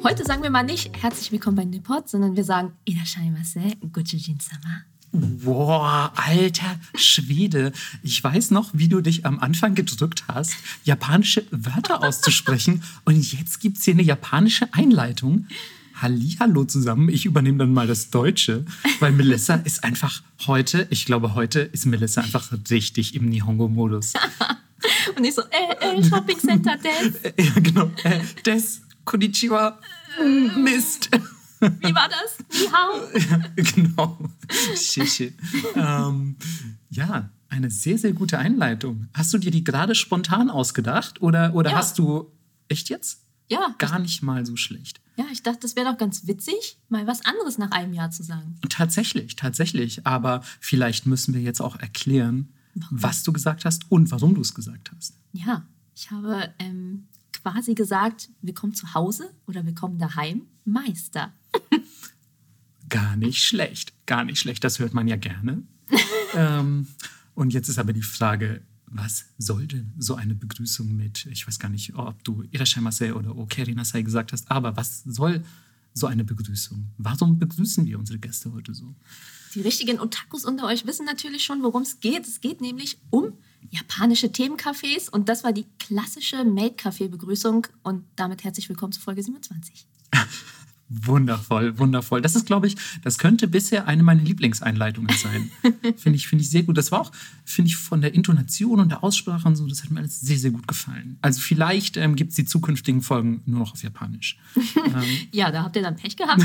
Heute sagen wir mal nicht herzlich willkommen bei Nippot, sondern wir sagen Irashaimase, Gochujin-sama. Boah, alter Schwede. Ich weiß noch, wie du dich am Anfang gedrückt hast, japanische Wörter auszusprechen. Und jetzt gibt es hier eine japanische Einleitung. Hallihallo zusammen. Ich übernehme dann mal das Deutsche, weil Melissa ist einfach heute ist Melissa einfach richtig im Nihongo-Modus. Und ich so, Shopping Center des. Ja, genau. Des, konnichiwa, Mist. Wie war das? Ni hao. Ja, genau. Shishi. Ja, eine sehr, sehr gute Einleitung. Hast du dir die gerade spontan ausgedacht? Oder Ja. hast du... Echt jetzt? Ja. Gar nicht mal so schlecht. Ja, ich dachte, das wäre doch ganz witzig, mal was anderes nach einem Jahr zu sagen. Tatsächlich. Aber vielleicht müssen wir jetzt auch erklären, was du gesagt hast und warum du es gesagt hast. Ja, ich habe quasi gesagt, willkommen zu Hause oder willkommen daheim, Meister. Gar nicht schlecht. Das hört man ja gerne. Und jetzt ist aber die Frage, was soll denn so eine Begrüßung mit, ich weiß gar nicht, ob du Irashaimase oder Okerinasai gesagt hast, aber was soll so eine Begrüßung? Warum begrüßen wir unsere Gäste heute so? Die richtigen Otakus unter euch wissen natürlich schon, worum es geht. Es geht nämlich um japanische Themencafés und das war die klassische Maid-Café-Begrüßung und damit herzlich willkommen zu Folge 27. Wundervoll. Das ist, glaube ich, das könnte bisher eine meiner Lieblingseinleitungen sein. Finde ich sehr gut. Das war auch, finde ich, von der Intonation und der Aussprache und so, das hat mir alles sehr, sehr gut gefallen. Also vielleicht gibt es die zukünftigen Folgen nur noch auf Japanisch. Ja, da habt ihr dann Pech gehabt.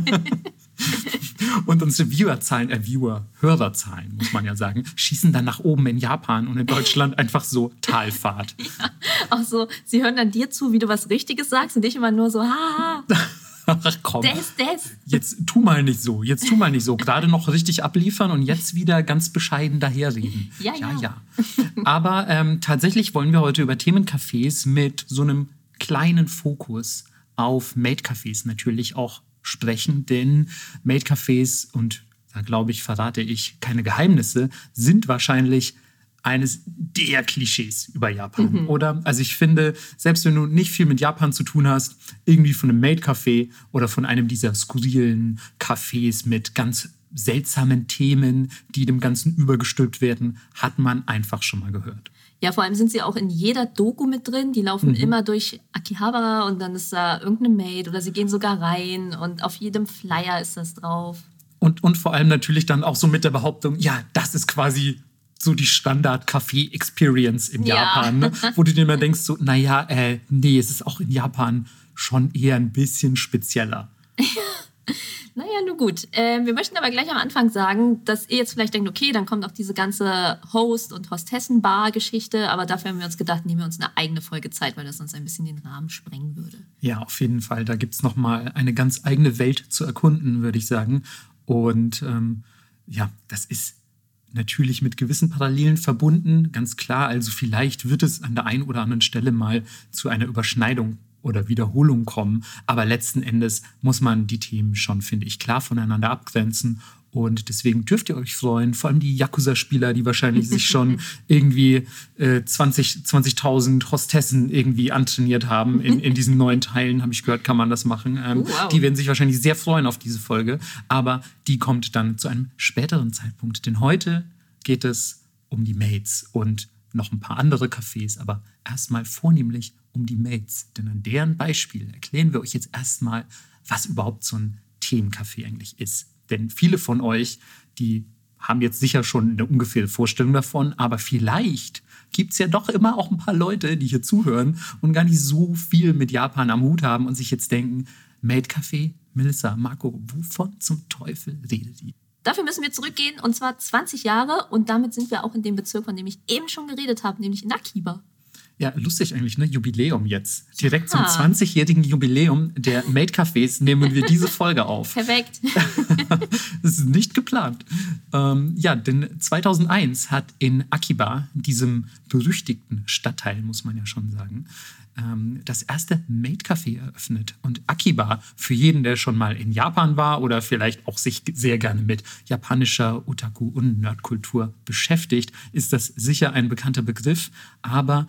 Und unsere Hörerzahlen, muss man ja sagen, schießen dann nach oben in Japan und in Deutschland einfach so Talfahrt. Ja, auch so, sie hören dann dir zu, wie du was Richtiges sagst und dich immer nur so, haha. Ach komm, Des. jetzt tu mal nicht so. Gerade noch richtig abliefern und jetzt wieder ganz bescheiden daherreden. Ja. Aber tatsächlich wollen wir heute über Themencafés mit so einem kleinen Fokus auf Maid-Cafés natürlich auch sprechen. Denn Maid-Cafés, und da glaube ich, verrate ich keine Geheimnisse, sind wahrscheinlich eines der Klischees über Japan, oder? Also ich finde, selbst wenn du nicht viel mit Japan zu tun hast, irgendwie von einem Maid-Café oder von einem dieser skurrilen Cafés mit ganz seltsamen Themen, die dem Ganzen übergestülpt werden, hat man einfach schon mal gehört. Ja, vor allem sind sie auch in jeder Doku mit drin. Die laufen immer durch Akihabara und dann ist da irgendeine Maid oder sie gehen sogar rein und auf jedem Flyer ist das drauf. Und vor allem natürlich dann auch so mit der Behauptung, ja, das ist quasi so die Standard-Café-Experience in Japan, ne? Wo du dir immer denkst, so, nee, es ist auch in Japan schon eher ein bisschen spezieller. Naja, nun gut. Wir möchten aber gleich am Anfang sagen, dass ihr jetzt vielleicht denkt, okay, dann kommt auch diese ganze Host- und Hostessen-Bar-Geschichte, aber dafür haben wir uns gedacht, nehmen wir uns eine eigene Folge Zeit, weil das sonst ein bisschen den Rahmen sprengen würde. Ja, auf jeden Fall. Da gibt es nochmal eine ganz eigene Welt zu erkunden, würde ich sagen. Und das ist natürlich mit gewissen Parallelen verbunden, ganz klar. Also vielleicht wird es an der einen oder anderen Stelle mal zu einer Überschneidung oder Wiederholung kommen. Aber letzten Endes muss man die Themen schon, finde ich, klar voneinander abgrenzen. Und deswegen dürft ihr euch freuen, vor allem die Yakuza-Spieler, die wahrscheinlich sich schon irgendwie 20.000 Hostessen irgendwie antrainiert haben. In diesen neuen Teilen, habe ich gehört, kann man das machen. Wow. Die werden sich wahrscheinlich sehr freuen auf diese Folge. Aber die kommt dann zu einem späteren Zeitpunkt. Denn heute geht es um die Maids und noch ein paar andere Cafés, aber erstmal vornehmlich um die Maids. Denn an deren Beispiel erklären wir euch jetzt erstmal, was überhaupt so ein Themencafé eigentlich ist. Denn viele von euch, die haben jetzt sicher schon eine ungefähre Vorstellung davon, aber vielleicht gibt es ja doch immer auch ein paar Leute, die hier zuhören und gar nicht so viel mit Japan am Hut haben und sich jetzt denken, Maid-Café, Melissa, Marco, wovon zum Teufel redet ihr? Dafür müssen wir zurückgehen, und zwar 20 Jahre. Und damit sind wir auch in dem Bezirk, von dem ich eben schon geredet habe, nämlich in Akiba. Ja, lustig eigentlich, ne? Jubiläum jetzt. Direkt zum 20-jährigen Jubiläum der Maid-Cafés nehmen wir diese Folge auf. Perfekt. Das ist nicht geplant. Denn 2001 hat in Akiba, diesem berüchtigten Stadtteil, muss man ja schon sagen, das erste Maid-Café eröffnet. Und Akiba, für jeden, der schon mal in Japan war oder vielleicht auch sich sehr gerne mit japanischer Otaku- und Nerdkultur beschäftigt, ist das sicher ein bekannter Begriff. Aber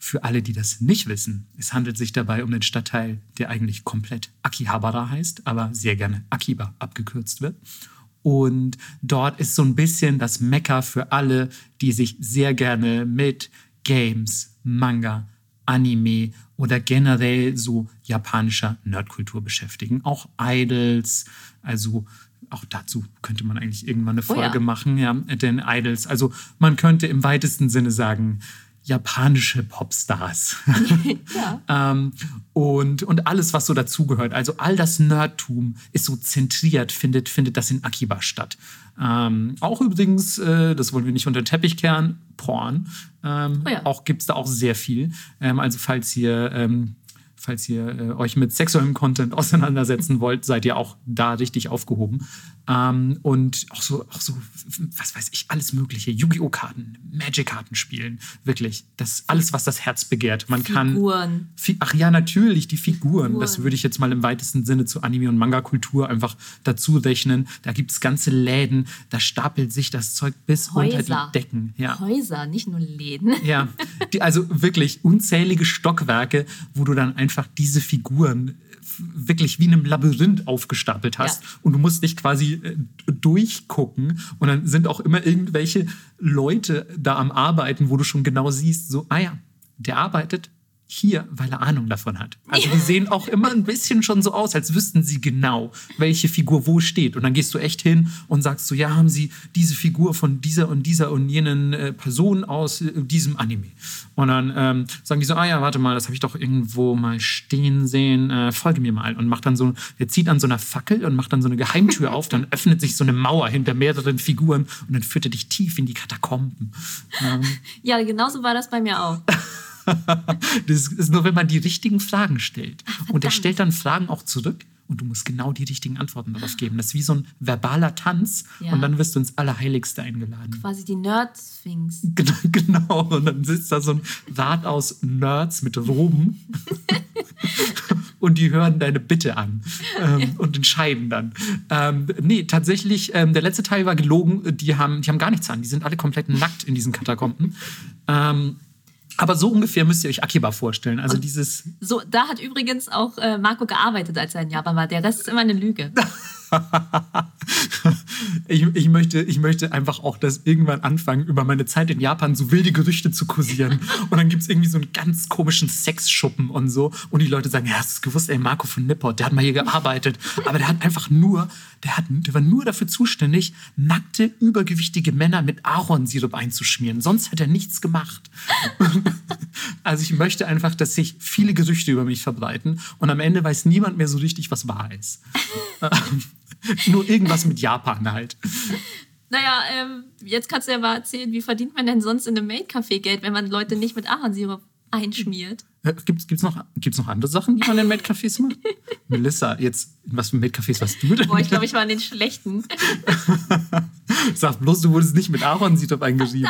Für alle, die das nicht wissen, es handelt sich dabei um den Stadtteil, der eigentlich komplett Akihabara heißt, aber sehr gerne Akiba abgekürzt wird. Und dort ist so ein bisschen das Mekka für alle, die sich sehr gerne mit Games, Manga, Anime oder generell so japanischer Nerdkultur beschäftigen. Auch Idols, also auch dazu könnte man eigentlich irgendwann eine Folge machen, ja, denn Idols, also man könnte im weitesten Sinne sagen, japanische Popstars. Ja. Und alles, was so dazugehört. Also all das Nerdtum ist so zentriert, findet das in Akiba statt. Auch übrigens, das wollen wir nicht unter den Teppich kehren, Porn. Auch gibt es da auch sehr viel. Also falls ihr euch mit sexuellem Content auseinandersetzen wollt, seid ihr auch da richtig aufgehoben. Und auch so, was weiß ich, alles Mögliche. Yu-Gi-Oh! Karten, Magic-Karten spielen. Wirklich, das alles, was das Herz begehrt. Man Figuren. Ach ja, natürlich, die Figuren. Das würde ich jetzt mal im weitesten Sinne zu Anime- und Manga-Kultur einfach dazu rechnen. Da gibt es ganze Läden, da stapelt sich das Zeug bis unter die Decken. Ja. Häuser, nicht nur Läden. Ja, also wirklich unzählige Stockwerke, wo du dann einfach diese Figuren wirklich wie in einem Labyrinth aufgestapelt hast. Ja. Und du musst dich quasi durchgucken. Und dann sind auch immer irgendwelche Leute da am Arbeiten, wo du schon genau siehst, so, der arbeitet hier, weil er Ahnung davon hat. Also die sehen auch immer ein bisschen schon so aus, als wüssten sie genau, welche Figur wo steht. Und dann gehst du echt hin und sagst so, ja, haben sie diese Figur von dieser und jenen Person aus diesem Anime. Und dann sagen die so, warte mal, das habe ich doch irgendwo mal stehen sehen, folge mir mal. Und macht dann so, der zieht an so einer Fackel und macht dann so eine Geheimtür auf, dann öffnet sich so eine Mauer hinter mehreren Figuren und dann führt er dich tief in die Katakomben. Ja, genauso war das bei mir auch. Das ist nur, wenn man die richtigen Fragen stellt. Und er stellt dann Fragen auch zurück und du musst genau die richtigen Antworten darauf geben. Das ist wie so ein verbaler Tanz und dann wirst du ins Allerheiligste eingeladen. Quasi die Nerd-Sphinx. Genau, und dann sitzt da so ein Rat aus Nerds mit Roben und die hören deine Bitte an und entscheiden dann. Tatsächlich, der letzte Teil war gelogen. Die haben gar nichts an. Die sind alle komplett nackt in diesen Katakomben. Aber so ungefähr müsst ihr euch Akiba vorstellen. Also So, da hat übrigens auch Marco gearbeitet, als er in Japan war. Der Rest ist immer eine Lüge. Ich möchte einfach auch das irgendwann anfangen, über meine Zeit in Japan so wilde Gerüchte zu kursieren. Und dann gibt es irgendwie so einen ganz komischen Sexschuppen und so. Und die Leute sagen, hast du es gewusst, Marco von Nippon, der hat mal hier gearbeitet. Aber der war nur dafür zuständig, nackte, übergewichtige Männer mit Ahornsirup einzuschmieren. Sonst hat er nichts gemacht. Also ich möchte einfach, dass sich viele Gerüchte über mich verbreiten. Und am Ende weiß niemand mehr so richtig, was wahr ist. Nur irgendwas mit Japan halt. Naja, jetzt kannst du ja mal erzählen, wie verdient man denn sonst in einem Maid-Café Geld, wenn man Leute nicht mit Ahornsirup einschmiert? Gibt's noch andere Sachen, die man in Maid-Cafés macht? Melissa, jetzt, was für Maid-Cafés warst du denn? Boah, ich glaube, ich war in den schlechten. Sag bloß, du wurdest nicht mit Ahornsirup eingeschrieben.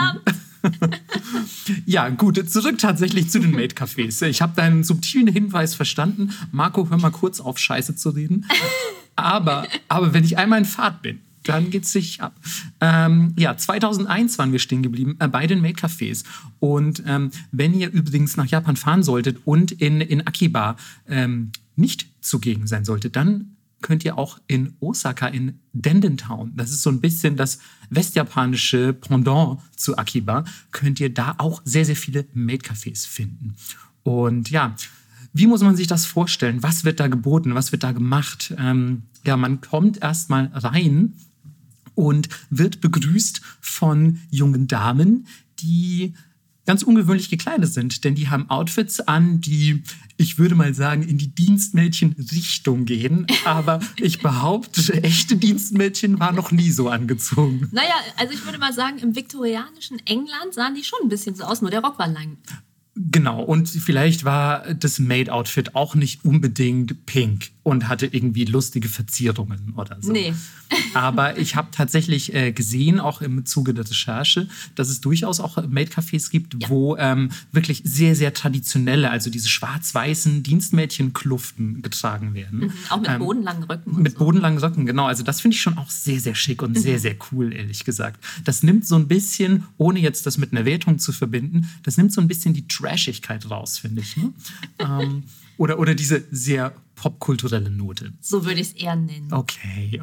Ja, gut, zurück tatsächlich zu den Maid-Cafés. Ich habe deinen subtilen Hinweis verstanden. Marco, hör mal kurz auf, Scheiße zu reden. Aber wenn ich einmal in Fahrt bin, dann geht's sich ab. 2001 waren wir stehen geblieben bei den Maid-Cafés. Und wenn ihr übrigens nach Japan fahren solltet und in Akiba nicht zugegen sein solltet, dann könnt ihr auch in Osaka, in Dendentown, das ist so ein bisschen das westjapanische Pendant zu Akiba, könnt ihr da auch sehr, sehr viele Maid-Cafés finden. Und ja, wie muss man sich das vorstellen? Was wird da geboten? Was wird da gemacht? Man kommt erstmal rein und wird begrüßt von jungen Damen, die ganz ungewöhnlich gekleidet sind, denn die haben Outfits an, die, ich würde mal sagen, in die Dienstmädchen-Richtung gehen. Aber ich behaupte, echte Dienstmädchen waren noch nie so angezogen. Naja, also ich würde mal sagen, im viktorianischen England sahen die schon ein bisschen so aus, nur der Rock war lang. Genau, und vielleicht war das Maid-Outfit auch nicht unbedingt pink und hatte irgendwie lustige Verzierungen oder so. Nee. Aber ich habe tatsächlich gesehen, auch im Zuge der Recherche, dass es durchaus auch Maid-Cafés gibt, wo wirklich sehr, sehr traditionelle, also diese schwarz-weißen Dienstmädchenkluften getragen werden. Auch mit bodenlangen Röcken. Mit bodenlangen Röcken, genau. Also das finde ich schon auch sehr, sehr schick und sehr, sehr cool, ehrlich gesagt. Das nimmt so ein bisschen, ohne jetzt das mit einer Wertung zu verbinden, das nimmt so ein bisschen die Trashigkeit raus, finde ich. Ne? Oder diese sehr popkulturelle Note. So würde ich es eher nennen. Okay.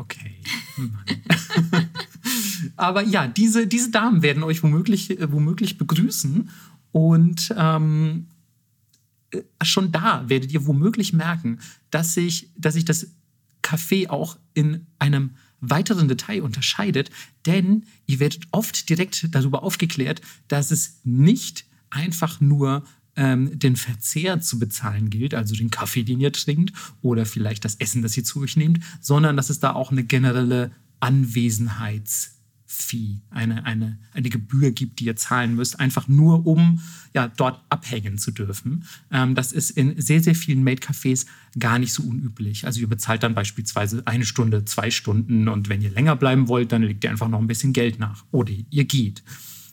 Aber ja, diese Damen werden euch womöglich begrüßen. Und schon da werdet ihr womöglich merken, dass sich das Café auch in einem weiteren Detail unterscheidet, denn ihr werdet oft direkt darüber aufgeklärt, dass es nicht einfach nur den Verzehr zu bezahlen gilt, also den Kaffee, den ihr trinkt oder vielleicht das Essen, das ihr zu euch nehmt, sondern dass es da auch eine generelle Anwesenheitsfee, eine Gebühr gibt, die ihr zahlen müsst, einfach nur um dort abhängen zu dürfen. Das ist in sehr, sehr vielen Maid-Cafés gar nicht so unüblich. Also ihr bezahlt dann beispielsweise 1 Stunde, 2 Stunden und wenn ihr länger bleiben wollt, dann legt ihr einfach noch ein bisschen Geld nach oder ihr geht.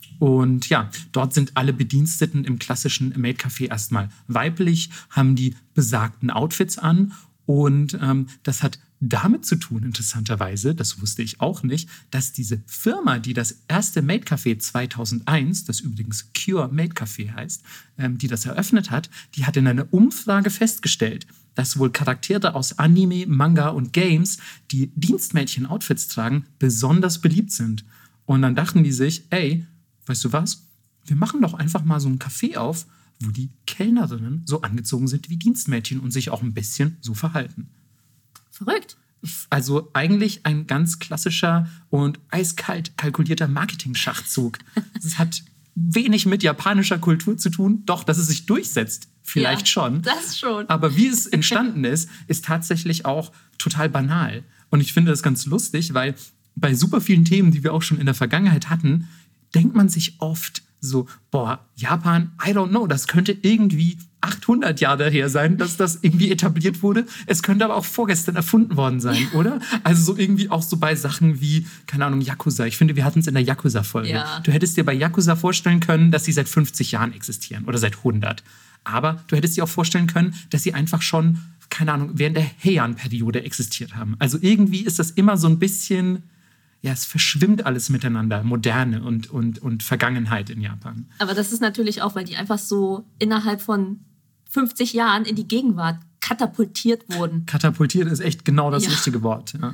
Und ja, dort sind alle Bediensteten im klassischen Maid-Café erstmal weiblich, haben die besagten Outfits an und das hat damit zu tun, interessanterweise, das wusste ich auch nicht, dass diese Firma, die das erste Maid-Café 2001, das übrigens Cure Maid-Café heißt, die das eröffnet hat, die hat in einer Umfrage festgestellt, dass wohl Charaktere aus Anime, Manga und Games, die Dienstmädchen-Outfits tragen, besonders beliebt sind. Und dann dachten die sich, ey, weißt du was? Wir machen doch einfach mal so ein Café auf, wo die Kellnerinnen so angezogen sind wie Dienstmädchen und sich auch ein bisschen so verhalten. Verrückt. Also eigentlich ein ganz klassischer und eiskalt kalkulierter Marketing-Schachzug. Es hat wenig mit japanischer Kultur zu tun, doch, dass es sich durchsetzt, vielleicht schon. Das schon. Aber wie es entstanden ist tatsächlich auch total banal. Und ich finde das ganz lustig, weil bei super vielen Themen, die wir auch schon in der Vergangenheit hatten, denkt man sich oft so, Japan, I don't know, das könnte irgendwie 800 Jahre her sein, dass das irgendwie etabliert wurde. Es könnte aber auch vorgestern erfunden worden sein, oder? Also so irgendwie auch so bei Sachen wie, keine Ahnung, Yakuza. Ich finde, wir hatten es in der Yakuza-Folge. Ja. Du hättest dir bei Yakuza vorstellen können, dass sie seit 50 Jahren existieren oder seit 100. Aber du hättest dir auch vorstellen können, dass sie einfach schon, keine Ahnung, während der Heian-Periode existiert haben. Also irgendwie ist das immer so ein bisschen... Ja, es verschwimmt alles miteinander, Moderne und Vergangenheit in Japan. Aber das ist natürlich auch, weil die einfach so innerhalb von 50 Jahren in die Gegenwart katapultiert wurden. Katapultiert ist echt genau das richtige Wort. Ja.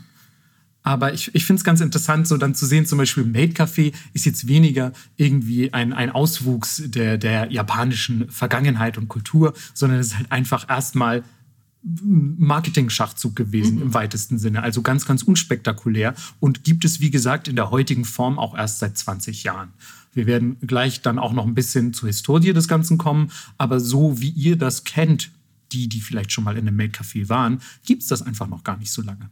Aber ich finde es ganz interessant, so dann zu sehen, zum Beispiel Maid Café ist jetzt weniger irgendwie ein Auswuchs der japanischen Vergangenheit und Kultur, sondern es ist halt einfach erstmal Marketing-Schachzug gewesen im weitesten Sinne. Also ganz, ganz unspektakulär und gibt es, wie gesagt, in der heutigen Form auch erst seit 20 Jahren. Wir werden gleich dann auch noch ein bisschen zur Historie des Ganzen kommen, aber so wie ihr das kennt, die vielleicht schon mal in einem Maid-Café waren, gibt es das einfach noch gar nicht so lange.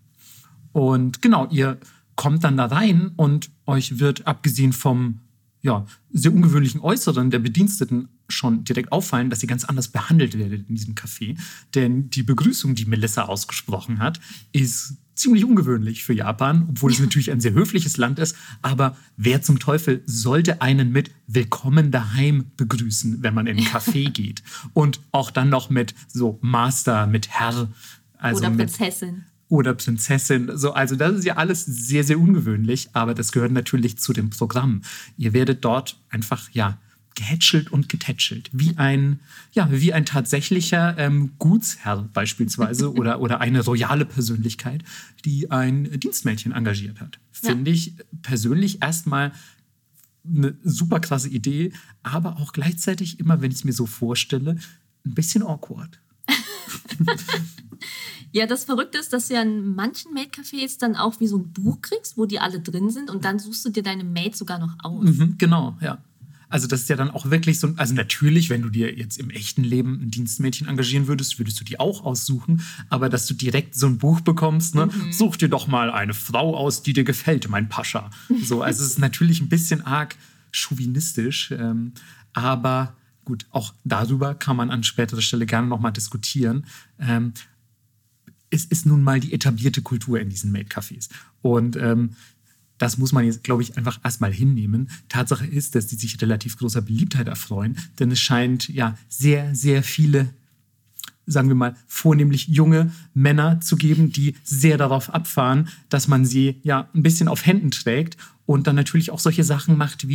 Und genau, ihr kommt dann da rein und euch wird, abgesehen vom sehr ungewöhnlichen Äußeren der Bediensteten, schon direkt auffallen, dass ihr ganz anders behandelt werdet in diesem Café. Denn die Begrüßung, die Melissa ausgesprochen hat, ist ziemlich ungewöhnlich für Japan, obwohl es natürlich ein sehr höfliches Land ist. Aber wer zum Teufel sollte einen mit Willkommen daheim begrüßen, wenn man in ein Café geht? Und auch dann noch mit so Master, mit Herr. Also oder Prinzessin. Oder Prinzessin. Also das ist ja alles sehr, sehr ungewöhnlich, aber das gehört natürlich zu dem Programm. Ihr werdet dort einfach, gehätschelt und getätschelt. Wie ein tatsächlicher Gutsherr beispielsweise oder eine royale Persönlichkeit, die ein Dienstmädchen engagiert hat. Finde ich persönlich erstmal eine super krasse Idee, aber auch gleichzeitig immer, wenn ich es mir so vorstelle, ein bisschen awkward. Ja, das Verrückte ist, dass du ja in manchen Maid-Cafés dann auch wie so ein Buch kriegst, wo die alle drin sind und dann suchst du dir deine Maid sogar noch aus. Genau, ja. Also das ist ja dann auch wirklich so, also natürlich, wenn du dir jetzt im echten Leben ein Dienstmädchen engagieren würdest du die auch aussuchen, aber dass du direkt so ein Buch bekommst, ne, such dir doch mal eine Frau aus, die dir gefällt, mein Pascha. So, also es ist natürlich ein bisschen arg chauvinistisch, aber gut, auch darüber kann man an späterer Stelle gerne nochmal diskutieren. Es ist nun mal die etablierte Kultur in diesen Maid-Cafés. Und das muss man jetzt, glaube ich, einfach erstmal hinnehmen. Tatsache ist, dass die sich relativ großer Beliebtheit erfreuen, denn es scheint sehr, sehr viele, sagen wir mal, vornehmlich junge Männer zu geben, die sehr darauf abfahren, dass man sie ein bisschen auf Händen trägt und dann natürlich auch solche Sachen macht wie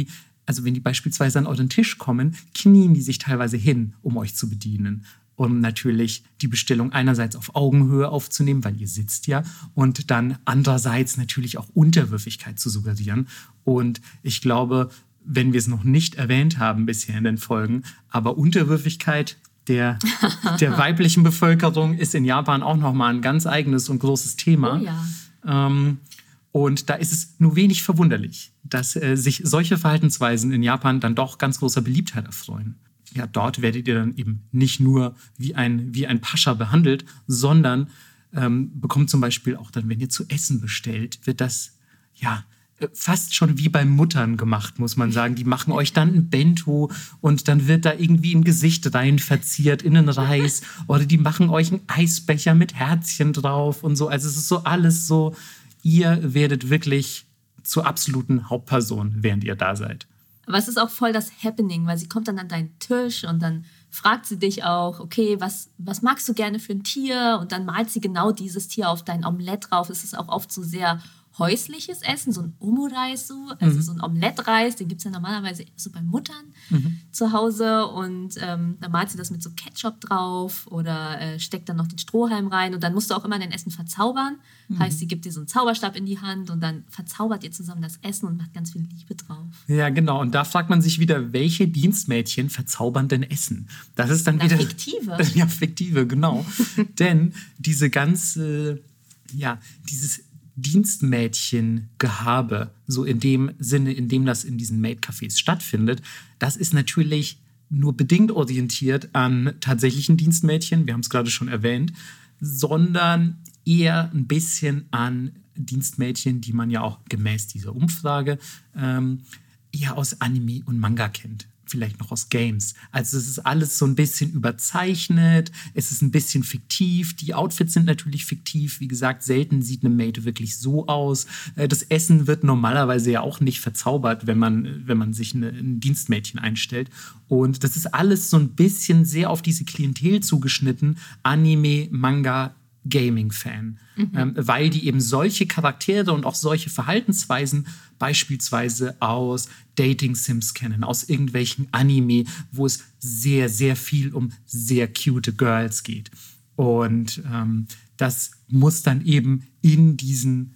also wenn die beispielsweise an euren Tisch kommen, knien die sich teilweise hin, um euch zu bedienen. Um natürlich die Bestellung einerseits auf Augenhöhe aufzunehmen, weil ihr sitzt ja, und dann andererseits natürlich auch Unterwürfigkeit zu suggerieren. Und ich glaube, wenn wir es noch nicht erwähnt haben bisher in den Folgen, aber Unterwürfigkeit der weiblichen Bevölkerung ist in Japan auch nochmal ein ganz eigenes und großes Thema. Oh ja. Und da ist es nur wenig verwunderlich, dass sich solche Verhaltensweisen in Japan dann doch ganz großer Beliebtheit erfreuen. Ja, dort werdet ihr dann eben nicht nur wie ein Pascha behandelt, sondern bekommt zum Beispiel auch dann, wenn ihr zu essen bestellt, wird das ja fast schon wie bei Muttern gemacht, muss man sagen. Die machen euch dann ein Bento und dann wird da irgendwie ein Gesicht rein verziert in den Reis oder die machen euch einen Eisbecher mit Herzchen drauf und so. Also es ist so alles so, ihr werdet wirklich zur absoluten Hauptperson, während ihr da seid. Aber es ist auch voll das Happening, weil sie kommt dann an deinen Tisch und dann fragt sie dich auch, okay, was magst du gerne für ein Tier? Und dann malt sie genau dieses Tier auf dein Omelett drauf. Es ist auch oft so sehr häusliches Essen, so ein Omu-Reis, also so ein Omelette-Reis, den gibt es ja normalerweise so bei Muttern zu Hause und dann malt sie das mit so Ketchup drauf oder steckt dann noch den Strohhalm rein und dann musst du auch immer dein Essen verzaubern. Heißt, sie gibt dir so einen Zauberstab in die Hand und dann verzaubert ihr zusammen das Essen und macht ganz viel Liebe drauf. Ja, genau. Und da fragt man sich wieder, welche Dienstmädchen verzaubern denn Essen? Das ist dann wieder... Fiktive. Ja, fiktive, genau. Denn diese ganze, dieses Dienstmädchen-Gehabe, so in dem Sinne, in dem das in diesen Maid-Cafés stattfindet, das ist natürlich nur bedingt orientiert an tatsächlichen Dienstmädchen, wir haben es gerade schon erwähnt, sondern eher ein bisschen an Dienstmädchen, die man ja auch gemäß dieser Umfrage eher aus Anime und Manga kennt. Vielleicht noch aus Games. Also es ist alles so ein bisschen überzeichnet, es ist ein bisschen fiktiv, die Outfits sind natürlich fiktiv, wie gesagt, selten sieht eine Maid wirklich so aus. Das Essen wird normalerweise ja auch nicht verzaubert, wenn man sich ein Dienstmädchen einstellt. Und das ist alles so ein bisschen sehr auf diese Klientel zugeschnitten, Anime, Manga, Gaming-Fan, weil die eben solche Charaktere und auch solche Verhaltensweisen beispielsweise aus Dating-Sims kennen, aus irgendwelchen Anime, wo es sehr, sehr viel um sehr cute Girls geht. Und das muss dann eben in diesen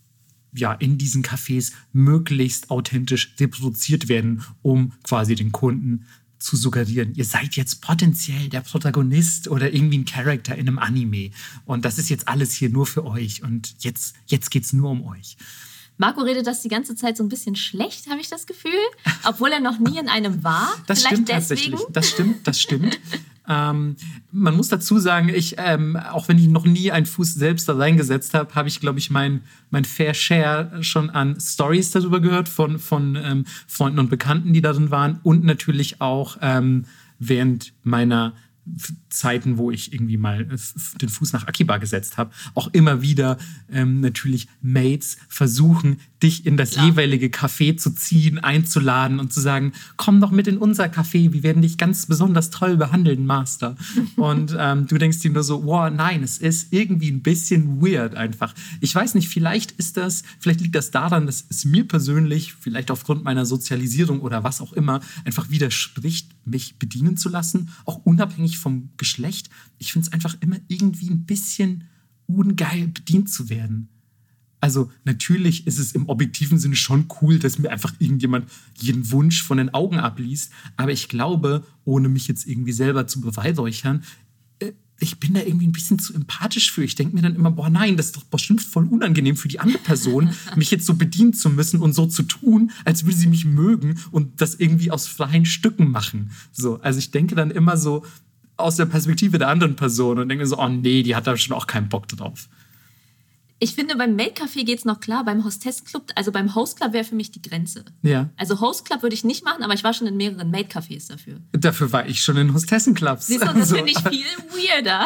Cafés möglichst authentisch reproduziert werden, um quasi den Kunden zu suggerieren, ihr seid jetzt potenziell der Protagonist oder irgendwie ein Charakter in einem Anime. Und das ist jetzt alles hier nur für euch. Und jetzt geht's nur um euch. Marco redet das die ganze Zeit so ein bisschen schlecht, habe ich das Gefühl. Obwohl er noch nie in einem war. Das Vielleicht stimmt deswegen. tatsächlich. Das stimmt. Man muss dazu sagen, auch wenn ich noch nie einen Fuß selbst da reingesetzt habe, habe ich, glaube ich, mein Fair Share schon an Stories darüber gehört von Freunden und Bekannten, die darin waren. Und natürlich auch während meiner Zeiten, wo ich irgendwie mal den Fuß nach Akiba gesetzt habe, auch immer wieder natürlich Mates versuchen, dich in das jeweilige Café zu ziehen, einzuladen und zu sagen, komm doch mit in unser Café, wir werden dich ganz besonders toll behandeln, Master. Und du denkst dir nur so, wow, nein, es ist irgendwie ein bisschen weird einfach. Ich weiß nicht, vielleicht liegt das daran, dass es mir persönlich, vielleicht aufgrund meiner Sozialisierung oder was auch immer, einfach widerspricht, mich bedienen zu lassen, auch unabhängig vom Geschlecht. Ich finde es einfach immer irgendwie ein bisschen ungeil, bedient zu werden. Also natürlich ist es im objektiven Sinne schon cool, dass mir einfach irgendjemand jeden Wunsch von den Augen abliest. Aber ich glaube, ohne mich jetzt irgendwie selber zu beweihräuchern, ich bin da irgendwie ein bisschen zu empathisch für. Ich denke mir dann immer, boah, nein, das ist doch bestimmt voll unangenehm für die andere Person, mich jetzt so bedienen zu müssen und so zu tun, als würde sie mich mögen und das irgendwie aus freien Stücken machen. So, also ich denke dann immer so aus der Perspektive der anderen Person und denke mir so, oh nee, die hat da schon auch keinen Bock drauf. Ich finde, beim Maid-Café geht es noch klar, beim Hostessenclub, also beim Host-Club wäre für mich die Grenze. Ja. Also Host-Club würde ich nicht machen, aber ich war schon in mehreren Maid-Cafés dafür. Dafür war ich schon in Hostessenclubs. Siehst du, das finde ich viel weirder.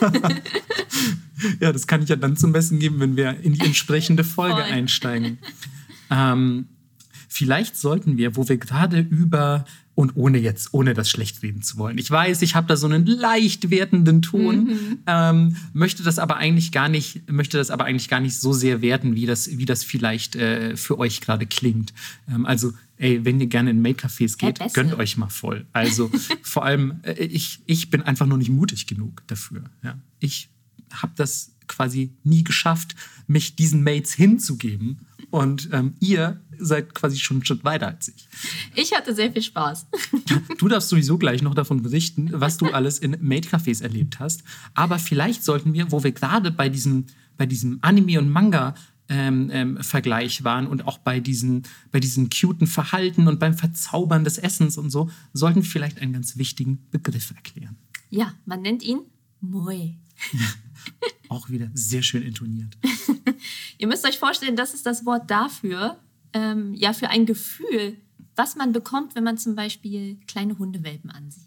Ja, das kann ich ja dann zum Besten geben, wenn wir in die entsprechende Folge einsteigen. vielleicht sollten wir, wo wir gerade über und ohne das schlecht reden zu wollen. Ich weiß, ich habe da so einen leicht wertenden Ton, möchte das aber eigentlich gar nicht so sehr werten, wie das vielleicht für euch gerade klingt. Also, wenn ihr gerne in Maid-Cafés geht, gönnt euch mal voll. Also vor allem, ich bin einfach nur nicht mutig genug dafür. Ja? Ich habe das quasi nie geschafft, mich diesen Maids hinzugeben. Und ihr seid quasi schon einen Schritt weiter als ich. Ich hatte sehr viel Spaß. Du darfst sowieso gleich noch davon berichten, was du alles in Maid-Cafés erlebt hast. Aber vielleicht sollten wir, wo wir gerade bei diesem Anime- und Manga-Vergleich waren und auch bei diesen cuten Verhalten und beim Verzaubern des Essens und so, sollten wir vielleicht einen ganz wichtigen Begriff erklären. Ja, man nennt ihn Moe. Auch wieder sehr schön intoniert. Ihr müsst euch vorstellen, das ist das Wort dafür, für ein Gefühl, was man bekommt, wenn man zum Beispiel kleine Hundewelpen ansieht.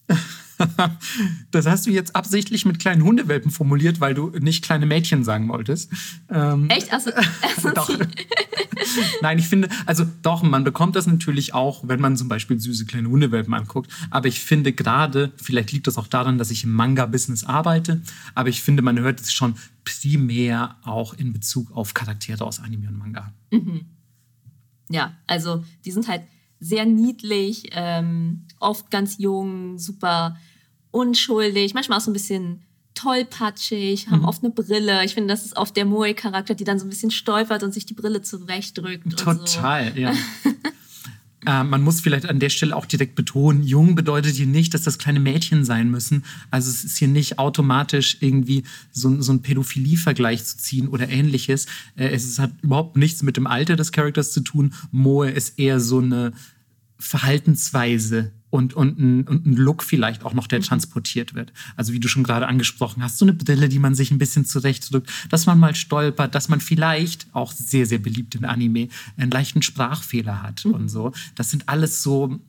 Das hast du jetzt absichtlich mit kleinen Hundewelpen formuliert, weil du nicht kleine Mädchen sagen wolltest. Echt? Also doch. Nein, ich finde, also doch, man bekommt das natürlich auch, wenn man zum Beispiel süße kleine Hundewelpen anguckt. Aber ich finde gerade, vielleicht liegt das auch daran, dass ich im Manga-Business arbeite, aber ich finde, man hört es schon primär auch in Bezug auf Charaktere aus Anime und Manga. Mhm. Ja, also die sind halt sehr niedlich, oft ganz jung, super unschuldig, manchmal auch so ein bisschen tollpatschig, haben oft eine Brille. Ich finde, das ist oft der Moe-Charakter, die dann so ein bisschen stolpert und sich die Brille zurechtdrückt. Total, ja. Man muss vielleicht an der Stelle auch direkt betonen, jung bedeutet hier nicht, dass das kleine Mädchen sein müssen. Also es ist hier nicht automatisch irgendwie so ein Pädophilie-Vergleich zu ziehen oder ähnliches. Es hat überhaupt nichts mit dem Alter des Charakters zu tun. Moe ist eher so eine Verhaltensweise und ein Look vielleicht auch noch, der transportiert wird. Also wie du schon gerade angesprochen hast, so eine Brille, die man sich ein bisschen zurechtdrückt, dass man mal stolpert, dass man vielleicht, auch sehr, sehr beliebt in Anime, einen leichten Sprachfehler hat und so. Das sind alles so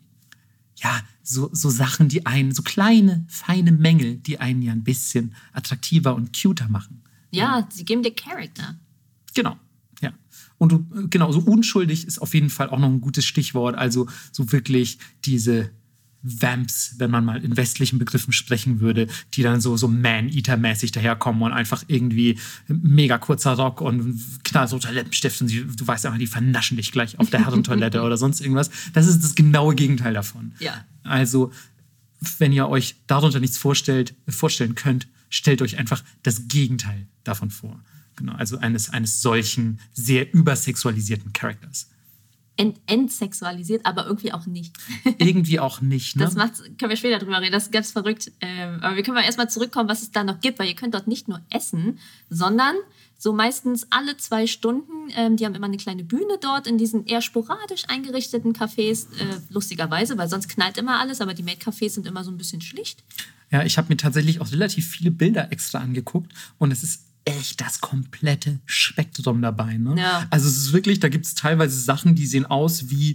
Sachen, die einen, so kleine, feine Mängel, die einen ja ein bisschen attraktiver und cuter machen. Ja, sie geben dir Charakter. Genau. Ja. Und so unschuldig ist auf jeden Fall auch noch ein gutes Stichwort. Also so wirklich diese Vamps, wenn man mal in westlichen Begriffen sprechen würde, die dann so Man-Eater-mäßig daherkommen und einfach irgendwie mega kurzer Rock und knallroter Lippenstift und du weißt einfach, die vernaschen dich gleich auf der Herrentoilette oder sonst irgendwas. Das ist das genaue Gegenteil davon. Ja. Also, wenn ihr euch darunter nichts vorstellen könnt, stellt euch einfach das Gegenteil davon vor. Genau, also eines solchen sehr übersexualisierten Charakters. Entsexualisiert, aber irgendwie auch nicht. Irgendwie auch nicht, ne? Können wir später drüber reden, das ist ganz verrückt. Aber wir können mal erstmal zurückkommen, was es da noch gibt, weil ihr könnt dort nicht nur essen, sondern so meistens alle 2 Stunden, die haben immer eine kleine Bühne dort in diesen eher sporadisch eingerichteten Cafés, lustigerweise, weil sonst knallt immer alles, aber die Maid-Cafés sind immer so ein bisschen schlicht. Ja, ich habe mir tatsächlich auch relativ viele Bilder extra angeguckt und es ist echt das komplette Spektrum dabei. Ne? Ja. Also es ist wirklich, da gibt es teilweise Sachen, die sehen aus wie,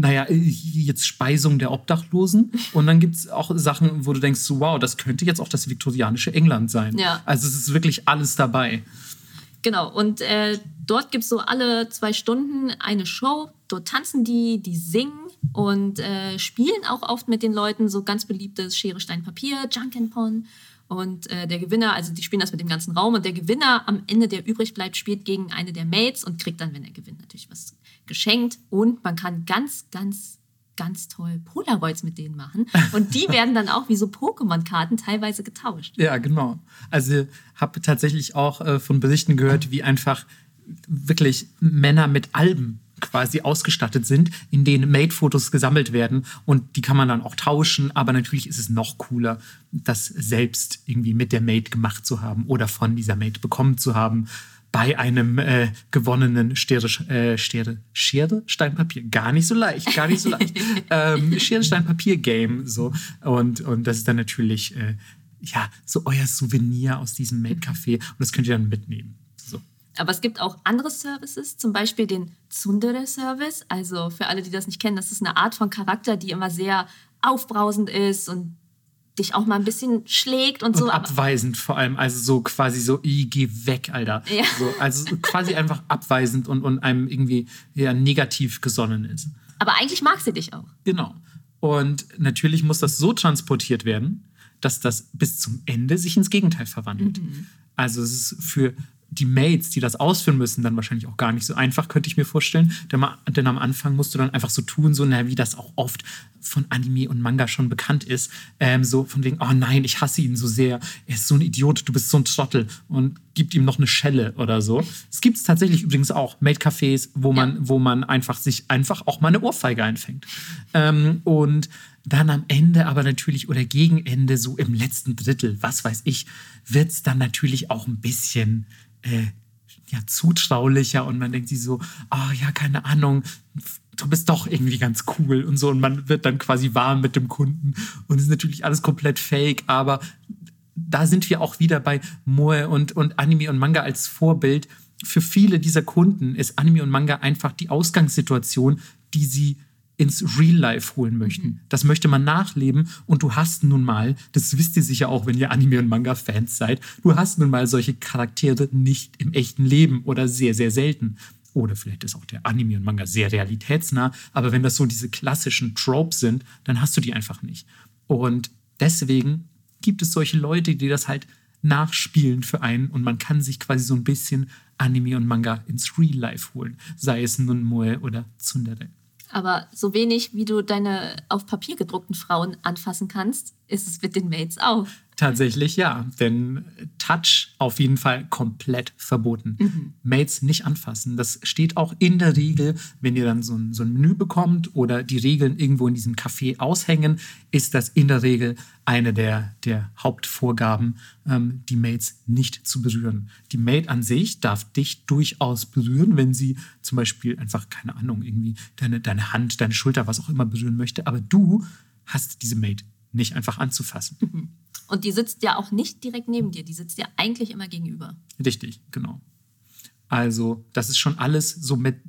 jetzt Speisung der Obdachlosen. Und dann gibt es auch Sachen, wo du denkst, so, wow, das könnte jetzt auch das viktorianische England sein. Ja. Also es ist wirklich alles dabei. Genau, und dort gibt es so alle 2 Stunden eine Show. Dort tanzen die singen und spielen auch oft mit den Leuten so ganz beliebtes Schere, Stein, Papier, Junkenpon. Und der Gewinner, also die spielen das mit dem ganzen Raum und der Gewinner am Ende, der übrig bleibt, spielt gegen eine der Mates und kriegt dann, wenn er gewinnt, natürlich was geschenkt. Und man kann ganz, ganz, ganz toll Polaroids mit denen machen. Und die werden dann auch wie so Pokémon-Karten teilweise getauscht. Ja, genau. Also habe tatsächlich auch von Berichten gehört, wie einfach wirklich Männer mit Alben quasi ausgestattet sind, in denen Maid-Fotos gesammelt werden und die kann man dann auch tauschen, aber natürlich ist es noch cooler, das selbst irgendwie mit der Maid gemacht zu haben oder von dieser Maid bekommen zu haben bei einem gewonnenen Schere, Stein, Papier. Gar nicht so leicht. Schere, Stein, Papier-Game. So. Und das ist dann natürlich so euer Souvenir aus diesem Maid-Café und das könnt ihr dann mitnehmen. So. Aber es gibt auch andere Services, zum Beispiel den Tsundere-Service. Also für alle, die das nicht kennen, das ist eine Art von Charakter, die immer sehr aufbrausend ist und dich auch mal ein bisschen schlägt und so. Und abweisend vor allem, also so quasi so, geh weg, Alter. Ja. So, also quasi einfach abweisend und einem irgendwie negativ gesonnen ist. Aber eigentlich mag sie dich auch. Genau. Und natürlich muss das so transportiert werden, dass das bis zum Ende sich ins Gegenteil verwandelt. Also es ist für die Mates, die das ausführen müssen, dann wahrscheinlich auch gar nicht so einfach, könnte ich mir vorstellen. Denn am Anfang musst du dann einfach so tun, so wie das auch oft von Anime und Manga schon bekannt ist. So von wegen, oh nein, ich hasse ihn so sehr. Er ist so ein Idiot, du bist so ein Trottel. Und gibt ihm noch eine Schelle oder so. Es gibt es tatsächlich übrigens auch Maid-Cafés, wo man sich einfach auch mal eine Ohrfeige einfängt. Und dann am Ende aber natürlich oder gegen Ende, so im letzten Drittel, was weiß ich, wird es dann natürlich auch ein bisschen zutraulicher und man denkt sich so, oh ja, keine Ahnung, du bist doch irgendwie ganz cool und so und man wird dann quasi warm mit dem Kunden und es ist natürlich alles komplett fake, aber da sind wir auch wieder bei Moe und Anime und Manga als Vorbild. Für viele dieser Kunden ist Anime und Manga einfach die Ausgangssituation, die sie ins Real Life holen möchten. Das möchte man nachleben und du hast nun mal, das wisst ihr sicher auch, wenn ihr Anime- und Manga-Fans seid, du hast nun mal solche Charaktere nicht im echten Leben oder sehr, sehr selten. Oder vielleicht ist auch der Anime und Manga sehr realitätsnah, aber wenn das so diese klassischen Tropes sind, dann hast du die einfach nicht. Und deswegen gibt es solche Leute, die das halt nachspielen für einen und man kann sich quasi so ein bisschen Anime und Manga ins Real Life holen, sei es nun Moe oder Tsundere. Aber so wenig, wie du deine auf Papier gedruckten Frauen anfassen kannst, ist es mit den Mates auch. Tatsächlich ja, denn Touch auf jeden Fall komplett verboten. Mates nicht anfassen. Das steht auch in der Regel, wenn ihr dann so ein Menü bekommt oder die Regeln irgendwo in diesem Café aushängen, ist das in der Regel eine der Hauptvorgaben, die Mates nicht zu berühren. Die Mate an sich darf dich durchaus berühren, wenn sie zum Beispiel einfach, keine Ahnung, irgendwie deine Hand, deine Schulter, was auch immer berühren möchte, aber du hast diese Mate nicht einfach anzufassen. Und die sitzt ja auch nicht direkt neben dir, die sitzt dir eigentlich immer gegenüber. Richtig, genau. Also das ist schon alles so mit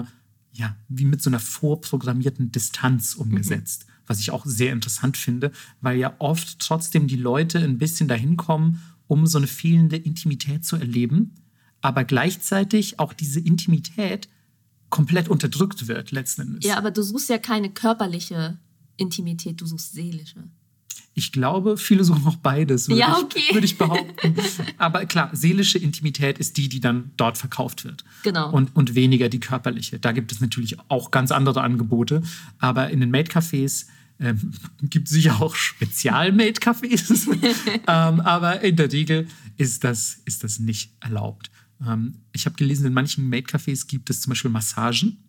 wie mit so einer vorprogrammierten Distanz umgesetzt, was ich auch sehr interessant finde, weil ja oft trotzdem die Leute ein bisschen dahin kommen, um so eine fehlende Intimität zu erleben, aber gleichzeitig auch diese Intimität komplett unterdrückt wird letzten Endes. Ja, aber du suchst ja keine körperliche Intimität, du suchst seelische. Ich glaube, viele suchen auch beides, würde ich behaupten. Aber klar, seelische Intimität ist die dann dort verkauft wird. Genau. Und weniger die körperliche. Da gibt es natürlich auch ganz andere Angebote. Aber in den Maid-Cafés gibt es sicher auch Spezial-Maid-Cafés. Aber in der Regel ist das nicht erlaubt. Ich habe gelesen, in manchen Maid-Cafés gibt es zum Beispiel Massagen.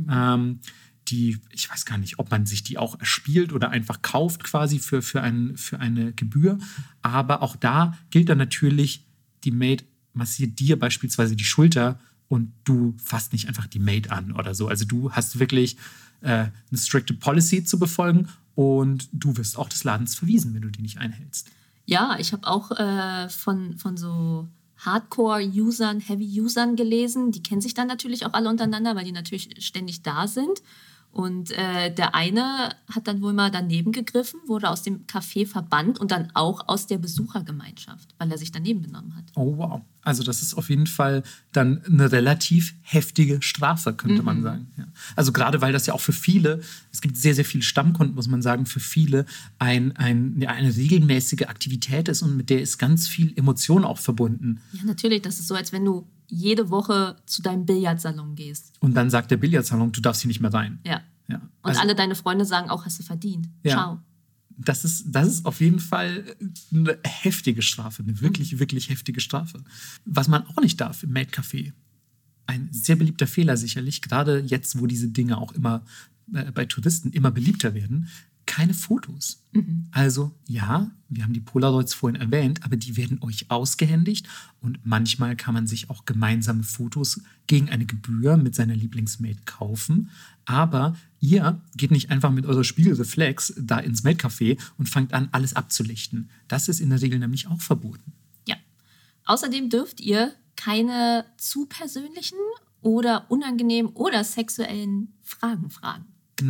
Ich weiß gar nicht, ob man sich die auch erspielt oder einfach kauft quasi für eine Gebühr. Aber auch da gilt dann natürlich, die Maid massiert dir beispielsweise die Schulter und du fasst nicht einfach die Maid an oder so. Also du hast wirklich eine strikte Policy zu befolgen und du wirst auch des Ladens verwiesen, wenn du die nicht einhältst. Ja, ich habe auch von so Hardcore-Usern, Heavy-Usern gelesen. Die kennen sich dann natürlich auch alle untereinander, weil die natürlich ständig da sind. Und der eine hat dann wohl mal daneben gegriffen, wurde aus dem Café verbannt und dann auch aus der Besuchergemeinschaft, weil er sich daneben benommen hat. Oh wow, also das ist auf jeden Fall dann eine relativ heftige Strafe, könnte man sagen. Ja. Also gerade weil das ja auch für viele, es gibt sehr, sehr viele Stammkunden, muss man sagen, für viele eine regelmäßige Aktivität ist und mit der ist ganz viel Emotion auch verbunden. Ja, natürlich, das ist so, als wenn du jede Woche zu deinem Billardsalon gehst. Und dann sagt der Billardsalon, du darfst hier nicht mehr rein. Ja. Ja. Und alle deine Freunde sagen auch, hast du verdient. Ja. Ciao. Das ist auf jeden Fall eine heftige Strafe, eine wirklich, wirklich heftige Strafe. Was man auch nicht darf im Maid-Café, ein sehr beliebter Fehler sicherlich, gerade jetzt, wo diese Dinge auch immer bei Touristen immer beliebter werden, keine Fotos. Also ja, wir haben die Polaroids vorhin erwähnt, aber die werden euch ausgehändigt und manchmal kann man sich auch gemeinsame Fotos gegen eine Gebühr mit seiner Lieblingsmaid kaufen. Aber ihr geht nicht einfach mit eurer Spiegelreflex da ins Maid-Café und fangt an, alles abzulichten. Das ist in der Regel nämlich auch verboten. Ja. Außerdem dürft ihr keine zu persönlichen oder unangenehmen oder sexuellen Fragen fragen. Genau.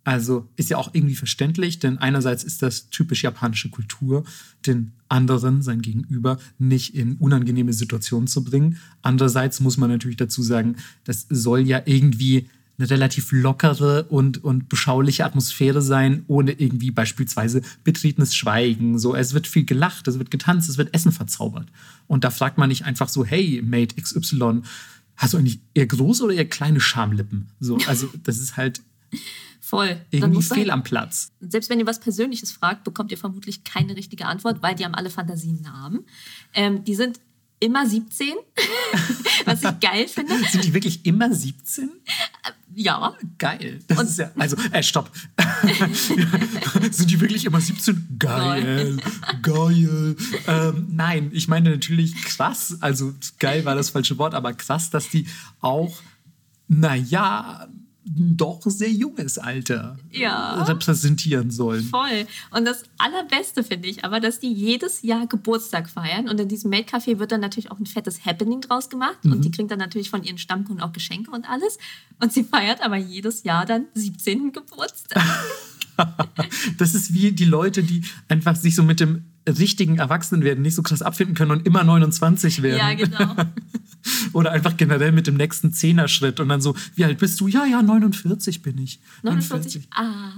Also ist ja auch irgendwie verständlich, denn einerseits ist das typisch japanische Kultur, den anderen, sein Gegenüber, nicht in unangenehme Situationen zu bringen. Andererseits muss man natürlich dazu sagen, das soll ja irgendwie eine relativ lockere und beschauliche Atmosphäre sein, ohne irgendwie beispielsweise betretenes Schweigen. So, es wird viel gelacht, es wird getanzt, es wird Essen verzaubert. Und da fragt man nicht einfach so, hey, Mate XY, hast du eigentlich eher große oder eher kleine Schamlippen? So, also das ist halt voll. irgendwie fehl am Platz. Selbst wenn ihr was Persönliches fragt, bekommt ihr vermutlich keine richtige Antwort, weil die haben alle Fantasienamen. Die sind immer 17, was ich geil finde. Sind die wirklich immer 17? Ja. Geil. Das ist ja, also, stopp. Sind die wirklich immer 17? Geil. Nein, ich meine natürlich krass. Also geil war das falsche Wort, aber krass, dass die auch, doch sehr junges Alter repräsentieren sollen. Voll. Und das Allerbeste finde ich aber, dass die jedes Jahr Geburtstag feiern. Und in diesem Maid-Café wird dann natürlich auch ein fettes Happening draus gemacht. Und die kriegt dann natürlich von ihren Stammkunden auch Geschenke und alles. Und sie feiert aber jedes Jahr dann 17. Geburtstag. Das ist wie die Leute, die einfach sich so mit dem richtigen Erwachsenenwerden nicht so krass abfinden können und immer 29 werden. Ja, genau. Oder einfach generell mit dem nächsten Zehner-Schritt und dann so, wie alt bist du? Ja, 49 bin ich. 49a.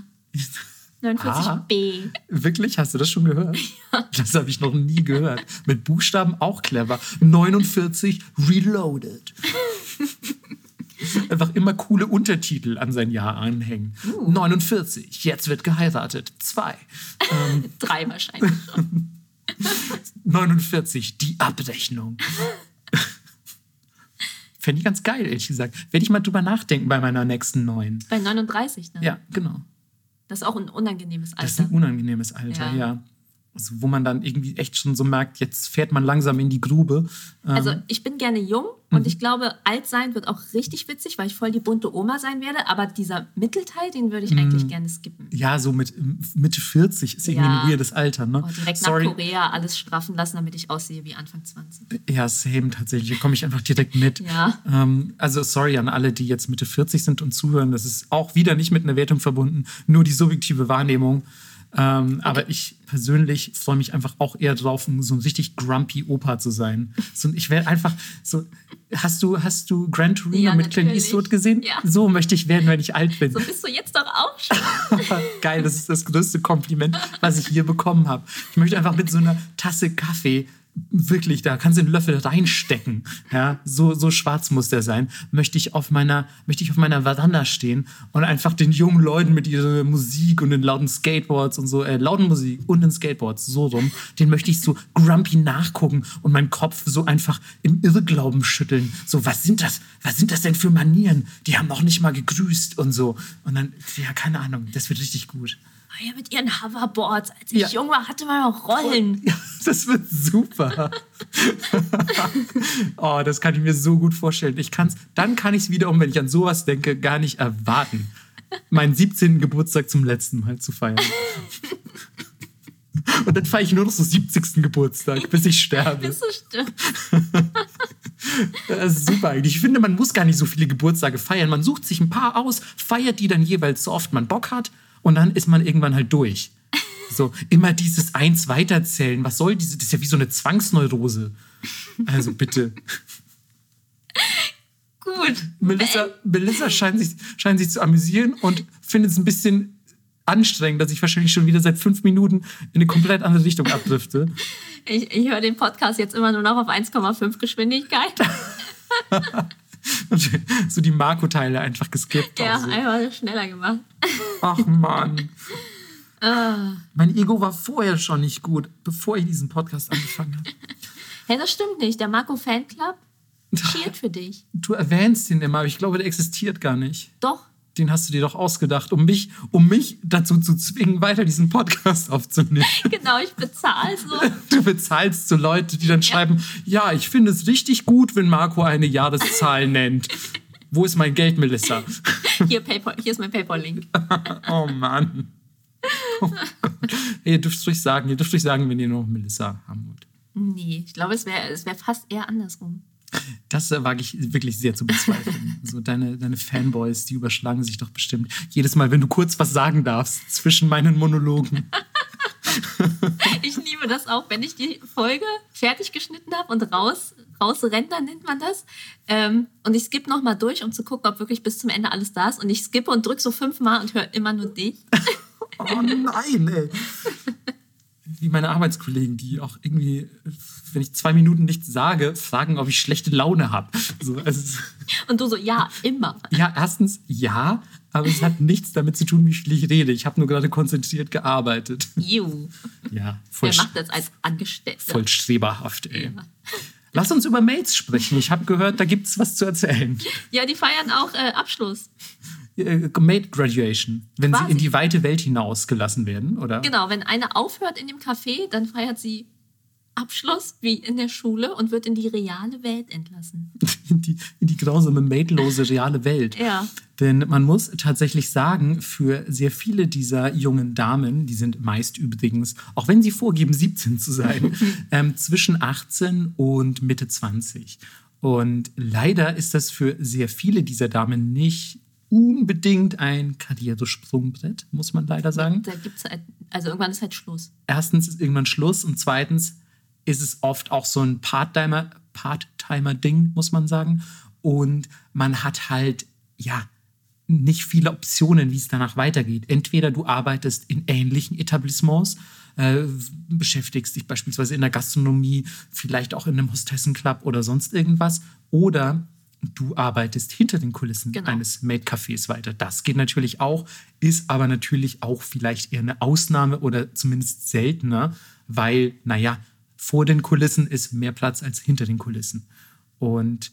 49b. Wirklich? Hast du das schon gehört? Ja. Das habe ich noch nie gehört. Mit Buchstaben auch clever. 49 reloaded. Einfach immer coole Untertitel an sein Jahr anhängen. 49, jetzt wird geheiratet. 2. 3 wahrscheinlich schon. 49, die Abrechnung. Fände ich ganz geil, ehrlich gesagt. Werde ich mal drüber nachdenken bei meiner nächsten 9. Bei 39, ne? Ja, genau. Das ist auch ein unangenehmes Alter. Das ist ein unangenehmes Alter, ja. Also, wo man dann irgendwie echt schon so merkt, jetzt fährt man langsam in die Grube. Also ich bin gerne jung und ich glaube, alt sein wird auch richtig witzig, weil ich voll die bunte Oma sein werde. Aber dieser Mittelteil, den würde ich eigentlich gerne skippen. Ja, so mit Mitte 40 ist irgendwie ein weirdes Alter. Ne? Direkt nach Korea alles straffen lassen, damit ich aussehe wie Anfang 20. Ja, same tatsächlich. Da komme ich einfach direkt mit. Ja. Also sorry an alle, die jetzt Mitte 40 sind und zuhören. Das ist auch wieder nicht mit einer Wertung verbunden, nur die subjektive Wahrnehmung. Aber ich persönlich freue mich einfach auch eher drauf, so ein richtig grumpy Opa zu sein. So, ich werde einfach so. Hast du Gran Torino mit Clint Eastwood gesehen? Ja. So möchte ich werden, wenn ich alt bin. So bist du jetzt doch auch schon. Geil, das ist das größte Kompliment, was ich hier bekommen habe. Ich möchte einfach mit so einer Tasse Kaffee, wirklich, da kannst du einen Löffel reinstecken. Ja, so schwarz muss der sein. Möchte ich auf meiner Veranda stehen und einfach den jungen Leuten mit ihrer Musik und den lauten Skateboards und so, lauten Musik und den Skateboards, so rum, den möchte ich so grumpy nachgucken und meinen Kopf so einfach im Irrglauben schütteln. So, was sind das denn für Manieren? Die haben noch nicht mal gegrüßt und so. Und dann, ja, keine Ahnung, das wird richtig gut. Ja, mit ihren Hoverboards. Als ich jung war, hatte man auch Rollen. Ja, das wird super. Oh, das kann ich mir so gut vorstellen. Dann kann ich es wiederum, wenn ich an sowas denke, gar nicht erwarten, meinen 17. Geburtstag zum letzten Mal zu feiern. Und dann feiere ich nur noch so 70. Geburtstag, bis ich sterbe. Bis du stirbst. Das ist super eigentlich. Ich finde, man muss gar nicht so viele Geburtstage feiern. Man sucht sich ein paar aus, feiert die dann jeweils so oft man Bock hat. Und dann ist man irgendwann halt durch. So, immer dieses Eins weiterzählen. Was soll das ist ja wie so eine Zwangsneurose. Also bitte. Gut. Melissa scheint sich zu amüsieren und findet es ein bisschen anstrengend, dass ich wahrscheinlich schon wieder seit 5 Minuten in eine komplett andere Richtung abdrifte. Ich höre den Podcast jetzt immer nur noch auf 1,5 Geschwindigkeit. Und so die Marco-Teile einfach geskippt. Ja, so. einfach schneller gemacht. Ach Mann. Mein Ego war vorher schon nicht gut, bevor ich diesen Podcast angefangen habe. Hey, das stimmt nicht. Der Marco Fanclub cheert für dich. Du erwähnst ihn immer, aber ich glaube, der existiert gar nicht. Doch. Den hast du dir doch ausgedacht, um mich dazu zu zwingen, weiter diesen Podcast aufzunehmen. Genau, ich bezahle so. Du bezahlst so Leute, die dann schreiben, ja, ich finde es richtig gut, wenn Marco eine Jahreszahl nennt. Wo ist mein Geld, Melissa? Hier ist mein PayPal-Link. Oh Mann. Oh Gott. Ihr dürft ruhig sagen, wenn ihr noch Melissa haben wollt. Nee, ich glaube, es wär fast eher andersrum. Das wage ich wirklich sehr zu bezweifeln. So deine Fanboys, die überschlagen sich doch bestimmt jedes Mal, wenn du kurz was sagen darfst zwischen meinen Monologen. Ich liebe das auch, wenn ich die Folge fertig geschnitten habe und rausrendern nennt man das. Und ich skippe nochmal durch, um zu gucken, ob wirklich bis zum Ende alles da ist. Und ich skippe und drücke so 5-mal und höre immer nur dich. Oh nein, ey. Wie meine Arbeitskollegen, die auch irgendwie, wenn ich 2 Minuten nichts sage, fragen, ob ich schlechte Laune habe. So, also, und du so, ja, immer. ja, erstens ja, aber es hat nichts damit zu tun, wie viel ich rede. Ich habe nur gerade konzentriert gearbeitet. Juhu. Ja, voll, Wer macht das als Angestellter? voll streberhaft, ey. Ja. Lass uns über Mates sprechen. Ich habe gehört, da gibt es was zu erzählen. Ja, die feiern auch Abschluss. Mate Graduation, wenn Quasi. sie in die weite Welt hinausgelassen werden, oder? Genau, wenn eine aufhört in dem Café, dann feiert sie Abschluss wie in der Schule und wird in die reale Welt entlassen. In die grausame, matelose, reale Welt. Ja. Denn man muss tatsächlich sagen, für sehr viele dieser jungen Damen, die sind meist übrigens, auch wenn sie vorgeben, 17 zu sein, zwischen 18 und Mitte 20. Und leider ist das für sehr viele dieser Damen nicht unbedingt ein Karrieresprungbrett, muss man leider sagen. Da gibt's halt, also irgendwann ist halt Schluss. Erstens ist irgendwann Schluss und zweitens ist es oft auch so ein Part-Timer-Ding, muss man sagen. Und man hat halt, ja, nicht viele Optionen, wie es danach weitergeht. Entweder du arbeitest in ähnlichen Etablissements, beschäftigst dich beispielsweise in der Gastronomie, vielleicht auch in einem Hostessenclub oder sonst irgendwas, oder du arbeitest hinter den Kulissen eines Maid-Cafés weiter. Das geht natürlich auch, ist aber natürlich auch vielleicht eher eine Ausnahme oder zumindest seltener, weil, naja, vor den Kulissen ist mehr Platz als hinter den Kulissen. Und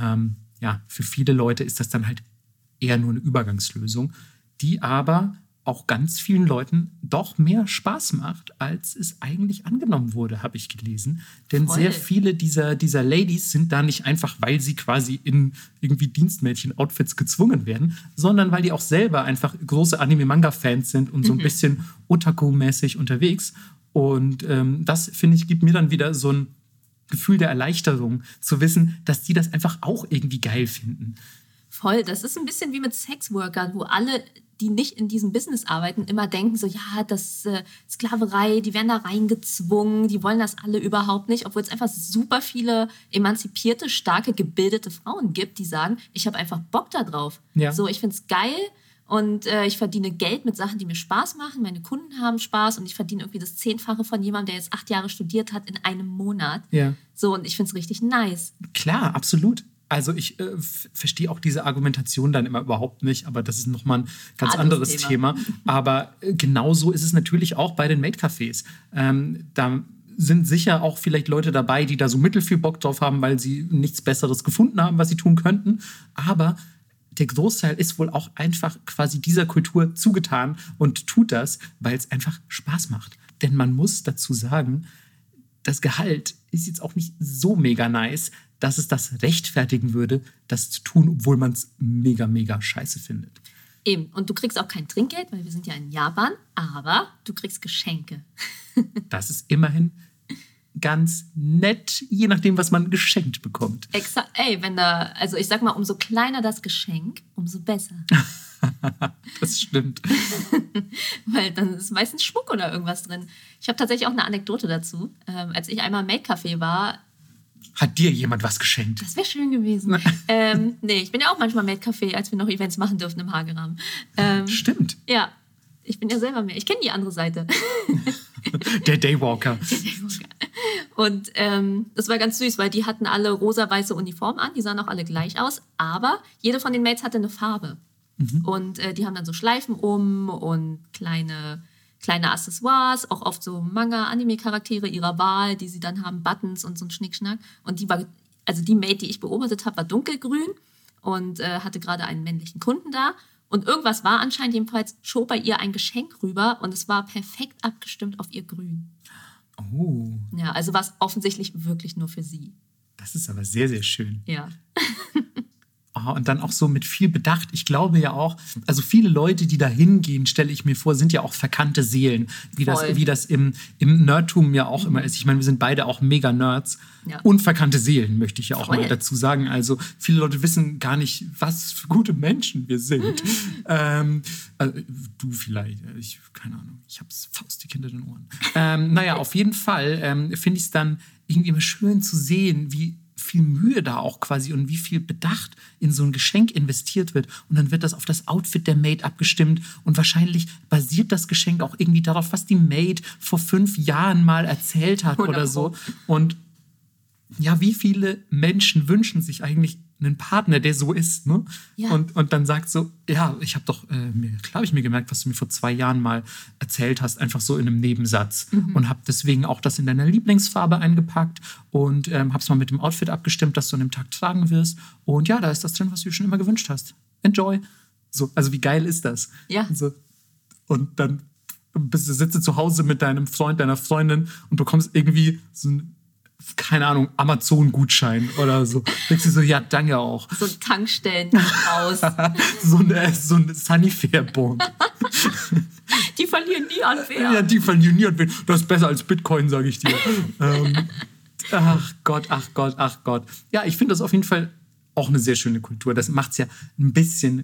ja, für viele Leute ist das dann halt eher nur eine Übergangslösung, die aber auch ganz vielen Leuten doch mehr Spaß macht, als es eigentlich angenommen wurde, habe ich gelesen. Denn Voll. sehr viele dieser Ladies sind da nicht einfach, weil sie quasi in irgendwie Dienstmädchen-Outfits gezwungen werden, sondern weil die auch selber einfach große Anime-Manga-Fans sind und so ein bisschen Otaku-mäßig unterwegs. Und das, finde ich, gibt mir dann wieder so ein Gefühl der Erleichterung, zu wissen, dass die das einfach auch irgendwie geil finden. Voll, das ist ein bisschen wie mit Sexworkern, wo alle, die nicht in diesem Business arbeiten, immer denken so, ja, das Sklaverei, die werden da reingezwungen, die wollen das alle überhaupt nicht, obwohl es einfach super viele emanzipierte, starke, gebildete Frauen gibt, die sagen, ich habe einfach Bock da drauf. Ja. So, ich finde es geil und ich verdiene Geld mit Sachen, die mir Spaß machen, meine Kunden haben Spaß und ich verdiene irgendwie das 10-fache von jemandem, der jetzt 8 Jahre studiert hat, in einem Monat. Ja. So, und ich finde es richtig nice. Klar, absolut. Also ich verstehe auch diese Argumentation dann immer überhaupt nicht, aber das ist nochmal ein ganz anderes Thema. Aber genauso ist es natürlich auch bei den Maid-Cafés. Da sind sicher auch vielleicht Leute dabei, die da so mittelfiel Bock drauf haben, weil sie nichts Besseres gefunden haben, was sie tun könnten. Aber der Großteil ist wohl auch einfach quasi dieser Kultur zugetan und tut das, weil es einfach Spaß macht. Denn man muss dazu sagen, das Gehalt ist jetzt auch nicht so mega nice, dass es das rechtfertigen würde, das zu tun, obwohl man es mega, mega scheiße findet. Eben, und du kriegst auch kein Trinkgeld, weil wir sind ja in Japan, aber du kriegst Geschenke. Das ist immerhin ganz nett, je nachdem, was man geschenkt bekommt. Ey, also ich sag mal, umso kleiner das Geschenk, umso besser. Das stimmt. Weil dann ist meistens Schmuck oder irgendwas drin. Ich habe tatsächlich auch eine Anekdote dazu. Als ich einmal im Maid-Café war, hat dir jemand was geschenkt? das wäre schön gewesen. Nee, ich bin ja auch manchmal Maid-Café, als wir noch Events machen durften im Hagerahmen. Stimmt. Ja, ich bin ja selber mehr. Ich kenne die andere Seite. Der Daywalker. Und das war ganz süß, weil die hatten alle rosa-weiße Uniformen an, die sahen auch alle gleich aus, aber jede von den Maids hatte eine Farbe. Und die haben dann so Schleifen und kleine Accessoires, auch oft so Manga-Anime-Charaktere ihrer Wahl, die sie dann haben, Buttons und so ein Schnickschnack. Und die Maid, die ich beobachtet habe, war dunkelgrün und hatte gerade einen männlichen Kunden da. Und irgendwas war anscheinend, jedenfalls schob bei ihr ein Geschenk rüber und es war perfekt abgestimmt auf ihr Grün. Oh. Ja, also war es offensichtlich wirklich nur für sie. Das ist aber sehr, sehr schön. Ja. Oh, Und dann auch so mit viel Bedacht. Ich glaube ja auch, also viele Leute, die da hingehen, stelle ich mir vor, sind ja auch verkannte Seelen. Wie das im Nerdtum ja auch immer ist. Ich meine, wir sind beide auch mega Nerds. Ja. Unverkannte Seelen, möchte ich ja auch Voll. mal dazu sagen. Also viele Leute wissen gar nicht, was für gute Menschen wir sind. Du vielleicht, keine Ahnung. Ich hab's faustig hinter den Ohren. Naja, auf jeden Fall finde ich es dann irgendwie immer schön zu sehen, wie viel Mühe da auch quasi und wie viel Bedacht in so ein Geschenk investiert wird. Und dann wird das auf das Outfit der Maid abgestimmt und wahrscheinlich basiert das Geschenk auch irgendwie darauf, was die Maid vor 5 Jahren mal erzählt hat oder so. Und ja, wie viele Menschen wünschen sich eigentlich einen Partner, der so ist, ne? Ja. Und dann sagt so, ja, ich habe doch, klar habe ich mir gemerkt, was du mir vor 2 Jahren mal erzählt hast, einfach so in einem Nebensatz. Und habe deswegen auch das in deiner Lieblingsfarbe eingepackt und habe es mal mit dem Outfit abgestimmt, das du an dem Tag tragen wirst. Und ja, da ist das drin, was du dir schon immer gewünscht hast. Enjoy. So, also wie geil ist das? Ja. So. Und dann sitzt du zu Hause mit deinem Freund, deiner Freundin und bekommst irgendwie so ein, keine Ahnung, Amazon-Gutschein oder so. Denkst du so, ja, danke auch. So ein Tankstellen raus. so ein Sunnyfair-Bon. Die verlieren nie an Wert. Ja, die verlieren nie an Wert. Das ist besser als Bitcoin, sage ich dir. Ach Gott. Ja, ich finde das auf jeden Fall auch eine sehr schöne Kultur. Das macht es ja ein bisschen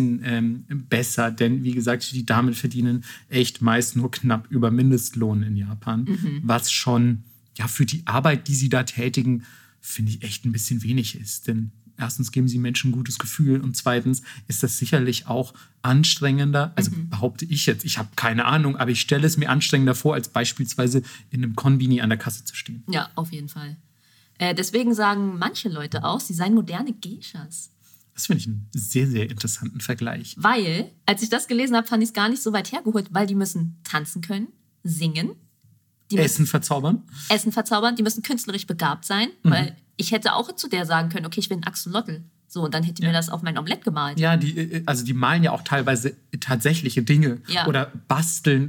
besser, denn wie gesagt, die Damen verdienen echt meist nur knapp über Mindestlohn in Japan, was schon ja für die Arbeit, die sie da tätigen, finde ich echt ein bisschen wenig ist. Denn erstens geben sie Menschen ein gutes Gefühl und zweitens ist das sicherlich auch anstrengender, also behaupte ich jetzt, ich habe keine Ahnung, aber ich stelle es mir anstrengender vor, als beispielsweise in einem Konbini an der Kasse zu stehen. Ja, auf jeden Fall. Deswegen sagen manche Leute auch, sie seien moderne Geishas. Das finde ich einen sehr, sehr interessanten Vergleich. Weil, als ich das gelesen habe, fand ich es gar nicht so weit hergeholt, weil die müssen tanzen können, singen. Die Essen verzaubern? Essen verzaubern, die müssen künstlerisch begabt sein, weil ich hätte auch zu der sagen können, okay, ich bin ein Axolotl. So, und dann hätte mir das auf mein Omelett gemalt. Ja, die malen ja auch teilweise tatsächliche Dinge oder basteln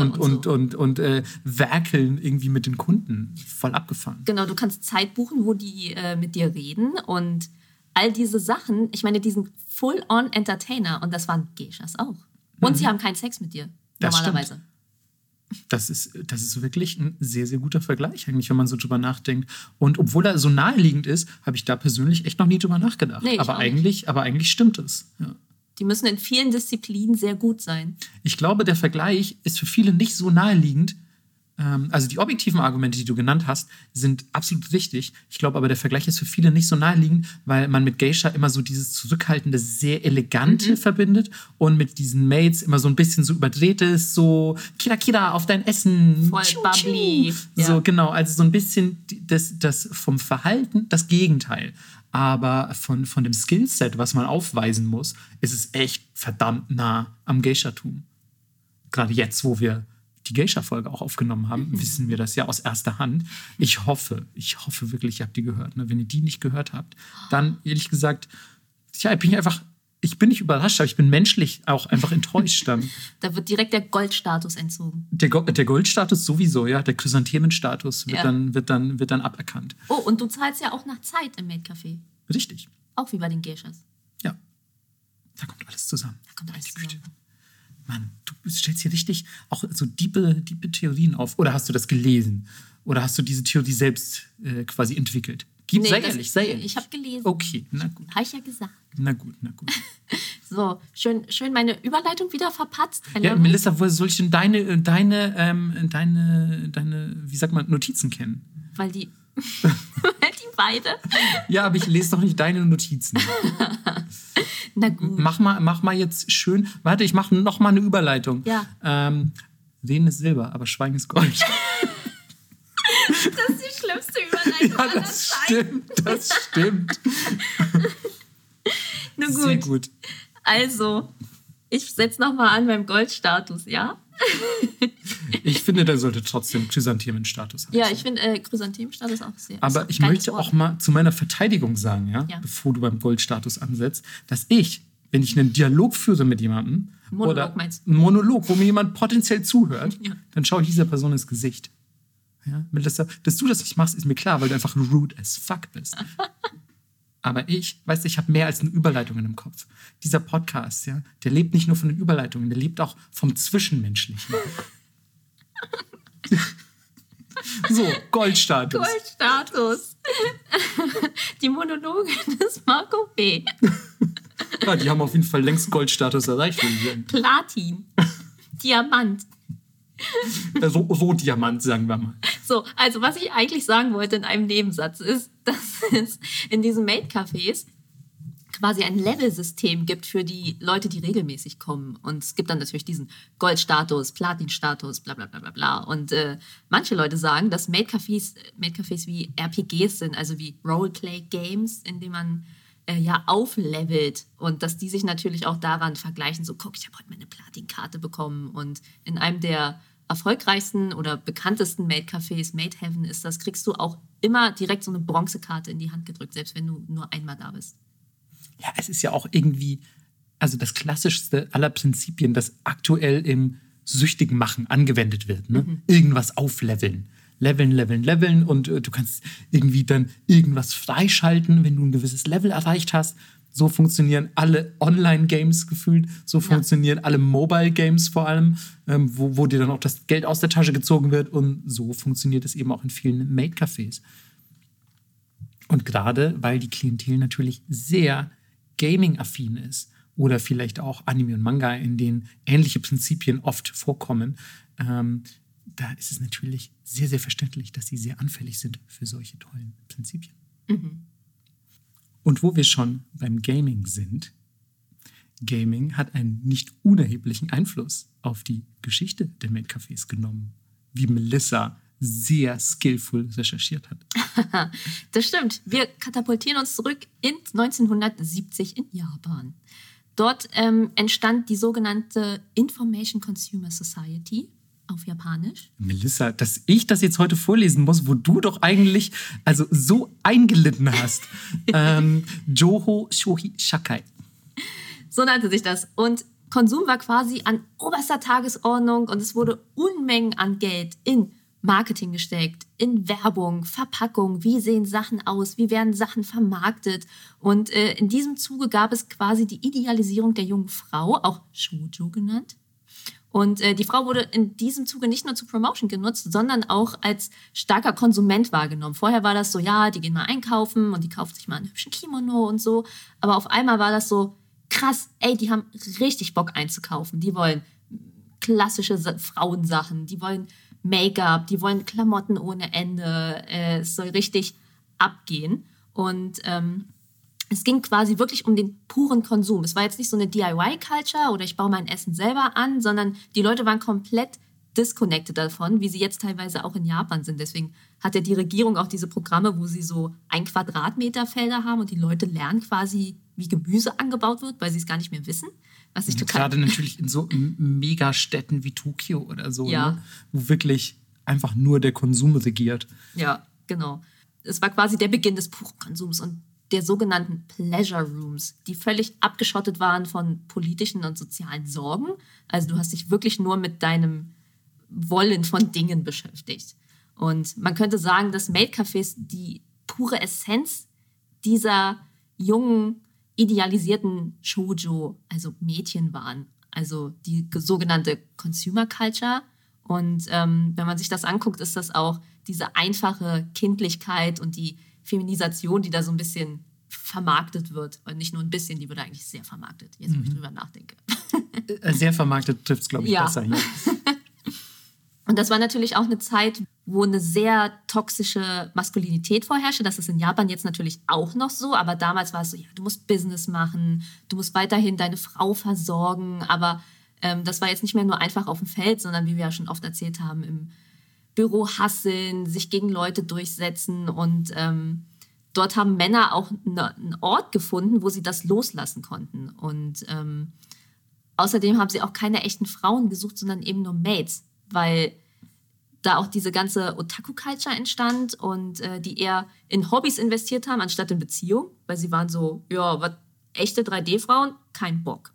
und werkeln irgendwie mit den Kunden. Voll abgefahren. Genau, du kannst Zeit buchen, wo die mit dir reden und all diese Sachen, ich meine, die sind Full-on-Entertainer und das waren Geishas auch. Und sie haben keinen Sex mit dir, normalerweise. Stimmt. Das ist wirklich ein sehr, sehr guter Vergleich, eigentlich, wenn man so drüber nachdenkt. Und obwohl er so naheliegend ist, habe ich da persönlich echt noch nie drüber nachgedacht. Nee, aber eigentlich stimmt es. Ja. Die müssen in vielen Disziplinen sehr gut sein. Ich glaube, der Vergleich ist für viele nicht so naheliegend. Also die objektiven Argumente, die du genannt hast, sind absolut richtig. Ich glaube aber, der Vergleich ist für viele nicht so naheliegend, weil man mit Geisha immer so dieses zurückhaltende, sehr elegante verbindet und mit diesen Maids immer so ein bisschen so überdrehtes, so Kira Kira auf dein Essen. Voll bubbly. So, Ja. genau, also so ein bisschen das vom Verhalten das Gegenteil. Aber von dem Skillset, was man aufweisen muss, ist es echt verdammt nah am Geisha-Tum. Gerade jetzt, wo wir die Geisha-Folge auch aufgenommen haben, wissen wir das ja aus erster Hand. Ich hoffe wirklich, ihr habt die gehört. Ne? Wenn ihr die nicht gehört habt, dann ehrlich gesagt, ja, ich bin nicht überrascht, aber ich bin menschlich auch einfach enttäuscht dann. Da wird direkt der Goldstatus entzogen. Der Goldstatus sowieso, ja, der Chrysanthemenstatus wird dann aberkannt. Oh, und du zahlst ja auch nach Zeit im Maid-Café. Richtig. Auch wie bei den Geishas. Ja. Da kommt alles zusammen. Meine Güte. Mann, du stellst hier richtig auch so diebe Theorien auf. Oder hast du das gelesen? Oder hast du diese Theorie selbst quasi entwickelt? Sei ehrlich. Ich habe gelesen. Okay, na gut. Habe ich ja gesagt. Na gut. So, schön meine Überleitung wieder verpatzt. Ja, Melissa, woher soll ich denn deine, wie sagt man, Notizen kennen? Weil die beide. Ja, aber ich lese doch nicht deine Notizen. Na gut. Mach mal jetzt schön. Warte, ich mache noch mal eine Überleitung. Ja. Reden ist Silber, aber Schweigen ist Gold. Das ist die schlimmste Überleitung. Ja, das stimmt. Na gut. Sehr gut. Also, ich setze noch mal an beim Goldstatus, ja? Ich finde, der sollte trotzdem Chrysanthemenstatus haben. Ja, ich finde Chrysanthemenstatus auch sehr. Aber ich möchte auch mal zu meiner Verteidigung sagen, ja, bevor du beim Goldstatus ansetzt, dass wenn ich einen Dialog führe mit jemandem, oder einen Monolog, wo mir jemand potenziell zuhört, dann schaue ich dieser Person ins Gesicht. Ja, Melissa, dass du das nicht machst, ist mir klar, weil du einfach rude as fuck bist. Aber ich habe mehr als eine Überleitung in dem Kopf. Dieser Podcast, ja, der lebt nicht nur von den Überleitungen, der lebt auch vom Zwischenmenschlichen. So, Goldstatus. Goldstatus. Die Monologe des Marco B. Ja, die haben auf jeden Fall längst Goldstatus erreicht, würde ich sagen. Platin. Diamant. So Diamant, sagen wir mal. So, also was ich eigentlich sagen wollte in einem Nebensatz ist, dass es in diesen Maid-Cafés quasi ein Level-System gibt für die Leute, die regelmäßig kommen. Und es gibt dann natürlich diesen Goldstatus, Platin-Status, bla bla bla bla bla. Und manche Leute sagen, dass Maid-Cafés wie RPGs sind, also wie Roleplay-Games, in denen man auflevelt. Und dass die sich natürlich auch daran vergleichen, so, guck, ich habe heute meine Platin-Karte bekommen. Und in einem der erfolgreichsten oder bekanntesten Maid-Cafés, Maid Heaven ist das, kriegst du auch immer direkt so eine Bronzekarte in die Hand gedrückt, selbst wenn du nur einmal da bist. Ja, es ist ja auch irgendwie, also das klassischste aller Prinzipien, das aktuell im süchtigen Machen angewendet wird. Ne? Irgendwas aufleveln. Leveln und du kannst irgendwie dann irgendwas freischalten, wenn du ein gewisses Level erreicht hast. So funktionieren alle Online-Games gefühlt, so funktionieren alle Mobile-Games vor allem, wo dir dann auch das Geld aus der Tasche gezogen wird, und so funktioniert es eben auch in vielen Maid-Cafés. Und gerade, weil die Klientel natürlich sehr Gaming-affin ist oder vielleicht auch Anime und Manga, in denen ähnliche Prinzipien oft vorkommen, da ist es natürlich sehr, sehr verständlich, dass sie sehr anfällig sind für solche tollen Prinzipien. Mhm. Und wo wir schon beim Gaming sind, Gaming hat einen nicht unerheblichen Einfluss auf die Geschichte der Maid-Cafés genommen, wie Melissa sehr skillful recherchiert hat. Das stimmt. Wir katapultieren uns zurück in 1970 in Japan. Dort entstand die sogenannte Information Consumer Society auf Japanisch. Melissa, dass ich das jetzt heute vorlesen muss, wo du doch eigentlich also so eingelitten hast. Joho Shohi Shakai. So nannte sich das. Und Konsum war quasi an oberster Tagesordnung und es wurde Unmengen an Geld in Marketing gesteckt, in Werbung, Verpackung, wie sehen Sachen aus, wie werden Sachen vermarktet. Und in diesem Zuge gab es quasi die Idealisierung der jungen Frau, auch Shoujo genannt. Und die Frau wurde in diesem Zuge nicht nur zur Promotion genutzt, sondern auch als starker Konsument wahrgenommen. Vorher war das so, ja, die gehen mal einkaufen und die kauft sich mal einen hübschen Kimono und so. Aber auf einmal war das so, krass, ey, die haben richtig Bock einzukaufen. Die wollen klassische Frauensachen, die wollen Make-up, die wollen Klamotten ohne Ende. Es soll richtig abgehen. Und es ging quasi wirklich um den puren Konsum. Es war jetzt nicht so eine DIY-Culture oder ich baue mein Essen selber an, sondern die Leute waren komplett disconnected davon, wie sie jetzt teilweise auch in Japan sind. Deswegen hat ja die Regierung auch diese Programme, wo sie so 1 Quadratmeter Felder haben und die Leute lernen quasi, wie Gemüse angebaut wird, weil sie es gar nicht mehr wissen. Was ich total gerade natürlich in so Megastädten wie Tokio oder so, ne? Wo wirklich einfach nur der Konsum regiert. Ja, genau. Es war quasi der Beginn des puren Konsums und der sogenannten Pleasure Rooms, die völlig abgeschottet waren von politischen und sozialen Sorgen. Also du hast dich wirklich nur mit deinem Wollen von Dingen beschäftigt. Und man könnte sagen, dass Maid-Cafés die pure Essenz dieser jungen, idealisierten Shoujo, also Mädchen waren. Also die sogenannte Consumer Culture. Und wenn man sich das anguckt, ist das auch diese einfache Kindlichkeit und die Feminisation, die da so ein bisschen vermarktet wird. Und nicht nur ein bisschen, die wird eigentlich sehr vermarktet, jetzt wo ich drüber nachdenke. Sehr vermarktet trifft es, glaube ich, besser hier. Und das war natürlich auch eine Zeit, wo eine sehr toxische Maskulinität vorherrschte. Das ist in Japan jetzt natürlich auch noch so, aber damals war es so, ja, du musst Business machen, du musst weiterhin deine Frau versorgen, aber das war jetzt nicht mehr nur einfach auf dem Feld, sondern wie wir ja schon oft erzählt haben, im Büro hasseln, sich gegen Leute durchsetzen und dort haben Männer auch einen Ort gefunden, wo sie das loslassen konnten. Und außerdem haben sie auch keine echten Frauen gesucht, sondern eben nur Maids, weil da auch diese ganze Otaku-Culture entstand und die eher in Hobbys investiert haben, anstatt in Beziehungen, weil sie waren so, ja, was, echte 3D-Frauen? Kein Bock.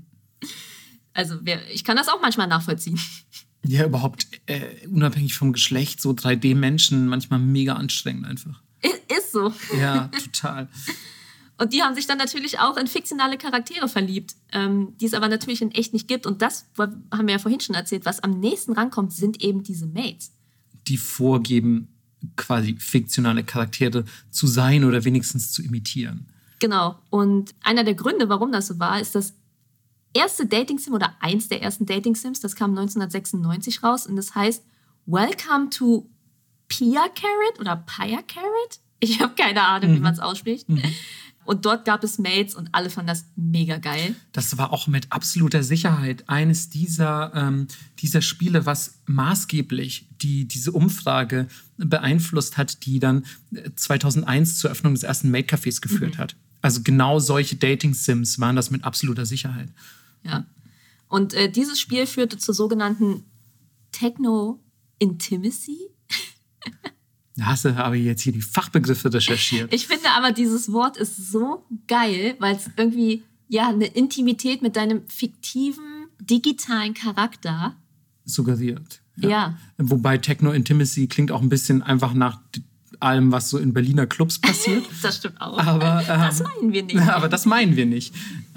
Also ich kann das auch manchmal nachvollziehen. Ja, überhaupt unabhängig vom Geschlecht, so 3D-Menschen manchmal mega anstrengend einfach. Ist so. Ja, total. Und die haben sich dann natürlich auch in fiktionale Charaktere verliebt, die es aber natürlich in echt nicht gibt. Und das haben wir ja vorhin schon erzählt, was am nächsten rankommt, sind eben diese Maids. Die vorgeben, quasi fiktionale Charaktere zu sein oder wenigstens zu imitieren. Genau. Und einer der Gründe, warum das so war, ist das erste Dating-Sim oder eins der ersten Dating-Sims, das kam 1996 raus und das heißt Welcome to Pia Carrot oder Pia Carrot. Ich habe keine Ahnung, wie man es ausspricht. Und dort gab es Mates und alle fanden das mega geil. Das war auch mit absoluter Sicherheit eines dieser Spiele, was maßgeblich diese Umfrage beeinflusst hat, die dann 2001 zur Öffnung des ersten Maid-Cafés geführt hat. Also genau solche Dating-Sims waren das mit absoluter Sicherheit. Ja. Und dieses Spiel führte zur sogenannten Techno-Intimacy. Da hast du aber jetzt hier die Fachbegriffe recherchiert. Ich finde aber, dieses Wort ist so geil, weil es irgendwie eine Intimität mit deinem fiktiven, digitalen Charakter suggeriert. Ja. Wobei Techno-Intimacy klingt auch ein bisschen einfach nach allem, was so in Berliner Clubs passiert. Das stimmt auch. Aber, das meinen wir nicht. Aber das meinen wir nicht.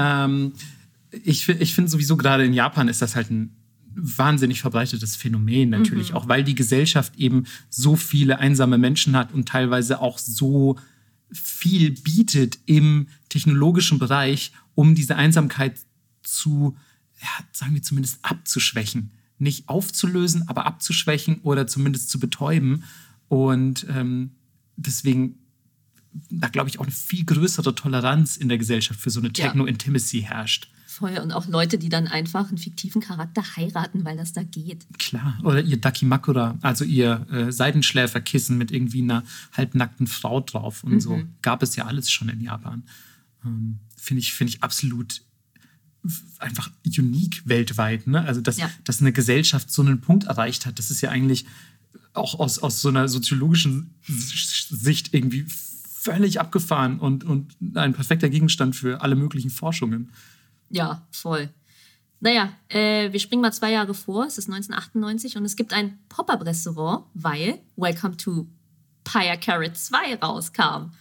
Ich finde sowieso, gerade in Japan ist das halt ein wahnsinnig verbreitetes Phänomen natürlich, auch weil die Gesellschaft eben so viele einsame Menschen hat und teilweise auch so viel bietet im technologischen Bereich, um diese Einsamkeit zu, sagen wir zumindest abzuschwächen. Nicht aufzulösen, aber abzuschwächen oder zumindest zu betäuben. Und deswegen, da glaube ich, auch eine viel größere Toleranz in der Gesellschaft für so eine Techno-Intimacy herrscht. Voll. Und auch Leute, die dann einfach einen fiktiven Charakter heiraten, weil das da geht. Klar. Oder ihr Dakimakura, also ihr Seidenschläferkissen mit irgendwie einer halbnackten Frau drauf und so. Gab es ja alles schon in Japan. Finde ich absolut einfach unique weltweit. Ne? Also, dass eine Gesellschaft so einen Punkt erreicht hat, das ist ja eigentlich auch aus so einer soziologischen Sicht irgendwie völlig abgefahren und ein perfekter Gegenstand für alle möglichen Forschungen. Ja, voll. Naja, wir springen mal 2 Jahre vor. Es ist 1998 und es gibt ein Pop-Up-Restaurant, weil Welcome to Pia Carrot 2 rauskam.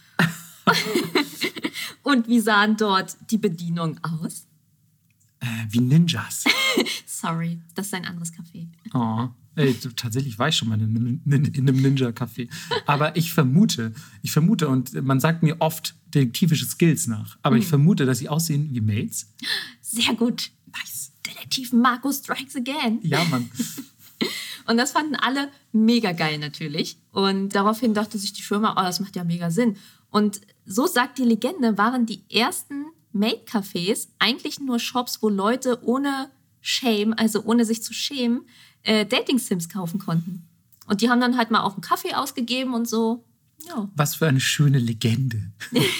Und wie sahen dort die Bedienungen aus? Wie Ninjas. Sorry, das ist ein anderes Café. Oh, tatsächlich war ich schon mal in einem Ninja-Café. Aber ich vermute, und man sagt mir oft detektivische Skills nach, aber ich vermute, dass sie aussehen wie Maids. Sehr gut. Nice. Detektiv Marco strikes again. Ja, Mann. Und das fanden alle mega geil natürlich. Und daraufhin dachte sich die Firma, das macht ja mega Sinn. Und so sagt die Legende, waren die ersten Maid-Cafés eigentlich nur Shops, wo Leute ohne Shame, also ohne sich zu schämen, Dating-Sims kaufen konnten. Und die haben dann halt mal auch einen Kaffee ausgegeben und so. Ja. Was für eine schöne Legende.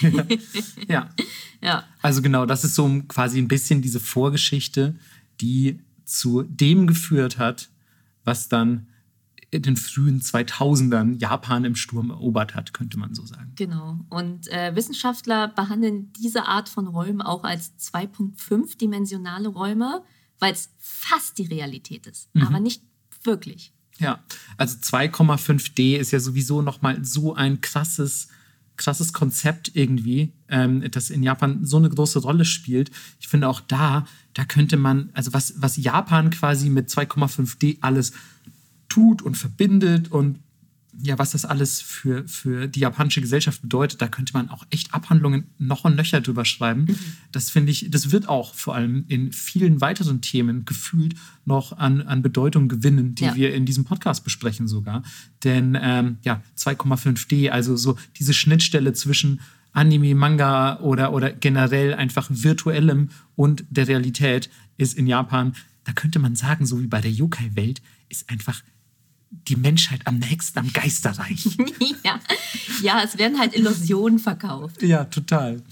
Ja. Ja. Also genau, das ist so quasi ein bisschen diese Vorgeschichte, die zu dem geführt hat, was dann in den frühen 2000ern Japan im Sturm erobert hat, könnte man so sagen. Genau. Und Wissenschaftler behandeln diese Art von Räumen auch als 2,5-dimensionale Räume, weil es fast die Realität ist, aber nicht wirklich. Ja, also 2,5D ist ja sowieso nochmal so ein krasses Konzept irgendwie, das in Japan so eine große Rolle spielt. Ich finde auch da könnte man, also was Japan quasi mit 2,5D alles tut und verbindet und ja, was das alles für die japanische Gesellschaft bedeutet, da könnte man auch echt Abhandlungen noch und nöcher drüber schreiben. Das finde ich, das wird auch vor allem in vielen weiteren Themen gefühlt noch an Bedeutung gewinnen, die wir in diesem Podcast besprechen sogar. Denn 2,5D, also so diese Schnittstelle zwischen Anime, Manga oder generell einfach virtuellem und der Realität ist in Japan, da könnte man sagen, so wie bei der Yokai-Welt, ist einfach die Menschheit am nächsten am Geisterreich. Ja, es werden halt Illusionen verkauft. Ja, total.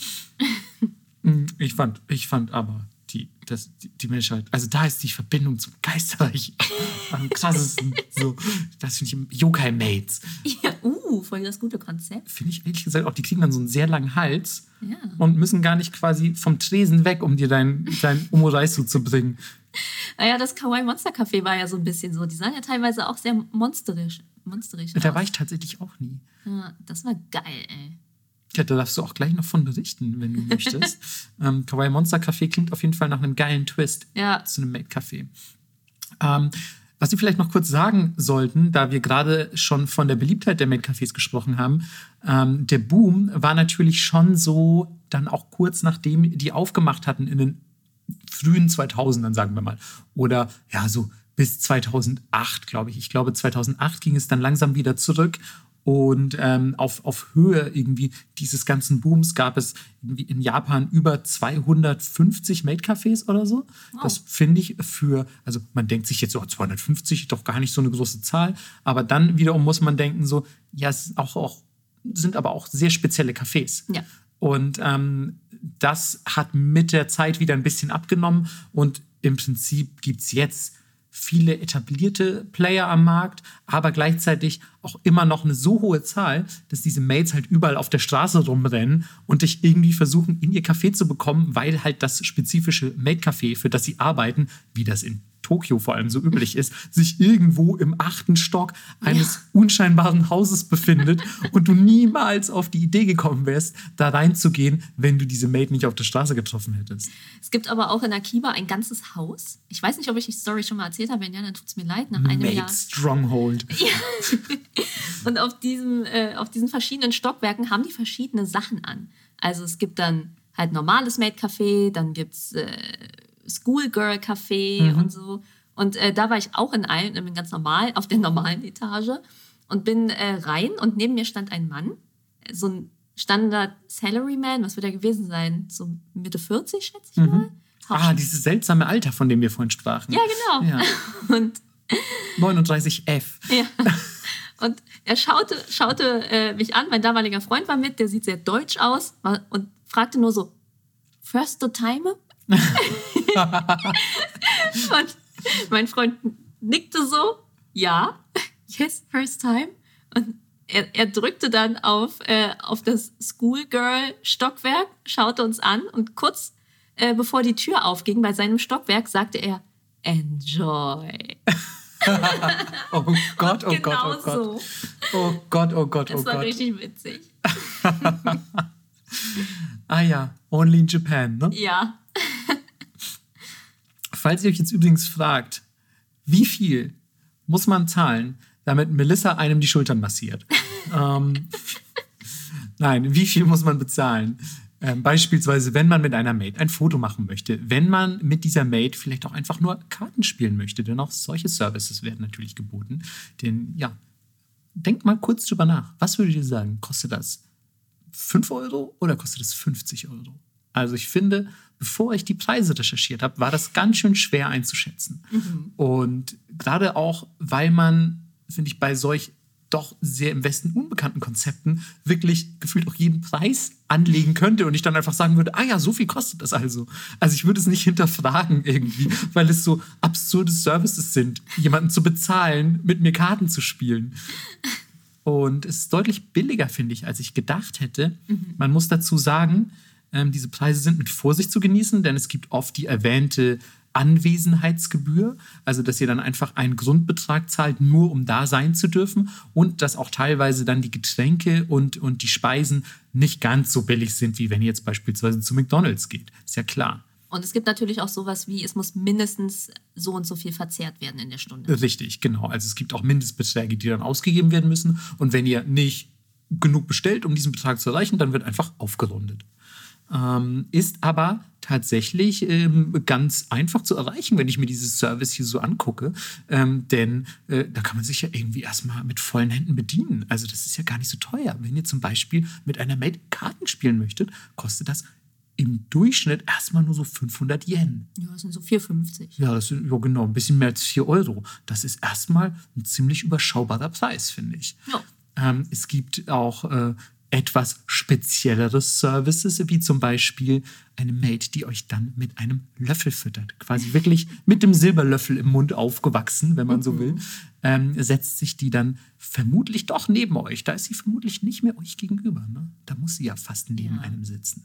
Ich fand aber die Menschheit, also da ist die Verbindung zum Geisterreich am krassesten. So, das finde ich Yokai-Mates. Ja, voll das gute Konzept. Finde ich ehrlich gesagt auch, die kriegen dann so einen sehr langen Hals und müssen gar nicht quasi vom Tresen weg, um dir dein Omoraisu zu bringen. Naja, das Kawaii Monster Café war ja so ein bisschen so. Die sahen ja teilweise auch sehr monsterisch aus. Da war ich tatsächlich auch nie. Ja, das war geil, ey. Ja, da darfst du auch gleich noch von berichten, wenn du möchtest. Kawaii Monster Café klingt auf jeden Fall nach einem geilen Twist zu einem Maid-Café. Was wir vielleicht noch kurz sagen sollten, da wir gerade schon von der Beliebtheit der Maid-Cafés gesprochen haben, der Boom war natürlich schon so dann auch kurz nachdem die aufgemacht hatten in den frühen 2000ern, sagen wir mal. Oder ja, so bis 2008, glaube ich. Ich glaube, 2008 ging es dann langsam wieder zurück. Und auf Höhe irgendwie dieses ganzen Booms gab es irgendwie in Japan über 250 Maid-Cafés oder so. Wow. Das finde ich also man denkt sich jetzt so, 250, doch gar nicht so eine große Zahl. Aber dann wiederum muss man denken so, ja, es sind aber auch sehr spezielle Cafés. Ja. Und das hat mit der Zeit wieder ein bisschen abgenommen. Und im Prinzip gibt es jetzt viele etablierte Player am Markt, aber gleichzeitig auch immer noch eine so hohe Zahl, dass diese Maids halt überall auf der Straße rumrennen und dich irgendwie versuchen, in ihr Café zu bekommen, weil halt das spezifische Maid-Café, für das sie arbeiten, wie das in Tokio vor allem so üblich ist, sich irgendwo im 8. Stock eines unscheinbaren Hauses befindet und du niemals auf die Idee gekommen wärst, da reinzugehen, wenn du diese Maid nicht auf der Straße getroffen hättest. Es gibt aber auch in Akiba ein ganzes Haus. Ich weiß nicht, ob ich die Story schon mal erzählt habe. Wenn ja, dann tut es mir leid. Nach einem Jahr. Maid Stronghold. Ja. Und auf diesen verschiedenen Stockwerken haben die verschiedene Sachen an. Also es gibt dann halt normales Maid-Café, dann gibt es Schoolgirl-Café und so. Und da war ich auch ganz normal, auf der normalen Etage und bin rein und neben mir stand ein Mann, so ein Standard-Salaryman, was wird er gewesen sein? So Mitte 40, schätze ich mal. Dieses seltsame Alter, von dem wir vorhin sprachen. Ja, genau. Ja. Und 39F. Ja. Und er schaute mich an, mein damaliger Freund war mit, der sieht sehr deutsch aus und fragte nur so, first time? Und mein Freund nickte so, ja, yes, first time. Und er drückte dann auf das Schoolgirl-Stockwerk, schaute uns an und kurz bevor die Tür aufging bei seinem Stockwerk, sagte er, enjoy. Oh Gott, oh genau Gott, oh Gott. So. Oh Gott, oh Gott, oh Das Gott. war richtig witzig. Ah ja, only in Japan, ne? Ja. Falls ihr euch jetzt übrigens fragt, wie viel muss man zahlen, damit Melissa einem die Schultern massiert? Nein, wie viel muss man bezahlen? Beispielsweise, wenn man mit einer Maid ein Foto machen möchte, wenn man mit dieser Maid vielleicht auch einfach nur Karten spielen möchte, denn auch solche Services werden natürlich geboten. Denn ja, denkt mal kurz drüber nach. Was würdet ihr sagen? Kostet das 5 Euro oder kostet das 50 Euro? Also ich finde, bevor ich die Preise recherchiert habe, war das ganz schön schwer einzuschätzen. Und gerade auch, weil man, finde ich, bei solch doch sehr im Westen unbekannten Konzepten wirklich gefühlt auch jeden Preis anlegen könnte und ich dann einfach sagen würde, so viel kostet das also. Also ich würde es nicht hinterfragen irgendwie, weil es so absurde Services sind, jemanden zu bezahlen, mit mir Karten zu spielen. Und es ist deutlich billiger, finde ich, als ich gedacht hätte. Man muss dazu sagen, diese Preise sind mit Vorsicht zu genießen, denn es gibt oft die erwähnte Anwesenheitsgebühr, also dass ihr dann einfach einen Grundbetrag zahlt, nur um da sein zu dürfen und dass auch teilweise dann die Getränke und die Speisen nicht ganz so billig sind, wie wenn ihr jetzt beispielsweise zu McDonald's geht. Ist ja klar. Und es gibt natürlich auch sowas wie, es muss mindestens so und so viel verzehrt werden in der Stunde. Richtig, genau. Also es gibt auch Mindestbeträge, die dann ausgegeben werden müssen und wenn ihr nicht genug bestellt, um diesen Betrag zu erreichen, dann wird einfach aufgerundet. Ist aber tatsächlich ganz einfach zu erreichen, wenn ich mir dieses Service hier so angucke. Denn da kann man sich ja irgendwie erstmal mit vollen Händen bedienen. Also das ist ja gar nicht so teuer. Wenn ihr zum Beispiel mit einer Maid Karten spielen möchtet, kostet das im Durchschnitt erstmal nur so 500 Yen. Ja, das sind so 4,50. Ja, das sind genau ein bisschen mehr als 4 Euro. Das ist erstmal ein ziemlich überschaubarer Preis, finde ich. Ja. Es gibt auch etwas speziellere Services, wie zum Beispiel eine Maid, die euch dann mit einem Löffel füttert. Quasi wirklich mit dem Silberlöffel im Mund aufgewachsen, wenn man so will. Setzt sich die dann vermutlich doch neben euch. Da ist sie vermutlich nicht mehr euch gegenüber. Ne? Da muss sie ja fast neben einem sitzen.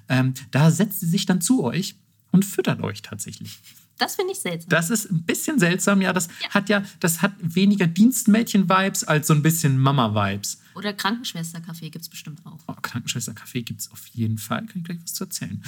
Da setzt sie sich dann zu euch und füttert euch tatsächlich. Das finde ich seltsam. Das ist ein bisschen seltsam, ja. Das hat weniger Dienstmädchen-Vibes als so ein bisschen Mama-Vibes. Oder Krankenschwester-Kaffee gibt es bestimmt auch. Oh, Krankenschwester-Kaffee gibt es auf jeden Fall. Kann ich gleich was zu erzählen.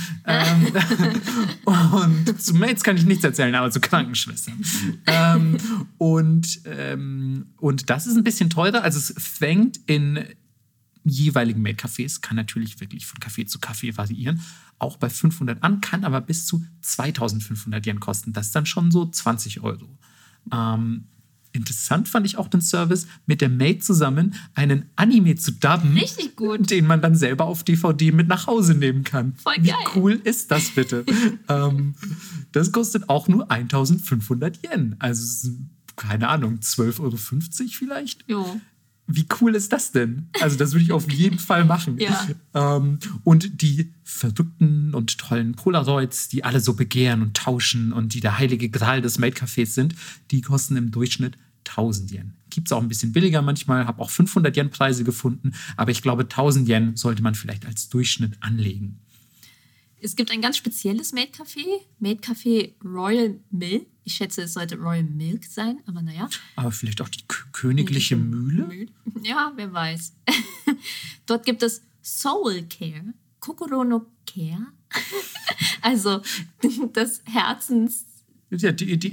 Und zu Mates kann ich nichts erzählen, aber zu Krankenschwestern. Und das ist ein bisschen teurer. Also es fängt in jeweiligen Maid-Cafés, kann natürlich wirklich von Kaffee zu Kaffee variieren, auch bei 500 an, kann aber bis zu 2500 Yen kosten. Das ist dann schon so 20 Euro. Interessant fand ich auch den Service, mit der Maid zusammen einen Anime zu dubben. Richtig gut. Den man dann selber auf DVD mit nach Hause nehmen kann. Voll Wie geil. cool ist das bitte? Das kostet auch nur 1500 Yen. Also, keine Ahnung, 12,50 Euro vielleicht? Jo. Wie cool ist das denn? Also das würde ich auf jeden Fall machen. Ja. Und die verrückten und tollen Polaroids, die alle so begehren und tauschen und die der heilige Gral des Maid-Cafés sind, die kosten im Durchschnitt 1000 Yen. Gibt es auch ein bisschen billiger manchmal, habe auch 500 Yen Preise gefunden, aber ich glaube 1000 Yen sollte man vielleicht als Durchschnitt anlegen. Es gibt ein ganz spezielles Maid-Café, Maid-Café Royal Mill. Ich schätze, es sollte Royal Milk sein, aber naja. Aber vielleicht auch die königliche Mühle? Ja, wer weiß. Dort gibt es Soul Care, Kokoro no Care, also das Herzens... Ja, die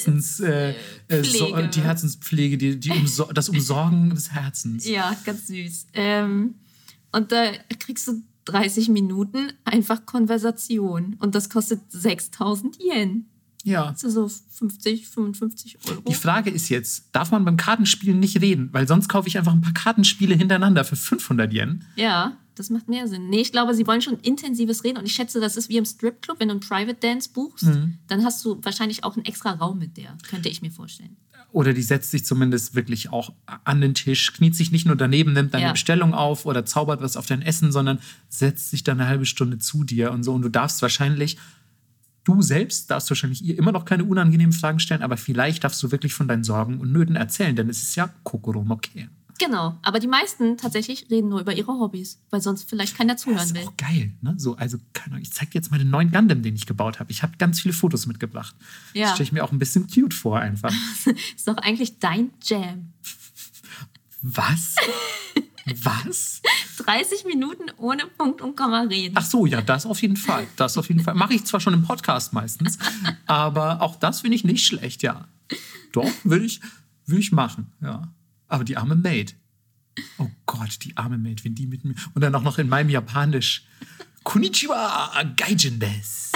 Herzenspflege, das Umsorgen des Herzens. Ja, ganz süß. Und da kriegst du 30 Minuten einfach Konversation. Und das kostet 6000 Yen. Ja. Also so 50, 55 Euro. Die Frage ist jetzt, darf man beim Kartenspielen nicht reden? Weil sonst kaufe ich einfach ein paar Kartenspiele hintereinander für 500 Yen. Ja, das macht mehr Sinn. Nee, ich glaube, sie wollen schon intensives Reden. Und ich schätze, das ist wie im Stripclub, wenn du einen Private Dance buchst, dann hast du wahrscheinlich auch einen extra Raum mit der. Könnte ich mir vorstellen. Oder die setzt sich zumindest wirklich auch an den Tisch, kniet sich nicht nur daneben, nimmt deine Bestellung auf oder zaubert was auf dein Essen, sondern setzt sich dann eine halbe Stunde zu dir und so. Und du selbst darfst wahrscheinlich ihr immer noch keine unangenehmen Fragen stellen, aber vielleicht darfst du wirklich von deinen Sorgen und Nöten erzählen, denn es ist ja Kokoro no Care. Genau, aber die meisten tatsächlich reden nur über ihre Hobbys, weil sonst vielleicht keiner zuhören will. Das ist auch geil, ne? So, also, keine Ahnung, ich zeig dir jetzt mal den neuen Gundam, den ich gebaut habe. Ich habe ganz viele Fotos mitgebracht. Ja. Das stelle ich mir auch ein bisschen cute vor einfach. Ist doch eigentlich dein Jam. Was? Was? 30 Minuten ohne Punkt und Komma reden. Ach so, ja, das auf jeden Fall. Das auf jeden Fall. Mache ich zwar schon im Podcast meistens, aber auch das finde ich nicht schlecht, ja. Doch, würde ich machen, ja. Aber die arme Maid. Oh Gott, die arme Maid, wenn die mit mir... Und dann auch noch in meinem Japanisch. Konnichiwa, Gaijin des.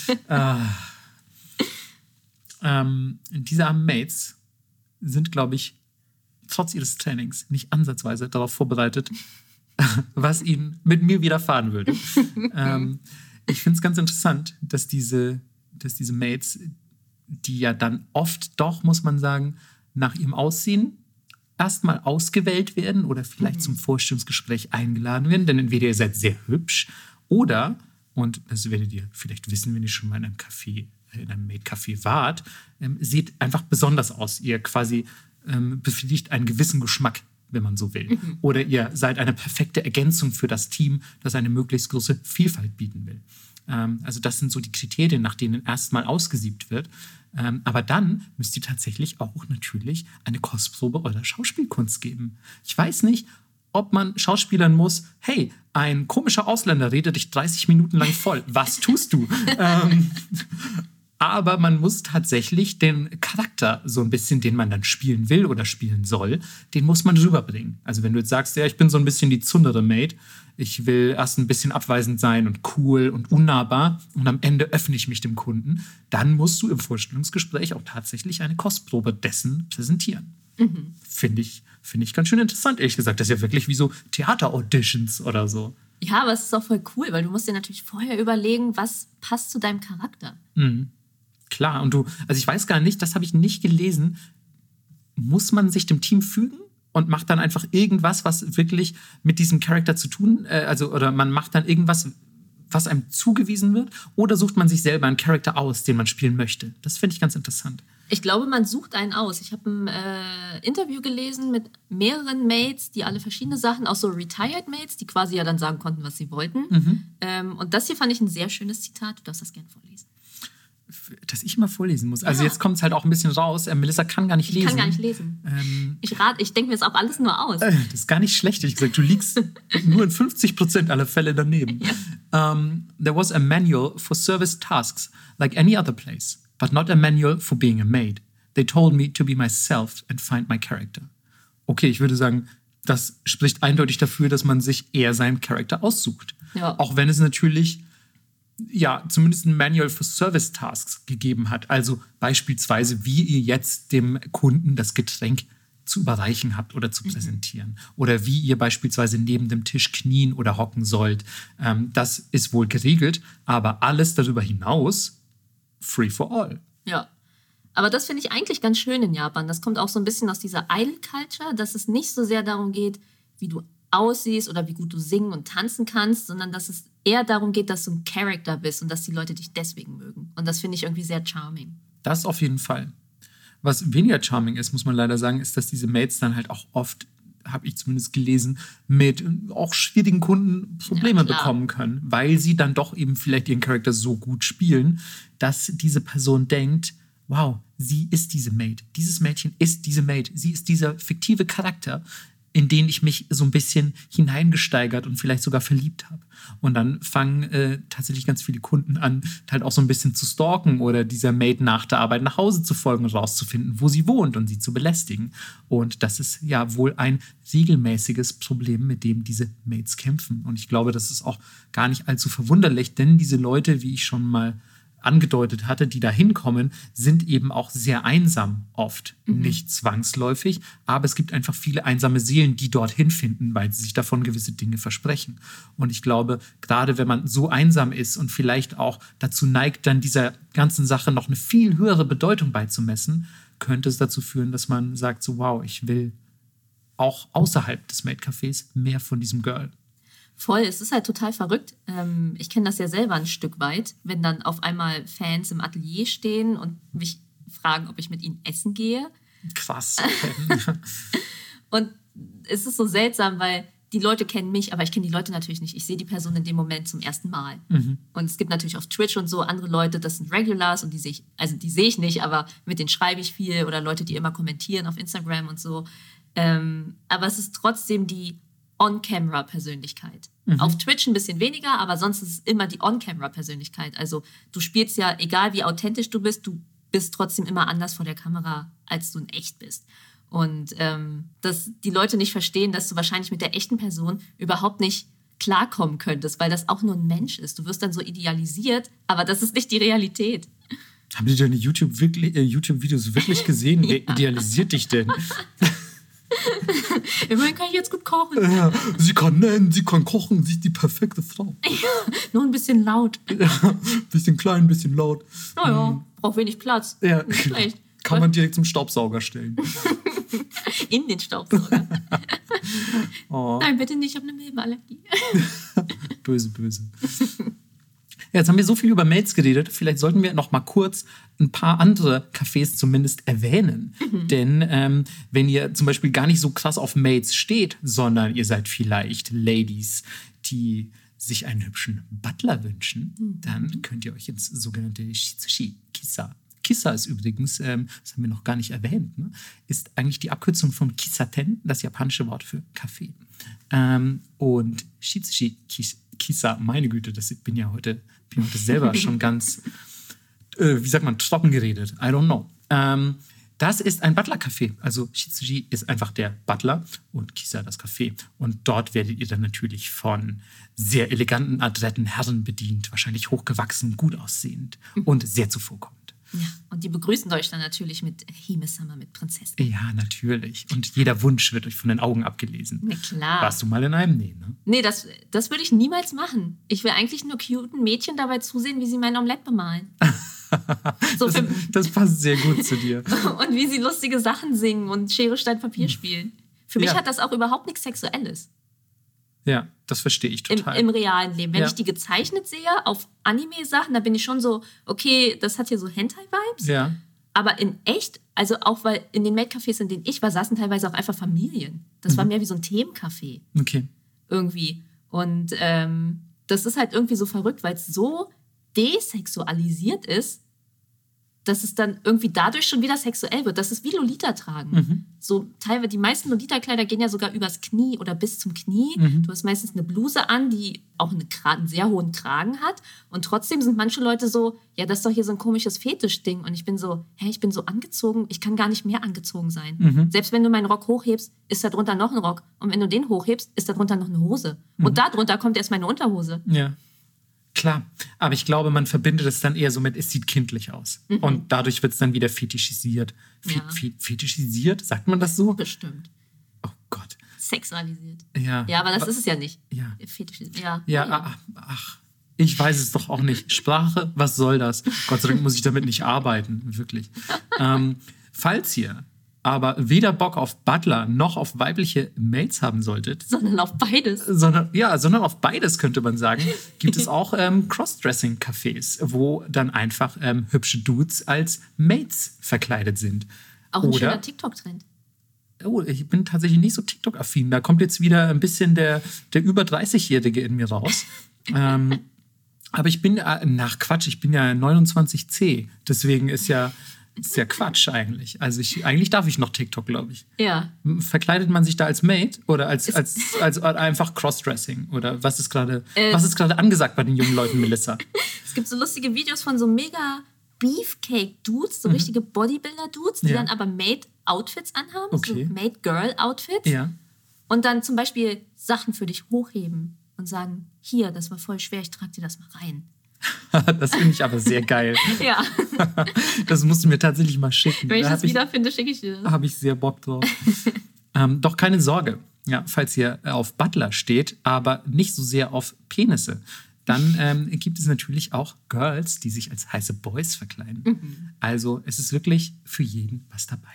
Diese armen Maids sind, glaube ich, trotz ihres Trainings nicht ansatzweise darauf vorbereitet, was ihnen mit mir widerfahren würde. Ich finde es ganz interessant, dass diese Maids, die ja dann oft doch, muss man sagen, nach ihrem Aussehen erstmal ausgewählt werden oder vielleicht zum Vorstellungsgespräch eingeladen werden, denn entweder ihr seid sehr hübsch oder, und das werdet ihr vielleicht wissen, wenn ihr schon mal in einem Café, in einem Maid-Café wart, seht einfach besonders aus. Ihr quasi befriedigt einen gewissen Geschmack, wenn man so will. Oder ihr seid eine perfekte Ergänzung für das Team, das eine möglichst große Vielfalt bieten will. Also das sind so die Kriterien, nach denen erstmal ausgesiebt wird. Aber dann müsst ihr tatsächlich auch natürlich eine Kostprobe eurer Schauspielkunst geben. Ich weiß nicht, ob man schauspielern muss, hey, ein komischer Ausländer redet dich 30 Minuten lang voll. Was tust du? Aber man muss tatsächlich den Charakter so ein bisschen, den man dann spielen will oder spielen soll, den muss man rüberbringen. Also wenn du jetzt sagst, ja, ich bin so ein bisschen die zundere Maid, ich will erst ein bisschen abweisend sein und cool und unnahbar und am Ende öffne ich mich dem Kunden, dann musst du im Vorstellungsgespräch auch tatsächlich eine Kostprobe dessen präsentieren. Finde ich ganz schön interessant, ehrlich gesagt. Das ist ja wirklich wie so Theater-Auditions oder so. Ja, aber es ist auch voll cool, weil du musst dir natürlich vorher überlegen, was passt zu deinem Charakter. Klar, und also ich weiß gar nicht, das habe ich nicht gelesen, muss man sich dem Team fügen und macht dann einfach irgendwas, was wirklich mit diesem Charakter zu tun, oder man macht dann irgendwas, was einem zugewiesen wird, oder sucht man sich selber einen Charakter aus, den man spielen möchte? Das finde ich ganz interessant. Ich glaube, man sucht einen aus. Ich habe ein Interview gelesen mit mehreren Maids, die alle verschiedene Sachen, auch so Retired Maids, die quasi ja dann sagen konnten, was sie wollten. Und das hier fand ich ein sehr schönes Zitat. Du darfst das gerne vorlesen. dass ich mal vorlesen muss. Also Ja. jetzt kommt es halt auch ein bisschen raus. Melissa kann gar nicht lesen. Ich kann gar nicht lesen. Ich denke mir das auch alles nur aus. Das ist gar nicht schlecht, ehrlich gesagt. Du liegst nur in 50% aller Fälle daneben. There was a manual for service tasks, like any other place, but not a manual for being a maid. They told me to be myself and find my character. Okay, ich würde sagen, das spricht eindeutig dafür, dass man sich eher seinen Charakter aussucht. Ja. Auch wenn es natürlich zumindest ein Manual for Service Tasks gegeben hat. Also beispielsweise, wie ihr jetzt dem Kunden das Getränk zu überreichen habt oder zu präsentieren. Oder wie ihr beispielsweise neben dem Tisch knien oder hocken sollt. Das ist wohl geregelt, aber alles darüber hinaus free for all. Ja. Aber das finde ich eigentlich ganz schön in Japan. Das kommt auch so ein bisschen aus dieser Idol-Culture, dass es nicht so sehr darum geht, wie du aussiehst oder wie gut du singen und tanzen kannst, sondern dass es eher darum geht, dass du ein Charakter bist und dass die Leute dich deswegen mögen. Und das finde ich irgendwie sehr charming. Das auf jeden Fall. Was weniger charming ist, muss man leider sagen, ist, dass diese Mates dann halt auch oft, habe ich zumindest gelesen, mit auch schwierigen Kunden Probleme bekommen können, weil sie dann doch eben vielleicht ihren Charakter so gut spielen, dass diese Person denkt, wow, sie ist diese Maid. Dieses Mädchen ist diese Maid. Sie ist dieser fiktive Charakter, in den ich mich so ein bisschen hineingesteigert und vielleicht sogar verliebt habe. Und dann fangen tatsächlich ganz viele Kunden an, halt auch so ein bisschen zu stalken oder dieser Maid nach der Arbeit nach Hause zu folgen und rauszufinden, wo sie wohnt und sie zu belästigen. Und das ist ja wohl ein regelmäßiges Problem, mit dem diese Maids kämpfen. Und ich glaube, das ist auch gar nicht allzu verwunderlich, denn diese Leute, wie ich schon mal angedeutet hatte, die da hinkommen, sind eben auch sehr einsam oft. Nicht zwangsläufig, aber es gibt einfach viele einsame Seelen, die dorthin finden, weil sie sich davon gewisse Dinge versprechen. Und ich glaube, gerade wenn man so einsam ist und vielleicht auch dazu neigt, dann dieser ganzen Sache noch eine viel höhere Bedeutung beizumessen, könnte es dazu führen, dass man sagt so, wow, ich will auch außerhalb des Maid-Cafés mehr von diesem Girl. Voll, es ist halt total verrückt. Ich kenne das ja selber ein Stück weit, wenn dann auf einmal Fans im Atelier stehen und mich fragen, ob ich mit ihnen essen gehe. Krass. Und es ist so seltsam, weil die Leute kennen mich, aber ich kenne die Leute natürlich nicht. Ich sehe die Person in dem Moment zum ersten Mal. Und es gibt natürlich auf Twitch und so andere Leute, das sind Regulars und die sehe ich nicht, aber mit denen schreibe ich viel oder Leute, die immer kommentieren auf Instagram und so. Aber es ist trotzdem die On-Camera-Persönlichkeit. Auf Twitch ein bisschen weniger, aber sonst ist es immer die On-Camera-Persönlichkeit. Also du spielst ja, egal wie authentisch du bist trotzdem immer anders vor der Kamera, als du in echt bist. Und dass die Leute nicht verstehen, dass du wahrscheinlich mit der echten Person überhaupt nicht klarkommen könntest, weil das auch nur ein Mensch ist. Du wirst dann so idealisiert, aber das ist nicht die Realität. Haben die deine YouTube-Videos wirklich gesehen? Wer idealisiert dich denn? Immerhin kann ich jetzt gut kochen. Ja, sie kann kochen, sie ist die perfekte Frau. Nur ein bisschen laut. Ja, bisschen klein, bisschen laut. Naja, braucht wenig Platz. Ja, Nicht schlecht. kann man direkt zum Staubsauger stellen. In den Staubsauger. Oh. Nein, bitte nicht, ich habe eine Milbenallergie. Böse, böse. Ja, jetzt haben wir so viel über Maids geredet. Vielleicht sollten wir noch mal kurz ein paar andere Cafés zumindest erwähnen. Denn wenn ihr zum Beispiel gar nicht so krass auf Maids steht, sondern ihr seid vielleicht Ladies, die sich einen hübschen Butler wünschen, dann könnt ihr euch ins sogenannte Shitsushi Kissa. Kissa ist übrigens, das haben wir noch gar nicht erwähnt, ne, ist eigentlich die Abkürzung von Kissaten, das japanische Wort für Kaffee. Und Shitsushi Kissa, meine Güte, bin heute selber schon ganz, wie sagt man, trocken geredet. I don't know. Das ist ein Butler-Café. Also Shitsuji ist einfach der Butler und Kissa das Café. Und dort werdet ihr dann natürlich von sehr eleganten, adretten Herren bedient. Wahrscheinlich hochgewachsen, gut aussehend und sehr zuvorkommend. Ja, und die begrüßen euch dann natürlich mit Hime-sama, mit Prinzessin. Ja, natürlich. Und jeder Wunsch wird euch von den Augen abgelesen. Na klar. Warst du mal in einem? Nee, ne? Nee, das würde ich niemals machen. Ich will eigentlich nur cuten Mädchen dabei zusehen, wie sie mein Omelett bemalen. So das passt sehr gut zu dir. Und wie sie lustige Sachen singen und Schere, Stein, Papier spielen. Für mich hat das auch überhaupt nichts Sexuelles. Ja, das verstehe ich total. Im realen Leben. Wenn ich die gezeichnet sehe auf Anime-Sachen, da bin ich schon so, okay, das hat hier so Hentai-Vibes. Ja. Aber in echt, also auch weil in den Maid-Cafés, in denen ich war, saßen teilweise auch einfach Familien. Das war mehr wie so ein Themencafé. Okay. Irgendwie. Und das ist halt irgendwie so verrückt, weil es so desexualisiert ist, dass es dann irgendwie dadurch schon wieder sexuell wird. Das ist wie Lolita tragen. So teilweise, die meisten Lolita-Kleider gehen ja sogar übers Knie oder bis zum Knie. Du hast meistens eine Bluse an, die auch einen sehr hohen Kragen hat. Und trotzdem sind manche Leute so, ja, das ist doch hier so ein komisches Fetischding. Und ich bin so, ich bin so angezogen, ich kann gar nicht mehr angezogen sein. Selbst wenn du meinen Rock hochhebst, ist da drunter noch ein Rock. Und wenn du den hochhebst, ist da drunter noch eine Hose. Und da drunter kommt erst meine Unterhose. Ja. Klar, aber ich glaube, man verbindet es dann eher so mit, es sieht kindlich aus. Und dadurch wird es dann wieder fetischisiert. Fetischisiert? Sagt man das so? Bestimmt. Oh Gott. Sexualisiert. Ja. Ja, aber das ist es ja nicht. Ja. Fetischisiert. Ach, ich weiß es doch auch nicht. Sprache, was soll das? Gott sei Dank muss ich damit nicht arbeiten, wirklich. Falls ihr aber weder Bock auf Butler noch auf weibliche Mates haben solltet. Sondern auf beides. Sondern auf beides, könnte man sagen, gibt es auch Crossdressing-Cafés, wo dann einfach hübsche Dudes als Mates verkleidet sind. Auch ein schöner TikTok-Trend. Oh, ich bin tatsächlich nicht so TikTok-affin. Da kommt jetzt wieder ein bisschen der über 30-Jährige in mir raus. Aber ich bin, ich bin ja 29C. Deswegen ist ja Quatsch eigentlich. Also eigentlich darf ich noch TikTok, glaube ich. Ja. Verkleidet man sich da als Mate oder als einfach Crossdressing? Oder was ist gerade angesagt bei den jungen Leuten, Melissa? Es gibt so lustige Videos von so mega Beefcake-Dudes, so richtige Bodybuilder-Dudes, die dann aber Mate-Outfits anhaben, so Mate-Girl-Outfits. Ja. Und dann zum Beispiel Sachen für dich hochheben und sagen, hier, das war voll schwer, ich trage dir das mal rein. Das finde ich aber sehr geil. Ja. Das musst du mir tatsächlich mal schicken. Wenn ich das wiederfinde, schicke ich dir das. Habe ich sehr Bock drauf. Doch keine Sorge, ja, falls ihr auf Butler steht, aber nicht so sehr auf Penisse, dann gibt es natürlich auch Girls, die sich als heiße Boys verkleiden. Also es ist wirklich für jeden was dabei.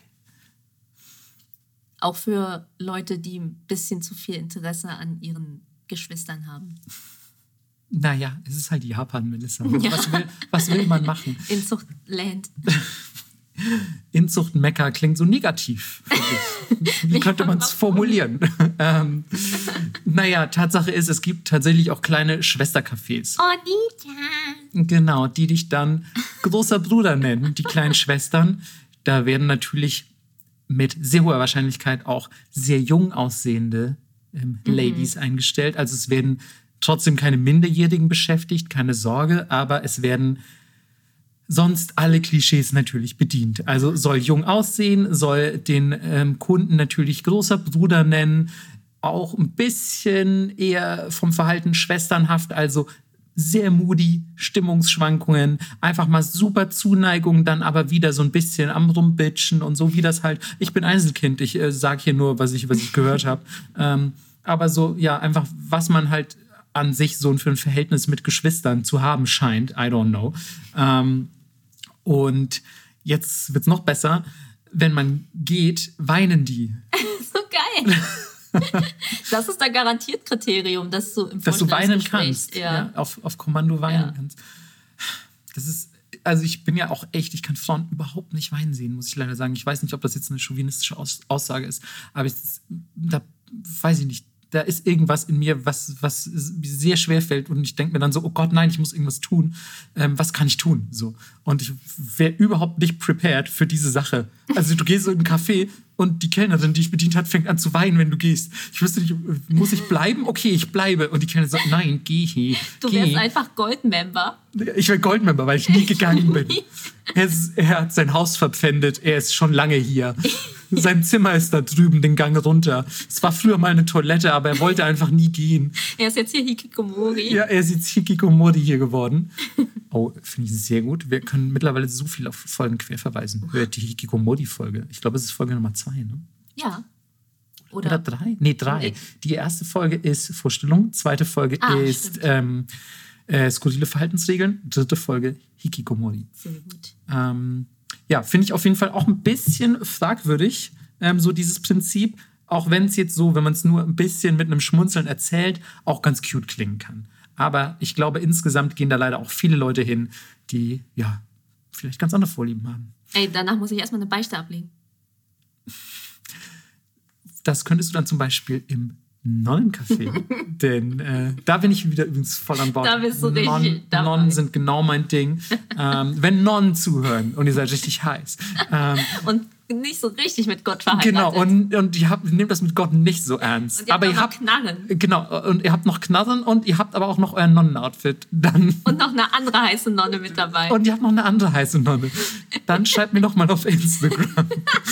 Auch für Leute, die ein bisschen zu viel Interesse an ihren Geschwistern haben. Naja, es ist halt Japan, Melissa. Ja. Was will man machen? Inzuchtland. Inzucht-Mekka klingt so negativ. Wie könnte man es formulieren? Naja, Tatsache ist, es gibt tatsächlich auch kleine Schwestercafés. Onita. Genau, die dich dann großer Bruder nennen, die kleinen Schwestern. Da werden natürlich mit sehr hoher Wahrscheinlichkeit auch sehr jung aussehende Ladies eingestellt. Also es werden trotzdem keine Minderjährigen beschäftigt, keine Sorge, aber es werden sonst alle Klischees natürlich bedient. Also soll jung aussehen, soll den Kunden natürlich großer Bruder nennen, auch ein bisschen eher vom Verhalten schwesternhaft, also sehr moody, Stimmungsschwankungen, einfach mal super Zuneigung, dann aber wieder so ein bisschen am Rumbitchen und so wie das halt, ich bin Einzelkind, ich sage hier nur, was ich gehört habe, aber so, ja, einfach, was man halt an sich so für ein Verhältnis mit Geschwistern zu haben scheint. I don't know. Und jetzt wird's noch besser. Wenn man geht, weinen die. So geil. Das ist da garantiert Kriterium, dass du im dass du weinen kannst. Ja. Auf Kommando weinen kannst. Das ist, also ich bin ja auch echt, ich kann Frauen überhaupt nicht weinen sehen, muss ich leider sagen. Ich weiß nicht, ob das jetzt eine chauvinistische Aussage ist, aber da weiß ich nicht. Da ist irgendwas in mir, was sehr schwer fällt und ich denke mir dann so, oh Gott, nein, ich muss irgendwas tun. Was kann ich tun? So. Und ich wäre überhaupt nicht prepared für diese Sache. Also du gehst so in einen Café und die Kellnerin, die dich bedient hat, fängt an zu weinen, wenn du gehst. Ich wüsste nicht, muss ich bleiben? Okay, ich bleibe. Und die Kellnerin sagt, nein, geh. Du wärst einfach Goldmember. Ich wäre Goldmember, weil ich nie gegangen bin. Er hat sein Haus verpfändet, er ist schon lange hier. Sein Zimmer ist da drüben, den Gang runter. Es war früher mal eine Toilette, aber er wollte einfach nie gehen. Er ist jetzt hier Hikikomori. Ja, er ist jetzt Hikikomori hier geworden. Oh, finde ich sehr gut. Wir können mittlerweile so viel auf Folgen quer verweisen. Hört die Hikikomori-Folge. Ich glaube, es ist Folge Nummer 2, ne? Ja. Oder 3? Nee, 3. Die erste Folge ist Vorstellung, zweite Folge ist skurrile Verhaltensregeln, dritte Folge Hikikomori. Sehr gut. Ja, finde ich auf jeden Fall auch ein bisschen fragwürdig, so dieses Prinzip, auch wenn es jetzt so, wenn man es nur ein bisschen mit einem Schmunzeln erzählt, auch ganz cute klingen kann. Aber ich glaube, insgesamt gehen da leider auch viele Leute hin, die, ja, vielleicht ganz andere Vorlieben haben. Ey, danach muss ich erstmal eine Beichte ablegen. Das könntest du dann zum Beispiel im Nonnencafé. Denn da bin ich wieder übrigens voll an Bord. Da bist du richtig dabei. Nonnen sind genau mein Ding. Wenn Nonnen zuhören und ihr seid richtig heiß. Und nicht so richtig mit Gott verheiratet. Genau, und ihr nehmt das mit Gott nicht so ernst. Und ihr habt aber auch noch Knarren. Genau, und ihr habt noch Knarren und ihr habt aber auch noch euer Nonnenoutfit. Und noch eine andere heiße Nonne mit dabei. Und ihr habt noch eine andere heiße Nonne. Dann schreibt mir doch mal auf Instagram.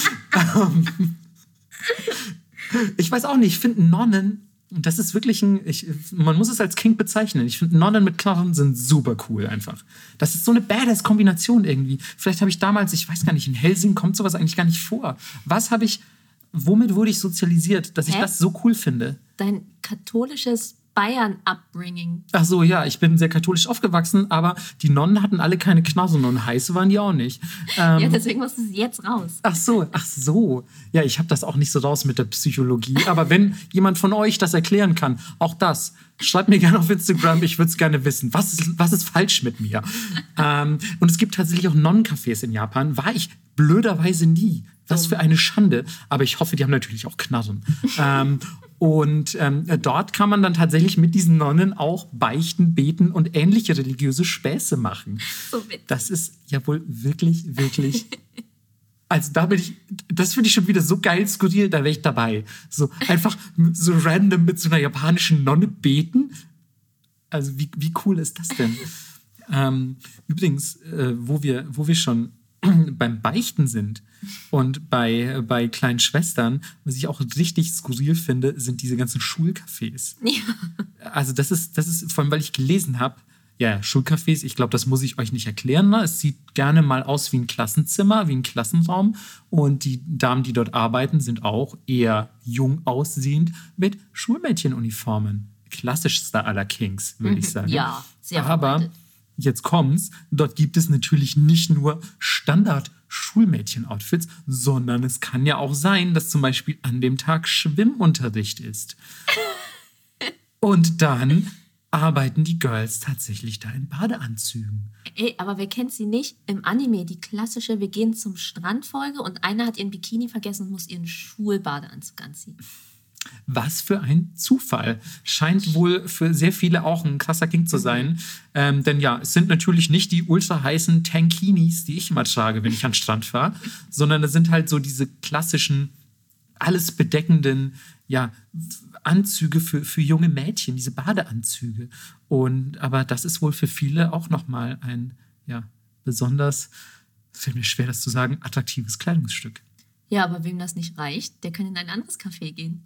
Ich weiß auch nicht, ich finde Nonnen, das ist wirklich man muss es als Kink bezeichnen. Ich finde Nonnen mit Knarren sind super cool einfach. Das ist so eine badass Kombination irgendwie. Vielleicht habe ich damals, ich weiß gar nicht, in Helsing kommt sowas eigentlich gar nicht vor. Womit wurde ich sozialisiert, dass ich das so cool finde? Dein katholisches Bayern-Upbringing. Ach so, ja, ich bin sehr katholisch aufgewachsen, aber die Nonnen hatten alle keine Knarren und heiße waren die auch nicht. Ja, deswegen musst du sie jetzt raus. Ach so. Ja, ich habe das auch nicht so raus mit der Psychologie. Aber wenn jemand von euch das erklären kann, auch das, schreibt mir gerne auf Instagram, ich würde es gerne wissen. Was ist falsch mit mir? Und es gibt tatsächlich auch Nonnencafés in Japan. War ich blöderweise nie. Was für eine Schande. Aber ich hoffe, die haben natürlich auch Knarren. Dort kann man dann tatsächlich mit diesen Nonnen auch beichten, beten und ähnliche religiöse Späße machen. So witzig. Das ist ja wohl wirklich, wirklich... Also das finde ich schon wieder so geil skurril, da wäre ich dabei. So einfach so random mit so einer japanischen Nonne beten. Also wie cool ist das denn? Übrigens, wo wir schon beim Beichten sind und bei kleinen Schwestern, was ich auch richtig skurril finde, sind diese ganzen Schulcafés. Ja. Also das ist vor allem, weil ich gelesen habe, ja, Schulcafés, ich glaube, das muss ich euch nicht erklären. Ne? Es sieht gerne mal aus wie ein Klassenzimmer, wie ein Klassenraum. Und die Damen, die dort arbeiten, sind auch eher jung aussehend mit Schulmädchenuniformen. Klassischster aller Kings, würde ich sagen. Ja, sehr Aber verbreitet. jetzt kommt's, dort gibt es natürlich nicht nur Standard-Schulmädchen-Outfits, sondern es kann ja auch sein, dass zum Beispiel an dem Tag Schwimmunterricht ist. Und dann arbeiten die Girls tatsächlich da in Badeanzügen. Ey, aber wer kennt sie nicht? Im Anime, die klassische Wir gehen zum Strand-Folge und einer hat ihren Bikini vergessen und muss ihren Schulbadeanzug anziehen. Was für ein Zufall. Scheint wohl für sehr viele auch ein krasser King zu sein. Denn ja, es sind natürlich nicht die ultra heißen Tankinis, die ich immer trage, wenn ich an den Strand fahre, sondern es sind halt so diese klassischen, alles bedeckenden, ja, Anzüge für junge Mädchen, diese Badeanzüge. Aber das ist wohl für viele auch nochmal ein, ja, besonders, fällt mir schwer, das zu sagen, attraktives Kleidungsstück. Ja, aber wem das nicht reicht, der kann in ein anderes Café gehen.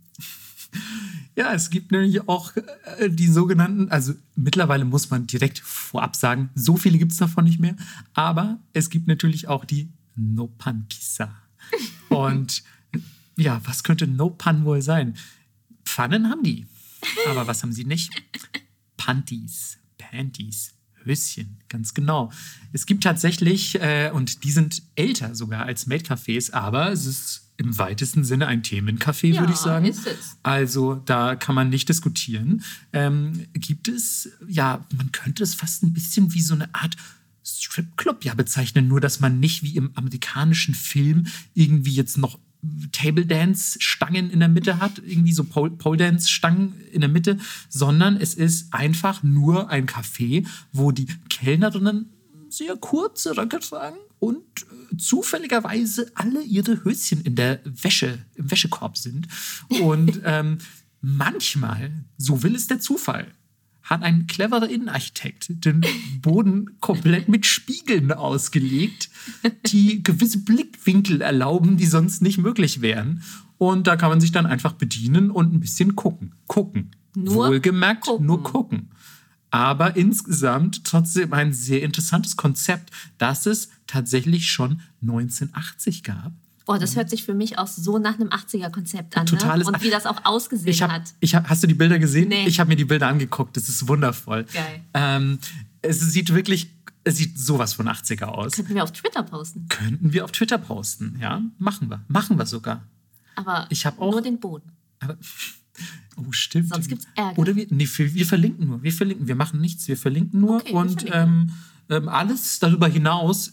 Ja, es gibt nämlich auch die sogenannten, also mittlerweile muss man direkt vorab sagen, so viele gibt es davon nicht mehr, aber es gibt natürlich auch die Noppankissa. Und ja, was könnte Noppan wohl sein? Pfannen haben die, aber was haben sie nicht? Panties, Höschen, ganz genau. Es gibt tatsächlich, und die sind älter sogar als Maid-Cafés, aber es ist im weitesten Sinne ein Themencafé, würde ich sagen. Ist es. Also da kann man nicht diskutieren. Gibt es, ja, man könnte es fast ein bisschen wie so eine Art Stripclub ja bezeichnen, nur dass man nicht wie im amerikanischen Film irgendwie jetzt noch Table Dance Stangen in der Mitte hat, irgendwie so Pole Dance Stangen in der Mitte, sondern es ist einfach nur ein Café, wo die Kellnerinnen sehr kurze Röcke tragen und zufälligerweise alle ihre Höschen in der Wäsche, im Wäschekorb sind. Und manchmal, so will es der Zufall, hat ein cleverer Innenarchitekt den Boden komplett mit Spiegeln ausgelegt, die gewisse Blickwinkel erlauben, die sonst nicht möglich wären. Und da kann man sich dann einfach bedienen und ein bisschen gucken. Nur wohlgemerkt, gucken. nur gucken. Aber insgesamt trotzdem ein sehr interessantes Konzept, das es tatsächlich schon 1980 gab. Boah, das hört sich für mich auch so nach einem 80er-Konzept an. Totales- Ne? Und wie das auch ausgesehen hat. Hast du die Bilder gesehen? Nee. Ich habe mir die Bilder angeguckt. Das ist wundervoll. Geil. Es sieht sowas von 80er aus. Könnten wir auf Twitter posten. Könnten wir auf Twitter posten, ja? Machen wir sogar. Aber Ich hab auch- nur den Boden. Aber, oh, stimmt. Sonst gibt's Ärger. Oder wir verlinken nur. Wir machen nichts. Wir verlinken nur. Okay, wir und verlinken. alles darüber hinaus,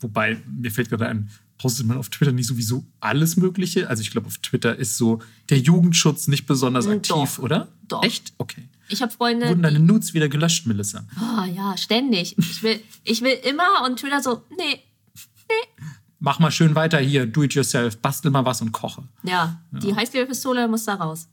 Wobei, mir fällt gerade ein, postet man auf Twitter nicht sowieso alles Mögliche? Also ich glaube, auf Twitter ist so der Jugendschutz nicht besonders aktiv, oder? Doch. Echt? Okay. Ich habe Freunde. Wurden deine Nudes wieder gelöscht, Melissa? Oh ja, ständig. Ich will immer und Twitter so, nee. Mach mal schön weiter hier, do it yourself, bastel mal was und koche. Ja, die Heißklebepistole muss da raus.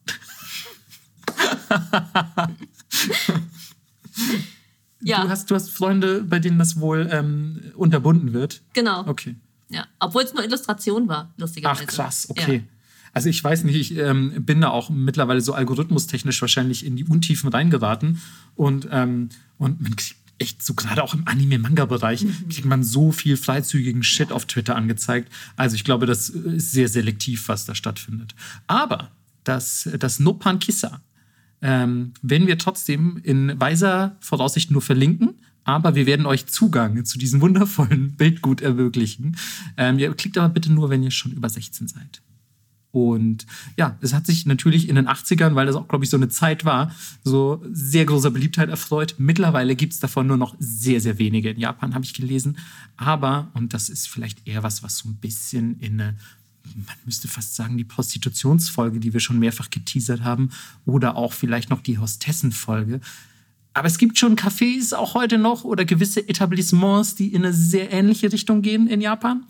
Ja. Du hast Freunde, bei denen das wohl unterbunden wird? Genau. Okay. Ja, obwohl es nur Illustration war, lustigerweise. Ach krass, okay. Ja. Also ich weiß nicht, ich bin da auch mittlerweile so algorithmustechnisch wahrscheinlich in die Untiefen reingeraten. Und man kriegt echt so, gerade auch im Anime-Manga-Bereich, kriegt man so viel freizügigen Shit auf Twitter angezeigt. Also ich glaube, das ist sehr selektiv, was da stattfindet. Aber das Noppan Kissa werden wir trotzdem in weiser Voraussicht nur verlinken. Aber wir werden euch Zugang zu diesem wundervollen Bildgut ermöglichen. Ihr klickt aber bitte nur, wenn ihr schon über 16 seid. Und ja, es hat sich natürlich in den 80ern, weil das auch, glaube ich, so eine Zeit war, so sehr großer Beliebtheit erfreut. Mittlerweile gibt es davon nur noch sehr, sehr wenige. In Japan habe ich gelesen. Aber, und das ist vielleicht eher was so ein bisschen in eine, man müsste fast sagen, die Prostitutionsfolge, die wir schon mehrfach geteasert haben, oder auch vielleicht noch die Hostessenfolge. Aber es gibt schon Cafés auch heute noch oder gewisse Etablissements, die in eine sehr ähnliche Richtung gehen in Japan.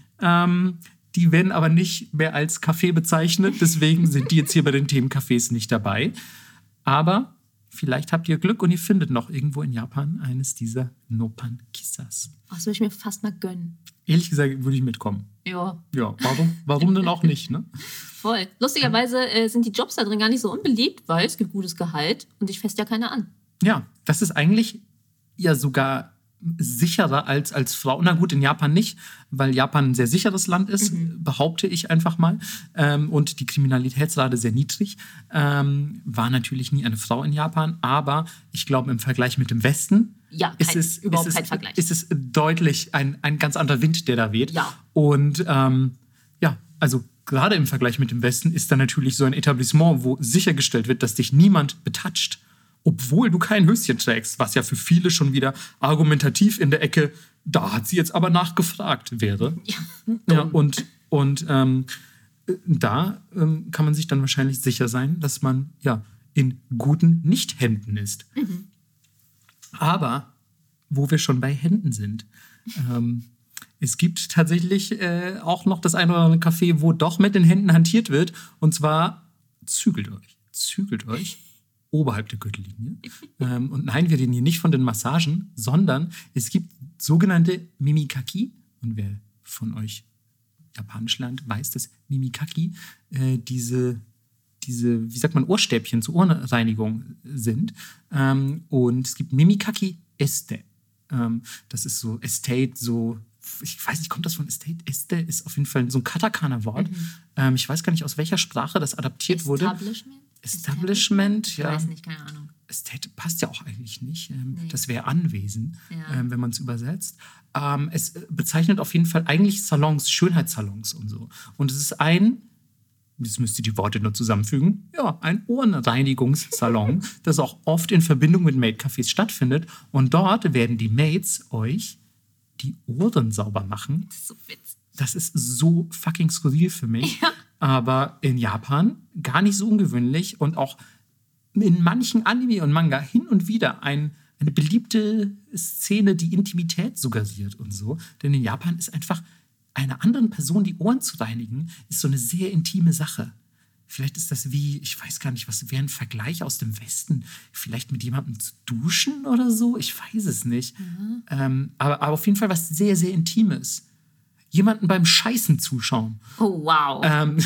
Die werden aber nicht mehr als Café bezeichnet. Deswegen sind die jetzt hier bei den Themencafés nicht dabei. Aber vielleicht habt ihr Glück und ihr findet noch irgendwo in Japan eines dieser Noppan Kissas. Das würde ich mir fast mal gönnen. Ehrlich gesagt würde ich mitkommen. Ja. Ja, warum denn auch nicht, ne? Voll. Lustigerweise sind die Jobs da drin gar nicht so unbeliebt, weil es gibt gutes Gehalt und ich feste ja keiner an. Ja, das ist eigentlich ja sogar sicherer als Frau. Na gut, in Japan nicht, weil Japan ein sehr sicheres Land ist, behaupte ich einfach mal. Und die Kriminalitätsrate sehr niedrig. War natürlich nie eine Frau in Japan, aber ich glaube, im Vergleich mit dem Westen ist es deutlich ein ganz anderer Wind, der da weht. Ja. Und also gerade im Vergleich mit dem Westen ist da natürlich so ein Etablissement, wo sichergestellt wird, dass dich niemand betatscht, obwohl du kein Höschen trägst, was ja für viele schon wieder argumentativ in der Ecke, da hat sie jetzt aber nachgefragt wäre. Ja, und da kann man sich dann wahrscheinlich sicher sein, dass man ja in guten Nicht-Händen ist. Aber wo wir schon bei Händen sind, es gibt tatsächlich auch noch das eine oder andere Café, wo doch mit den Händen hantiert wird. Und zwar zügelt euch oberhalb der Gürtellinie. Und nein, wir reden hier nicht von den Massagen, sondern es gibt sogenannte Mimikaki. Und wer von euch Japanisch lernt, weiß, dass Mimikaki diese, wie sagt man, Ohrstäbchen zur Ohrenreinigung sind. Und es gibt Mimikaki Este. Das ist so Estate, so, ich weiß nicht, kommt das von Estate? Este ist auf jeden Fall so ein Katakana-Wort. Ich weiß gar nicht, aus welcher Sprache das adaptiert wurde. Establishment, ja. Ich weiß nicht, keine Ahnung. Estate passt ja auch eigentlich nicht. Nee. Das wäre Anwesen, wenn man es übersetzt. Es bezeichnet auf jeden Fall eigentlich Salons, Schönheitssalons und so. Und es ist jetzt müsst ihr die Worte nur zusammenfügen, ein Ohrenreinigungssalon, das auch oft in Verbindung mit Maid-Cafés stattfindet. Und dort werden die Maids euch die Ohren sauber machen. Das ist so witzig. Das ist so fucking skurril für mich. Ja. Aber in Japan gar nicht so ungewöhnlich und auch in manchen Anime und Manga hin und wieder eine beliebte Szene, die Intimität suggeriert und so. Denn in Japan ist einfach einer anderen Person die Ohren zu reinigen, ist so eine sehr intime Sache. Vielleicht ist das wie, ich weiß gar nicht, was wäre ein Vergleich aus dem Westen? Vielleicht mit jemandem zu duschen oder so? Ich weiß es nicht. Aber auf jeden Fall was sehr, sehr Intimes. Jemanden beim Scheißen zuschauen. Oh, wow.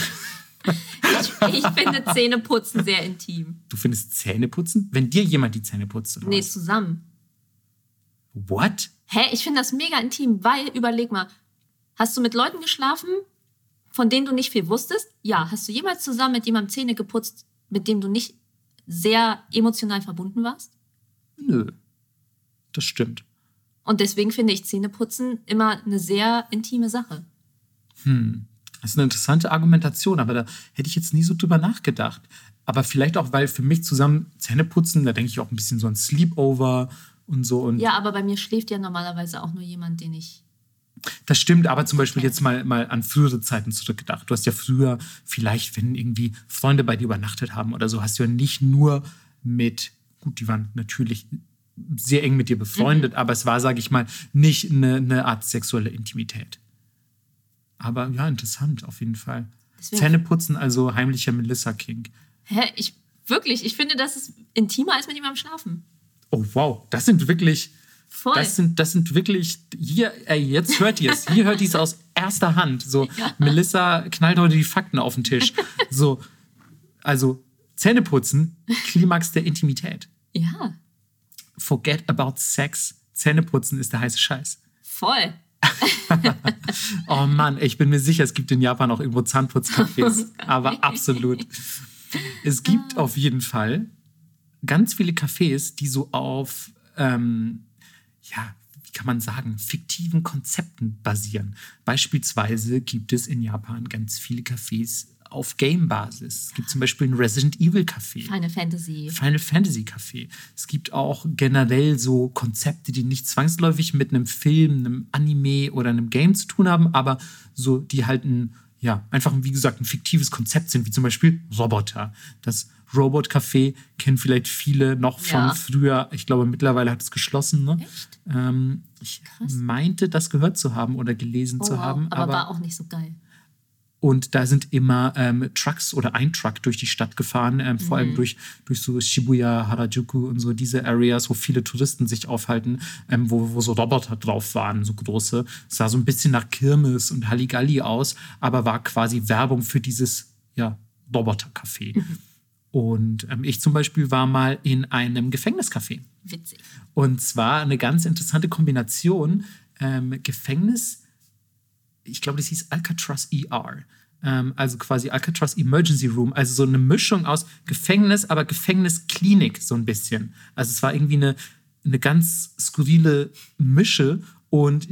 Ich finde Zähneputzen sehr intim. Du findest Zähneputzen? Wenn dir jemand die Zähne putzt, oder Nee, was? zusammen. What? Ich finde das mega intim, weil, überleg mal, hast du mit Leuten geschlafen, von denen du nicht viel wusstest? Ja. Hast du jemals zusammen mit jemandem Zähne geputzt, mit dem du nicht sehr emotional verbunden warst? Nö. Das stimmt. Und deswegen finde ich Zähneputzen immer eine sehr intime Sache. Das ist eine interessante Argumentation, aber da hätte ich jetzt nie so drüber nachgedacht. Aber vielleicht auch, weil für mich zusammen Zähneputzen, da denke ich auch ein bisschen so an Sleepover und so. Und Ja, aber bei mir schläft ja normalerweise auch nur jemand, den ich Das stimmt, aber zum Beispiel jetzt mal an frühere Zeiten zurückgedacht. Du hast ja früher vielleicht, wenn irgendwie Freunde bei dir übernachtet haben oder so, hast du ja nicht nur gut, die waren natürlich sehr eng mit dir befreundet, aber es war, sage ich mal, nicht eine Art sexuelle Intimität. Aber ja, interessant auf jeden Fall. Deswegen. Zähneputzen, also heimlicher Melissa-King. Ich finde, das ist intimer als mit jemandem schlafen. Oh wow, das sind wirklich... Voll. Das sind wirklich, hier, jetzt hört ihr es. Hier hört ihr es aus erster Hand. So, ja. Melissa knallt heute die Fakten auf den Tisch. So, also Zähneputzen, Klimax der Intimität. Ja. Forget about sex. Zähneputzen ist der heiße Scheiß. Voll. Oh Mann, ich bin mir sicher, es gibt in Japan auch irgendwo Zahnputzcafés. Aber absolut. Es gibt auf jeden Fall ganz viele Cafés, die so auf... wie kann man sagen, fiktiven Konzepten basieren. Beispielsweise gibt es in Japan ganz viele Cafés auf Game-Basis. Es gibt zum Beispiel ein Resident Evil Café. Final Fantasy Café. Es gibt auch generell so Konzepte, die nicht zwangsläufig mit einem Film, einem Anime oder einem Game zu tun haben, aber so, die halt einfach, wie gesagt, ein fiktives Konzept sind, wie zum Beispiel Roboter. Das Robot Café kennen vielleicht viele noch von früher. Ich glaube, mittlerweile hat es geschlossen. Ne? Echt? Ich meinte, das gehört zu haben oder gelesen zu haben. Aber war auch nicht so geil. Und da sind immer Trucks oder ein Truck durch die Stadt gefahren, vor allem durch so Shibuya, Harajuku und so diese Areas, wo viele Touristen sich aufhalten, wo so Roboter drauf waren, so große. Es sah so ein bisschen nach Kirmes und Halligalli aus, aber war quasi Werbung für dieses Roboter-Café. Und ich zum Beispiel war mal in einem Gefängniscafé. Witzig. Und zwar eine ganz interessante Kombination. Gefängnis, ich glaube, das hieß Alcatraz ER. Also quasi Alcatraz Emergency Room. Also so eine Mischung aus Gefängnis, aber Gefängnisklinik so ein bisschen. Also es war irgendwie eine ganz skurrile Mische. Und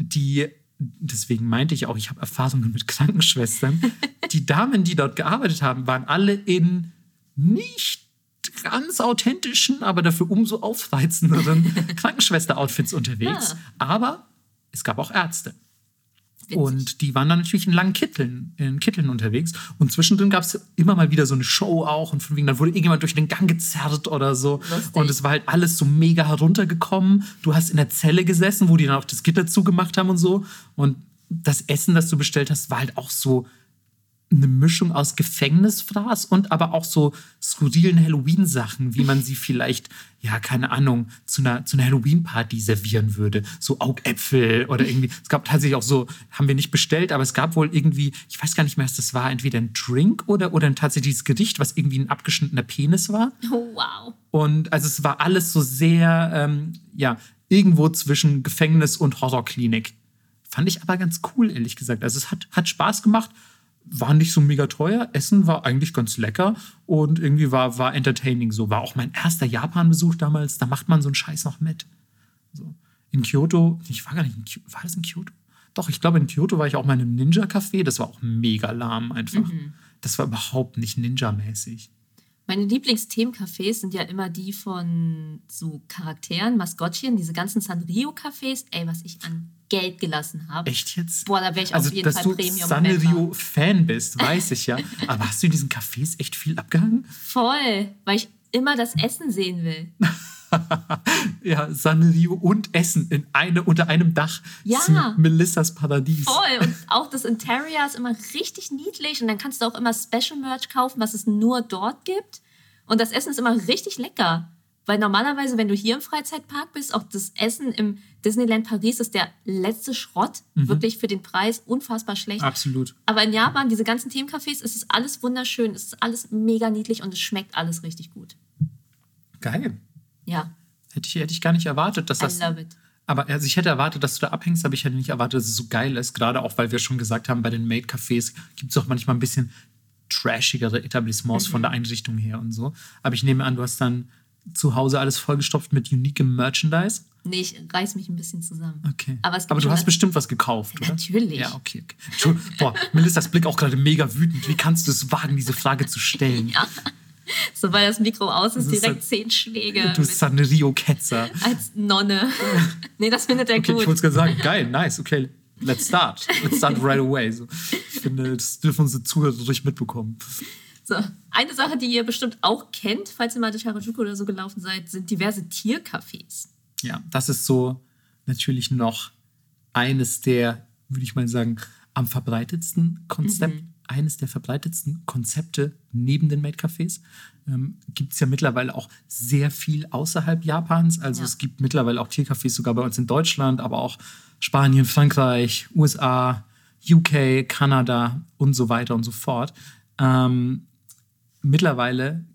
deswegen meinte ich auch, ich habe Erfahrungen mit Krankenschwestern. Die Damen, die dort gearbeitet haben, waren alle in nicht ganz authentischen, aber dafür umso aufreizenderen Krankenschwester-Outfits unterwegs. Ja. Aber es gab auch Ärzte. Witzig. Und die waren dann natürlich in langen Kitteln unterwegs. Und zwischendrin gab es immer mal wieder so eine Show auch. Und von wegen, dann wurde irgendjemand durch den Gang gezerrt oder so. Lustig. Und es war halt alles so mega heruntergekommen. Du hast in der Zelle gesessen, wo die dann auch das Gitter zugemacht haben und so. Und das Essen, das du bestellt hast, war halt auch so eine Mischung aus Gefängnisfraß und aber auch so skurrilen Halloween-Sachen, wie man sie vielleicht, keine Ahnung, zu einer Halloween-Party servieren würde. So Augäpfel oder irgendwie. Es gab tatsächlich auch so, haben wir nicht bestellt, aber es gab wohl irgendwie, ich weiß gar nicht mehr, was das war, entweder ein Drink oder ein tatsächliches Gericht, was irgendwie ein abgeschnittener Penis war. Oh, wow. Und also es war alles so sehr, irgendwo zwischen Gefängnis und Horrorklinik. Fand ich aber ganz cool, ehrlich gesagt. Also es hat Spaß gemacht. War nicht so mega teuer, Essen war eigentlich ganz lecker und irgendwie war entertaining so. War auch mein erster Japan-Besuch damals, da macht man so einen Scheiß noch mit. So. In Kyoto, ich war gar nicht in Kyoto, war das in Kyoto? Doch, ich glaube in Kyoto war ich auch mal in einem Ninja-Café, das war auch mega lahm einfach. Das war überhaupt nicht Ninja-mäßig. Meine Lieblingsthemencafés sind ja immer die von so Charakteren, Maskottchen, diese ganzen Sanrio-Cafés. Ey, was ich an Geld gelassen habe. Echt jetzt? Boah, da wäre ich auf jeden Fall Premium. Dass du Sanrio-Fan bist, weiß ich ja. Aber hast du in diesen Cafés echt viel abgehangen? Voll, weil ich immer das Essen sehen will. Ja, Sanrio und Essen unter einem Dach. Ja. Das ist Melissas Paradies. Voll. Und auch das Interior ist immer richtig niedlich. Und dann kannst du auch immer Special Merch kaufen, was es nur dort gibt. Und das Essen ist immer richtig lecker. Weil normalerweise, wenn du hier im Freizeitpark bist, auch das Essen im Disneyland Paris ist der letzte Schrott. Wirklich für den Preis unfassbar schlecht. Absolut. Aber in Japan, diese ganzen Themencafés, ist es alles wunderschön. Es ist alles mega niedlich und es schmeckt alles richtig gut. Geil. Ja. Hätte ich gar nicht erwartet, dass das... I love it. Aber also ich hätte erwartet, dass du da abhängst, aber ich hätte nicht erwartet, dass es so geil ist. Gerade auch, weil wir schon gesagt haben, bei den Maid-Cafés gibt es auch manchmal ein bisschen trashigere Etablissements von der Einrichtung her und so. Aber ich nehme an, du hast dann zu Hause alles vollgestopft mit uniquem Merchandise. Nee, ich reiß mich ein bisschen zusammen. Okay. Aber du hast bestimmt was gekauft, oder? Natürlich. Ja, okay. Boah, Melissas Blick auch gerade mega wütend. Wie kannst du es wagen, diese Frage zu stellen? Ja. Sobald das Mikro aus ist, direkt 10 Schläge. Du Sanrio-Ketzer. Als Nonne. Nee, das findet er okay, gut. Ich wollte es gerade sagen. Geil, nice, okay. let's start. Let's start right away. So, ich finde, das dürfen unsere Zuhörer durch mitbekommen. So, eine Sache, die ihr bestimmt auch kennt, falls ihr mal durch Harajuku oder so gelaufen seid, sind diverse Tiercafés. Ja, das ist so natürlich noch eines der, würde ich mal sagen, am verbreitetsten eines der verbreitetsten Konzepte neben den Maid-Cafés. Gibt es ja mittlerweile auch sehr viel außerhalb Japans. Also es gibt mittlerweile auch Tiercafés sogar bei uns in Deutschland, aber auch Spanien, Frankreich, USA, UK, Kanada und so weiter und so fort. Mittlerweile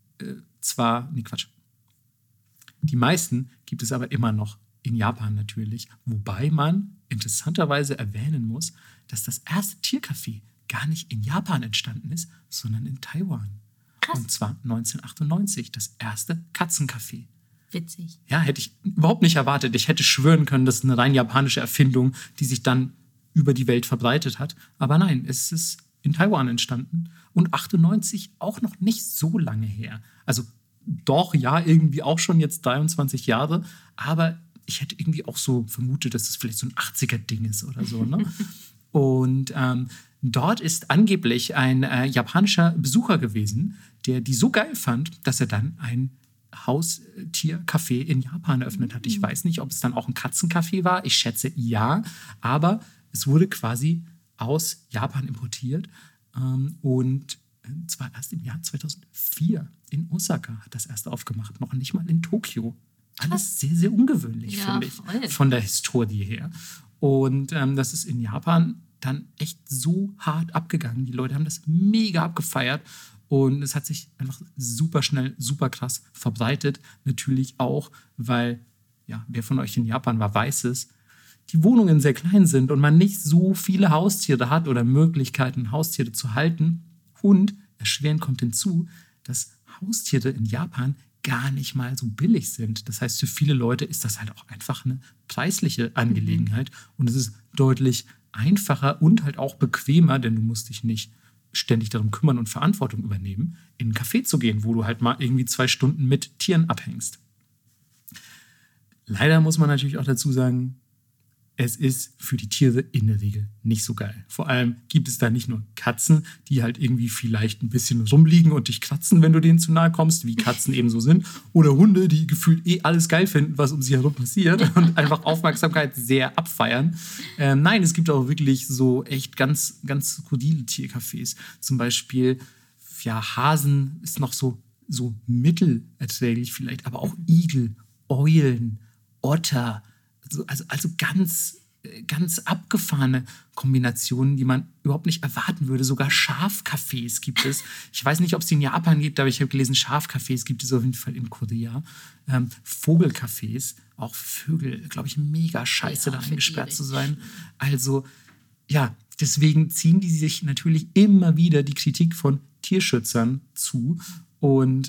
die meisten gibt es aber immer noch in Japan natürlich, wobei man interessanterweise erwähnen muss, dass das erste Tiercafé gar nicht in Japan entstanden ist, sondern in Taiwan. Krass. Und zwar 1998, das erste Katzencafé. Witzig. Ja, hätte ich überhaupt nicht erwartet. Ich hätte schwören können, das ist eine rein japanische Erfindung, die sich dann über die Welt verbreitet hat. Aber nein, es ist in Taiwan entstanden und 98 auch noch nicht so lange her. Also doch, ja, irgendwie auch schon jetzt 23 Jahre, aber ich hätte irgendwie auch so vermutet, dass es vielleicht so ein 80er-Ding ist oder so. Ne? Und dort ist angeblich ein japanischer Besucher gewesen, der die so geil fand, dass er dann ein Haustiercafé in Japan eröffnet hat. Ich weiß nicht, ob es dann auch ein Katzencafé war. Ich schätze ja, aber es wurde quasi aus Japan importiert und zwar erst im Jahr 2004 in Osaka hat das erste aufgemacht, noch nicht mal in Tokio. Alles sehr, sehr ungewöhnlich, finde ich, voll. von der Historie her. Und das ist in Japan dann echt so hart abgegangen. Die Leute haben das mega abgefeiert und es hat sich einfach super schnell, super krass verbreitet. Natürlich auch, weil, ja, wer von euch in Japan war, weiß es, die Wohnungen sehr klein sind und man nicht so viele Haustiere hat oder Möglichkeiten, Haustiere zu halten. Und erschwerend kommt hinzu, dass Haustiere in Japan gar nicht mal so billig sind. Das heißt, für viele Leute ist das halt auch einfach eine preisliche Angelegenheit. Und es ist deutlich einfacher und halt auch bequemer, denn du musst dich nicht ständig darum kümmern und Verantwortung übernehmen, in ein Café zu gehen, wo du halt mal irgendwie 2 Stunden mit Tieren abhängst. Leider muss man natürlich auch dazu sagen, es ist für die Tiere in der Regel nicht so geil. Vor allem gibt es da nicht nur Katzen, die halt irgendwie vielleicht ein bisschen rumliegen und dich kratzen, wenn du denen zu nahe kommst, wie Katzen eben so sind. Oder Hunde, die gefühlt alles geil finden, was um sie herum passiert und einfach Aufmerksamkeit sehr abfeiern. Nein, es gibt auch wirklich so echt ganz, ganz skurrile Tiercafés. Zum Beispiel, ja, Hasen ist noch so mittelerträglich vielleicht, aber auch Igel, Eulen, Otter, also ganz, ganz abgefahrene Kombinationen, die man überhaupt nicht erwarten würde. Sogar Schafcafés gibt es. Ich weiß nicht, ob es die in Japan gibt, aber ich habe gelesen, Schafcafés gibt es auf jeden Fall in Korea. Vogelcafés, auch Vögel, glaube ich, mega scheiße, da eingesperrt zu sein. Also, ja, deswegen ziehen die sich natürlich immer wieder die Kritik von Tierschützern zu. Und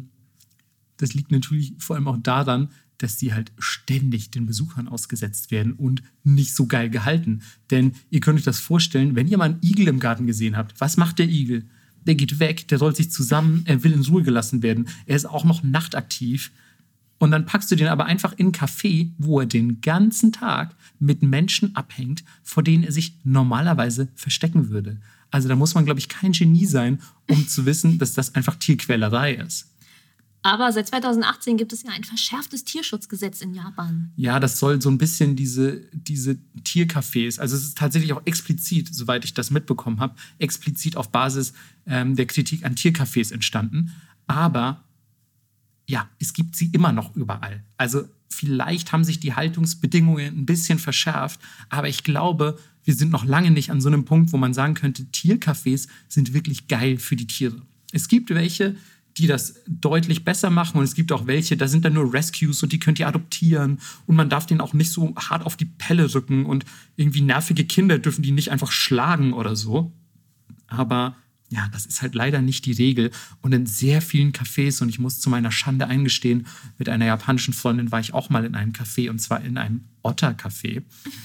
das liegt natürlich vor allem auch daran, dass die halt ständig den Besuchern ausgesetzt werden und nicht so geil gehalten. Denn ihr könnt euch das vorstellen, wenn ihr mal einen Igel im Garten gesehen habt, was macht der Igel? Der geht weg, der rollt sich zusammen, er will in Ruhe gelassen werden. Er ist auch noch nachtaktiv. Und dann packst du den aber einfach in ein Café, wo er den ganzen Tag mit Menschen abhängt, vor denen er sich normalerweise verstecken würde. Also da muss man, glaube ich, kein Genie sein, um zu wissen, dass das einfach Tierquälerei ist. Aber seit 2018 gibt es ja ein verschärftes Tierschutzgesetz in Japan. Ja, das soll so ein bisschen diese Tiercafés, also es ist tatsächlich auch explizit, soweit ich das mitbekommen habe, explizit auf Basis der Kritik an Tiercafés entstanden. Aber ja, es gibt sie immer noch überall. Also vielleicht haben sich die Haltungsbedingungen ein bisschen verschärft, aber ich glaube, wir sind noch lange nicht an so einem Punkt, wo man sagen könnte, Tiercafés sind wirklich geil für die Tiere. Es gibt welche, die das deutlich besser machen und es gibt auch welche, da sind dann nur Rescues und die könnt ihr adoptieren und man darf denen auch nicht so hart auf die Pelle rücken und irgendwie nervige Kinder dürfen die nicht einfach schlagen oder so. Aber ja, das ist halt leider nicht die Regel und in sehr vielen Cafés, und ich muss zu meiner Schande eingestehen, mit einer japanischen Freundin war ich auch mal in einem Café und zwar in einem Otter-Café.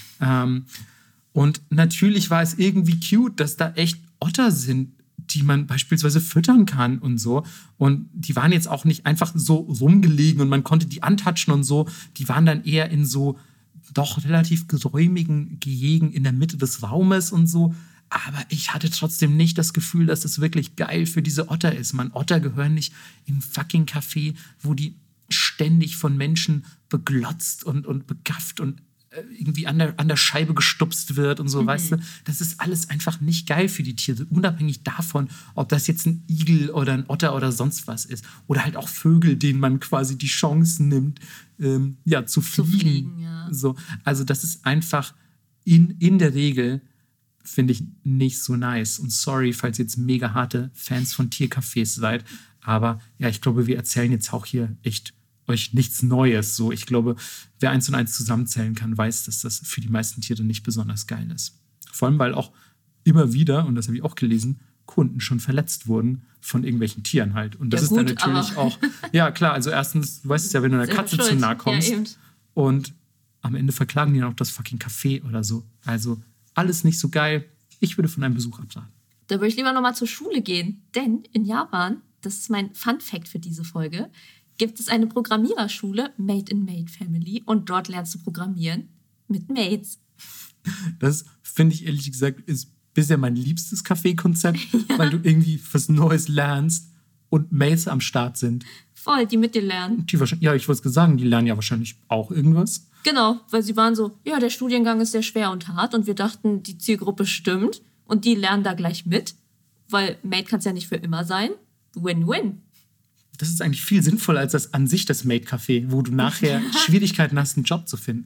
Und natürlich war es irgendwie cute, dass da echt Otter sind, die man beispielsweise füttern kann und so. Und die waren jetzt auch nicht einfach so rumgelegen und man konnte die antatschen und so. Die waren dann eher in so doch relativ geräumigen Gehegen in der Mitte des Raumes und so. Aber ich hatte trotzdem nicht das Gefühl, dass es wirklich geil für diese Otter ist. Otter gehören nicht in fucking Café, wo die ständig von Menschen beglotzt und begafft und irgendwie an der Scheibe gestupst wird und so, weißt du? Das ist alles einfach nicht geil für die Tiere, unabhängig davon, ob das jetzt ein Igel oder ein Otter oder sonst was ist. Oder halt auch Vögel, denen man quasi die Chance nimmt, zu fliegen. Ja. So, also das ist einfach in der Regel, finde ich, nicht so nice. Und sorry, falls ihr jetzt mega harte Fans von Tiercafés seid, aber ja, ich glaube, wir erzählen jetzt auch hier echt euch nichts Neues. So, ich glaube, wer 1 und 1 zusammenzählen kann, weiß, dass das für die meisten Tiere nicht besonders geil ist. Vor allem, weil auch immer wieder, und das habe ich auch gelesen, Kunden schon verletzt wurden von irgendwelchen Tieren halt. Und das ist dann natürlich auch, ja klar, also erstens, du weißt es ja, wenn du einer Katze zu nahe kommst und am Ende verklagen die dann auch das fucking Café oder so. Also alles nicht so geil. Ich würde von einem Besuch abraten. Da würde ich lieber nochmal zur Schule gehen, denn in Japan, das ist mein Fun-Fact für diese Folge, gibt es eine Programmiererschule, Made in Maid Family, und dort lernst du programmieren mit Maids. Das finde ich ehrlich gesagt ist bisher mein liebstes Kaffeekonzept, weil du irgendwie was Neues lernst und Maids am Start sind. Voll, die mit dir lernen. Ja, ich wollte sagen, die lernen ja wahrscheinlich auch irgendwas. Genau, weil sie waren so, ja, der Studiengang ist sehr schwer und hart und wir dachten, die Zielgruppe stimmt und die lernen da gleich mit, weil Maid kann es ja nicht für immer sein. Win-win. Das ist eigentlich viel sinnvoller als das an sich das Maid-Café, wo du nachher Schwierigkeiten hast, einen Job zu finden.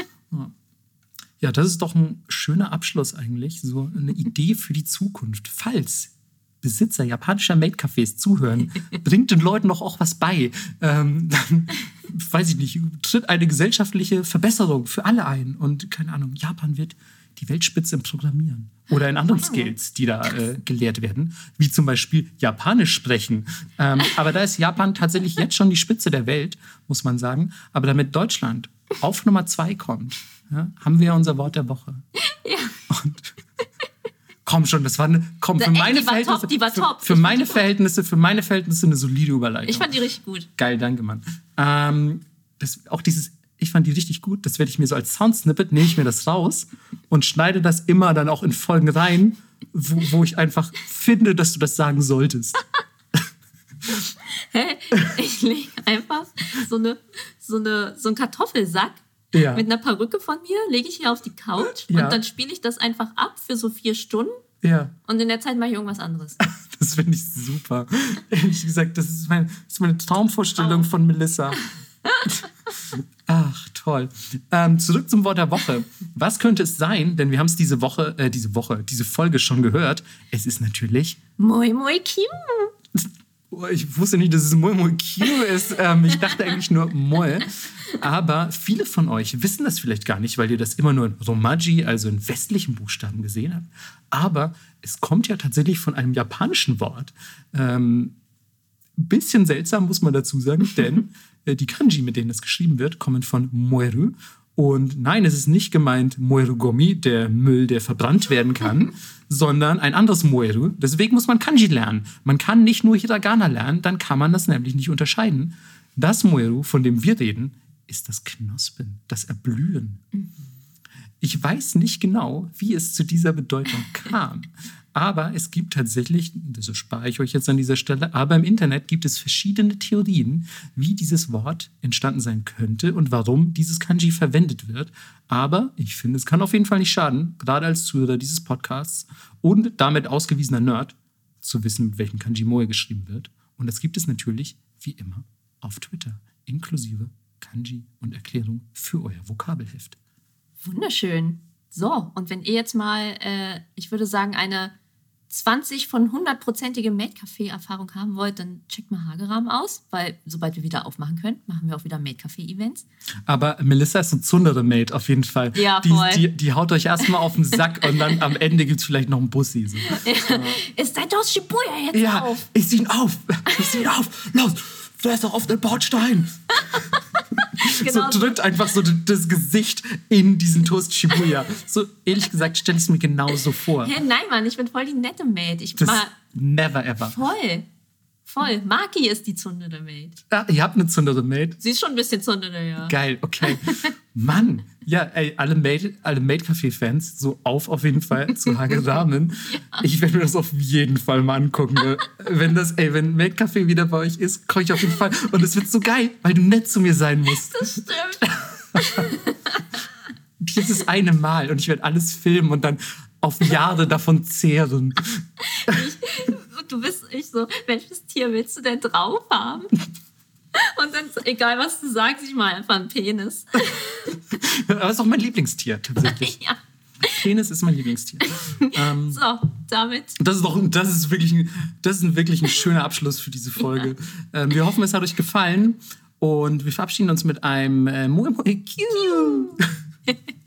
Ja, das ist doch ein schöner Abschluss eigentlich, so eine Idee für die Zukunft. Falls Besitzer japanischer Maid-Cafés zuhören, bringt den Leuten doch auch was bei. Dann, weiß ich nicht, tritt eine gesellschaftliche Verbesserung für alle ein. Und keine Ahnung, Japan wird die Weltspitze im Programmieren. Oder in anderen Skills, die da gelehrt werden. Wie zum Beispiel Japanisch sprechen. Aber da ist Japan tatsächlich jetzt schon die Spitze der Welt, muss man sagen. Aber damit Deutschland auf Nummer 2 kommt, ja, haben wir unser Wort der Woche. Ja. Und komm schon, das war eine, für meine Verhältnisse, die war top. Für meine Verhältnisse eine solide Überleitung. Ich fand die richtig gut. Geil, danke, Mann. Ich fand die richtig gut. Das werde ich mir so als Soundsnippet, nehme ich mir das raus und schneide das immer dann auch in Folgen rein, wo ich einfach finde, dass du das sagen solltest. Ich lege einfach so einen Kartoffelsack mit einer Perücke von mir, lege ich hier auf die Couch und dann spiele ich das einfach ab für so 4 Stunden. Ja. Und in der Zeit mache ich irgendwas anderes. Das finde ich super. Ehrlich gesagt, das ist meine Traumvorstellung von Melissa. Ach, toll. Zurück zum Wort der Woche. Was könnte es sein? Denn wir haben es diese Folge schon gehört. Es ist natürlich Moi Moi Kiu. Ich wusste nicht, dass es Moi Moi Kiu ist. Ich dachte eigentlich nur Moi. Aber viele von euch wissen das vielleicht gar nicht, weil ihr das immer nur in Romaji, also in westlichen Buchstaben gesehen habt. Aber es kommt ja tatsächlich von einem japanischen Wort. Bisschen seltsam, muss man dazu sagen, denn die Kanji, mit denen das geschrieben wird, kommen von Moeru. Und nein, es ist nicht gemeint Moeru-Gomi, der Müll, der verbrannt werden kann, sondern ein anderes Moeru. Deswegen muss man Kanji lernen. Man kann nicht nur Hiragana lernen, dann kann man das nämlich nicht unterscheiden. Das Moeru, von dem wir reden, ist das Knospen, das Erblühen. Ich weiß nicht genau, wie es zu dieser Bedeutung kam. Aber es gibt tatsächlich, das erspare ich euch jetzt an dieser Stelle, aber im Internet gibt es verschiedene Theorien, wie dieses Wort entstanden sein könnte und warum dieses Kanji verwendet wird. Aber ich finde, es kann auf jeden Fall nicht schaden, gerade als Zuhörer dieses Podcasts und damit ausgewiesener Nerd, zu wissen, mit welchem Kanji Moe geschrieben wird. Und das gibt es natürlich, wie immer, auf Twitter, inklusive Kanji und Erklärung für euer Vokabelheft. Wunderschön. So, und wenn ihr jetzt mal, ich würde sagen, eine 20 von 100%ige Maid-Café-Erfahrung haben wollt, dann checkt mal Hageram aus, weil sobald wir wieder aufmachen können, machen wir auch wieder Maid-Café-Events. Aber Melissa ist so Zundere Maid auf jeden Fall. Ja, voll. Die haut euch erstmal auf den Sack und dann am Ende gibt es vielleicht noch einen Bussi. So. Ist dein Dos Shibuya jetzt auf? Ja, ich zieh ihn auf. Los, fährst doch auf den Bordstein. Genau. So drückt einfach so das Gesicht in diesen Toast Shibuya. So, ehrlich gesagt, stelle ich es mir genauso vor. Hä, nein, Mann, ich bin voll die nette Maid. Never ever. Voll. Maki ist die Zundere Maid. Ja, ihr habt eine Zundere Maid? Sie ist schon ein bisschen Zundere, ja. Geil, okay. Mann, Ja, ey, alle Maid-Café-Fans, so auf jeden Fall zu Hage Ramen. Ja. Ich werde mir das auf jeden Fall mal angucken. Wenn Maid-Café wieder bei euch ist, komme ich auf jeden Fall. Und es wird so geil, weil du nett zu mir sein musst. Das stimmt. Dieses eine Mal und ich werde alles filmen und dann auf Jahre davon zehren. Du bist nicht so, welches Tier willst du denn drauf haben? Und dann, egal was du sagst, ich mal einfach einen Penis. Aber das ist auch mein Lieblingstier, tatsächlich. Ja. Penis ist mein Lieblingstier. So, damit. Das ist wirklich ein schöner Abschluss für diese Folge. Ja. Wir hoffen, es hat euch gefallen und wir verabschieden uns mit einem Moe Moe Q.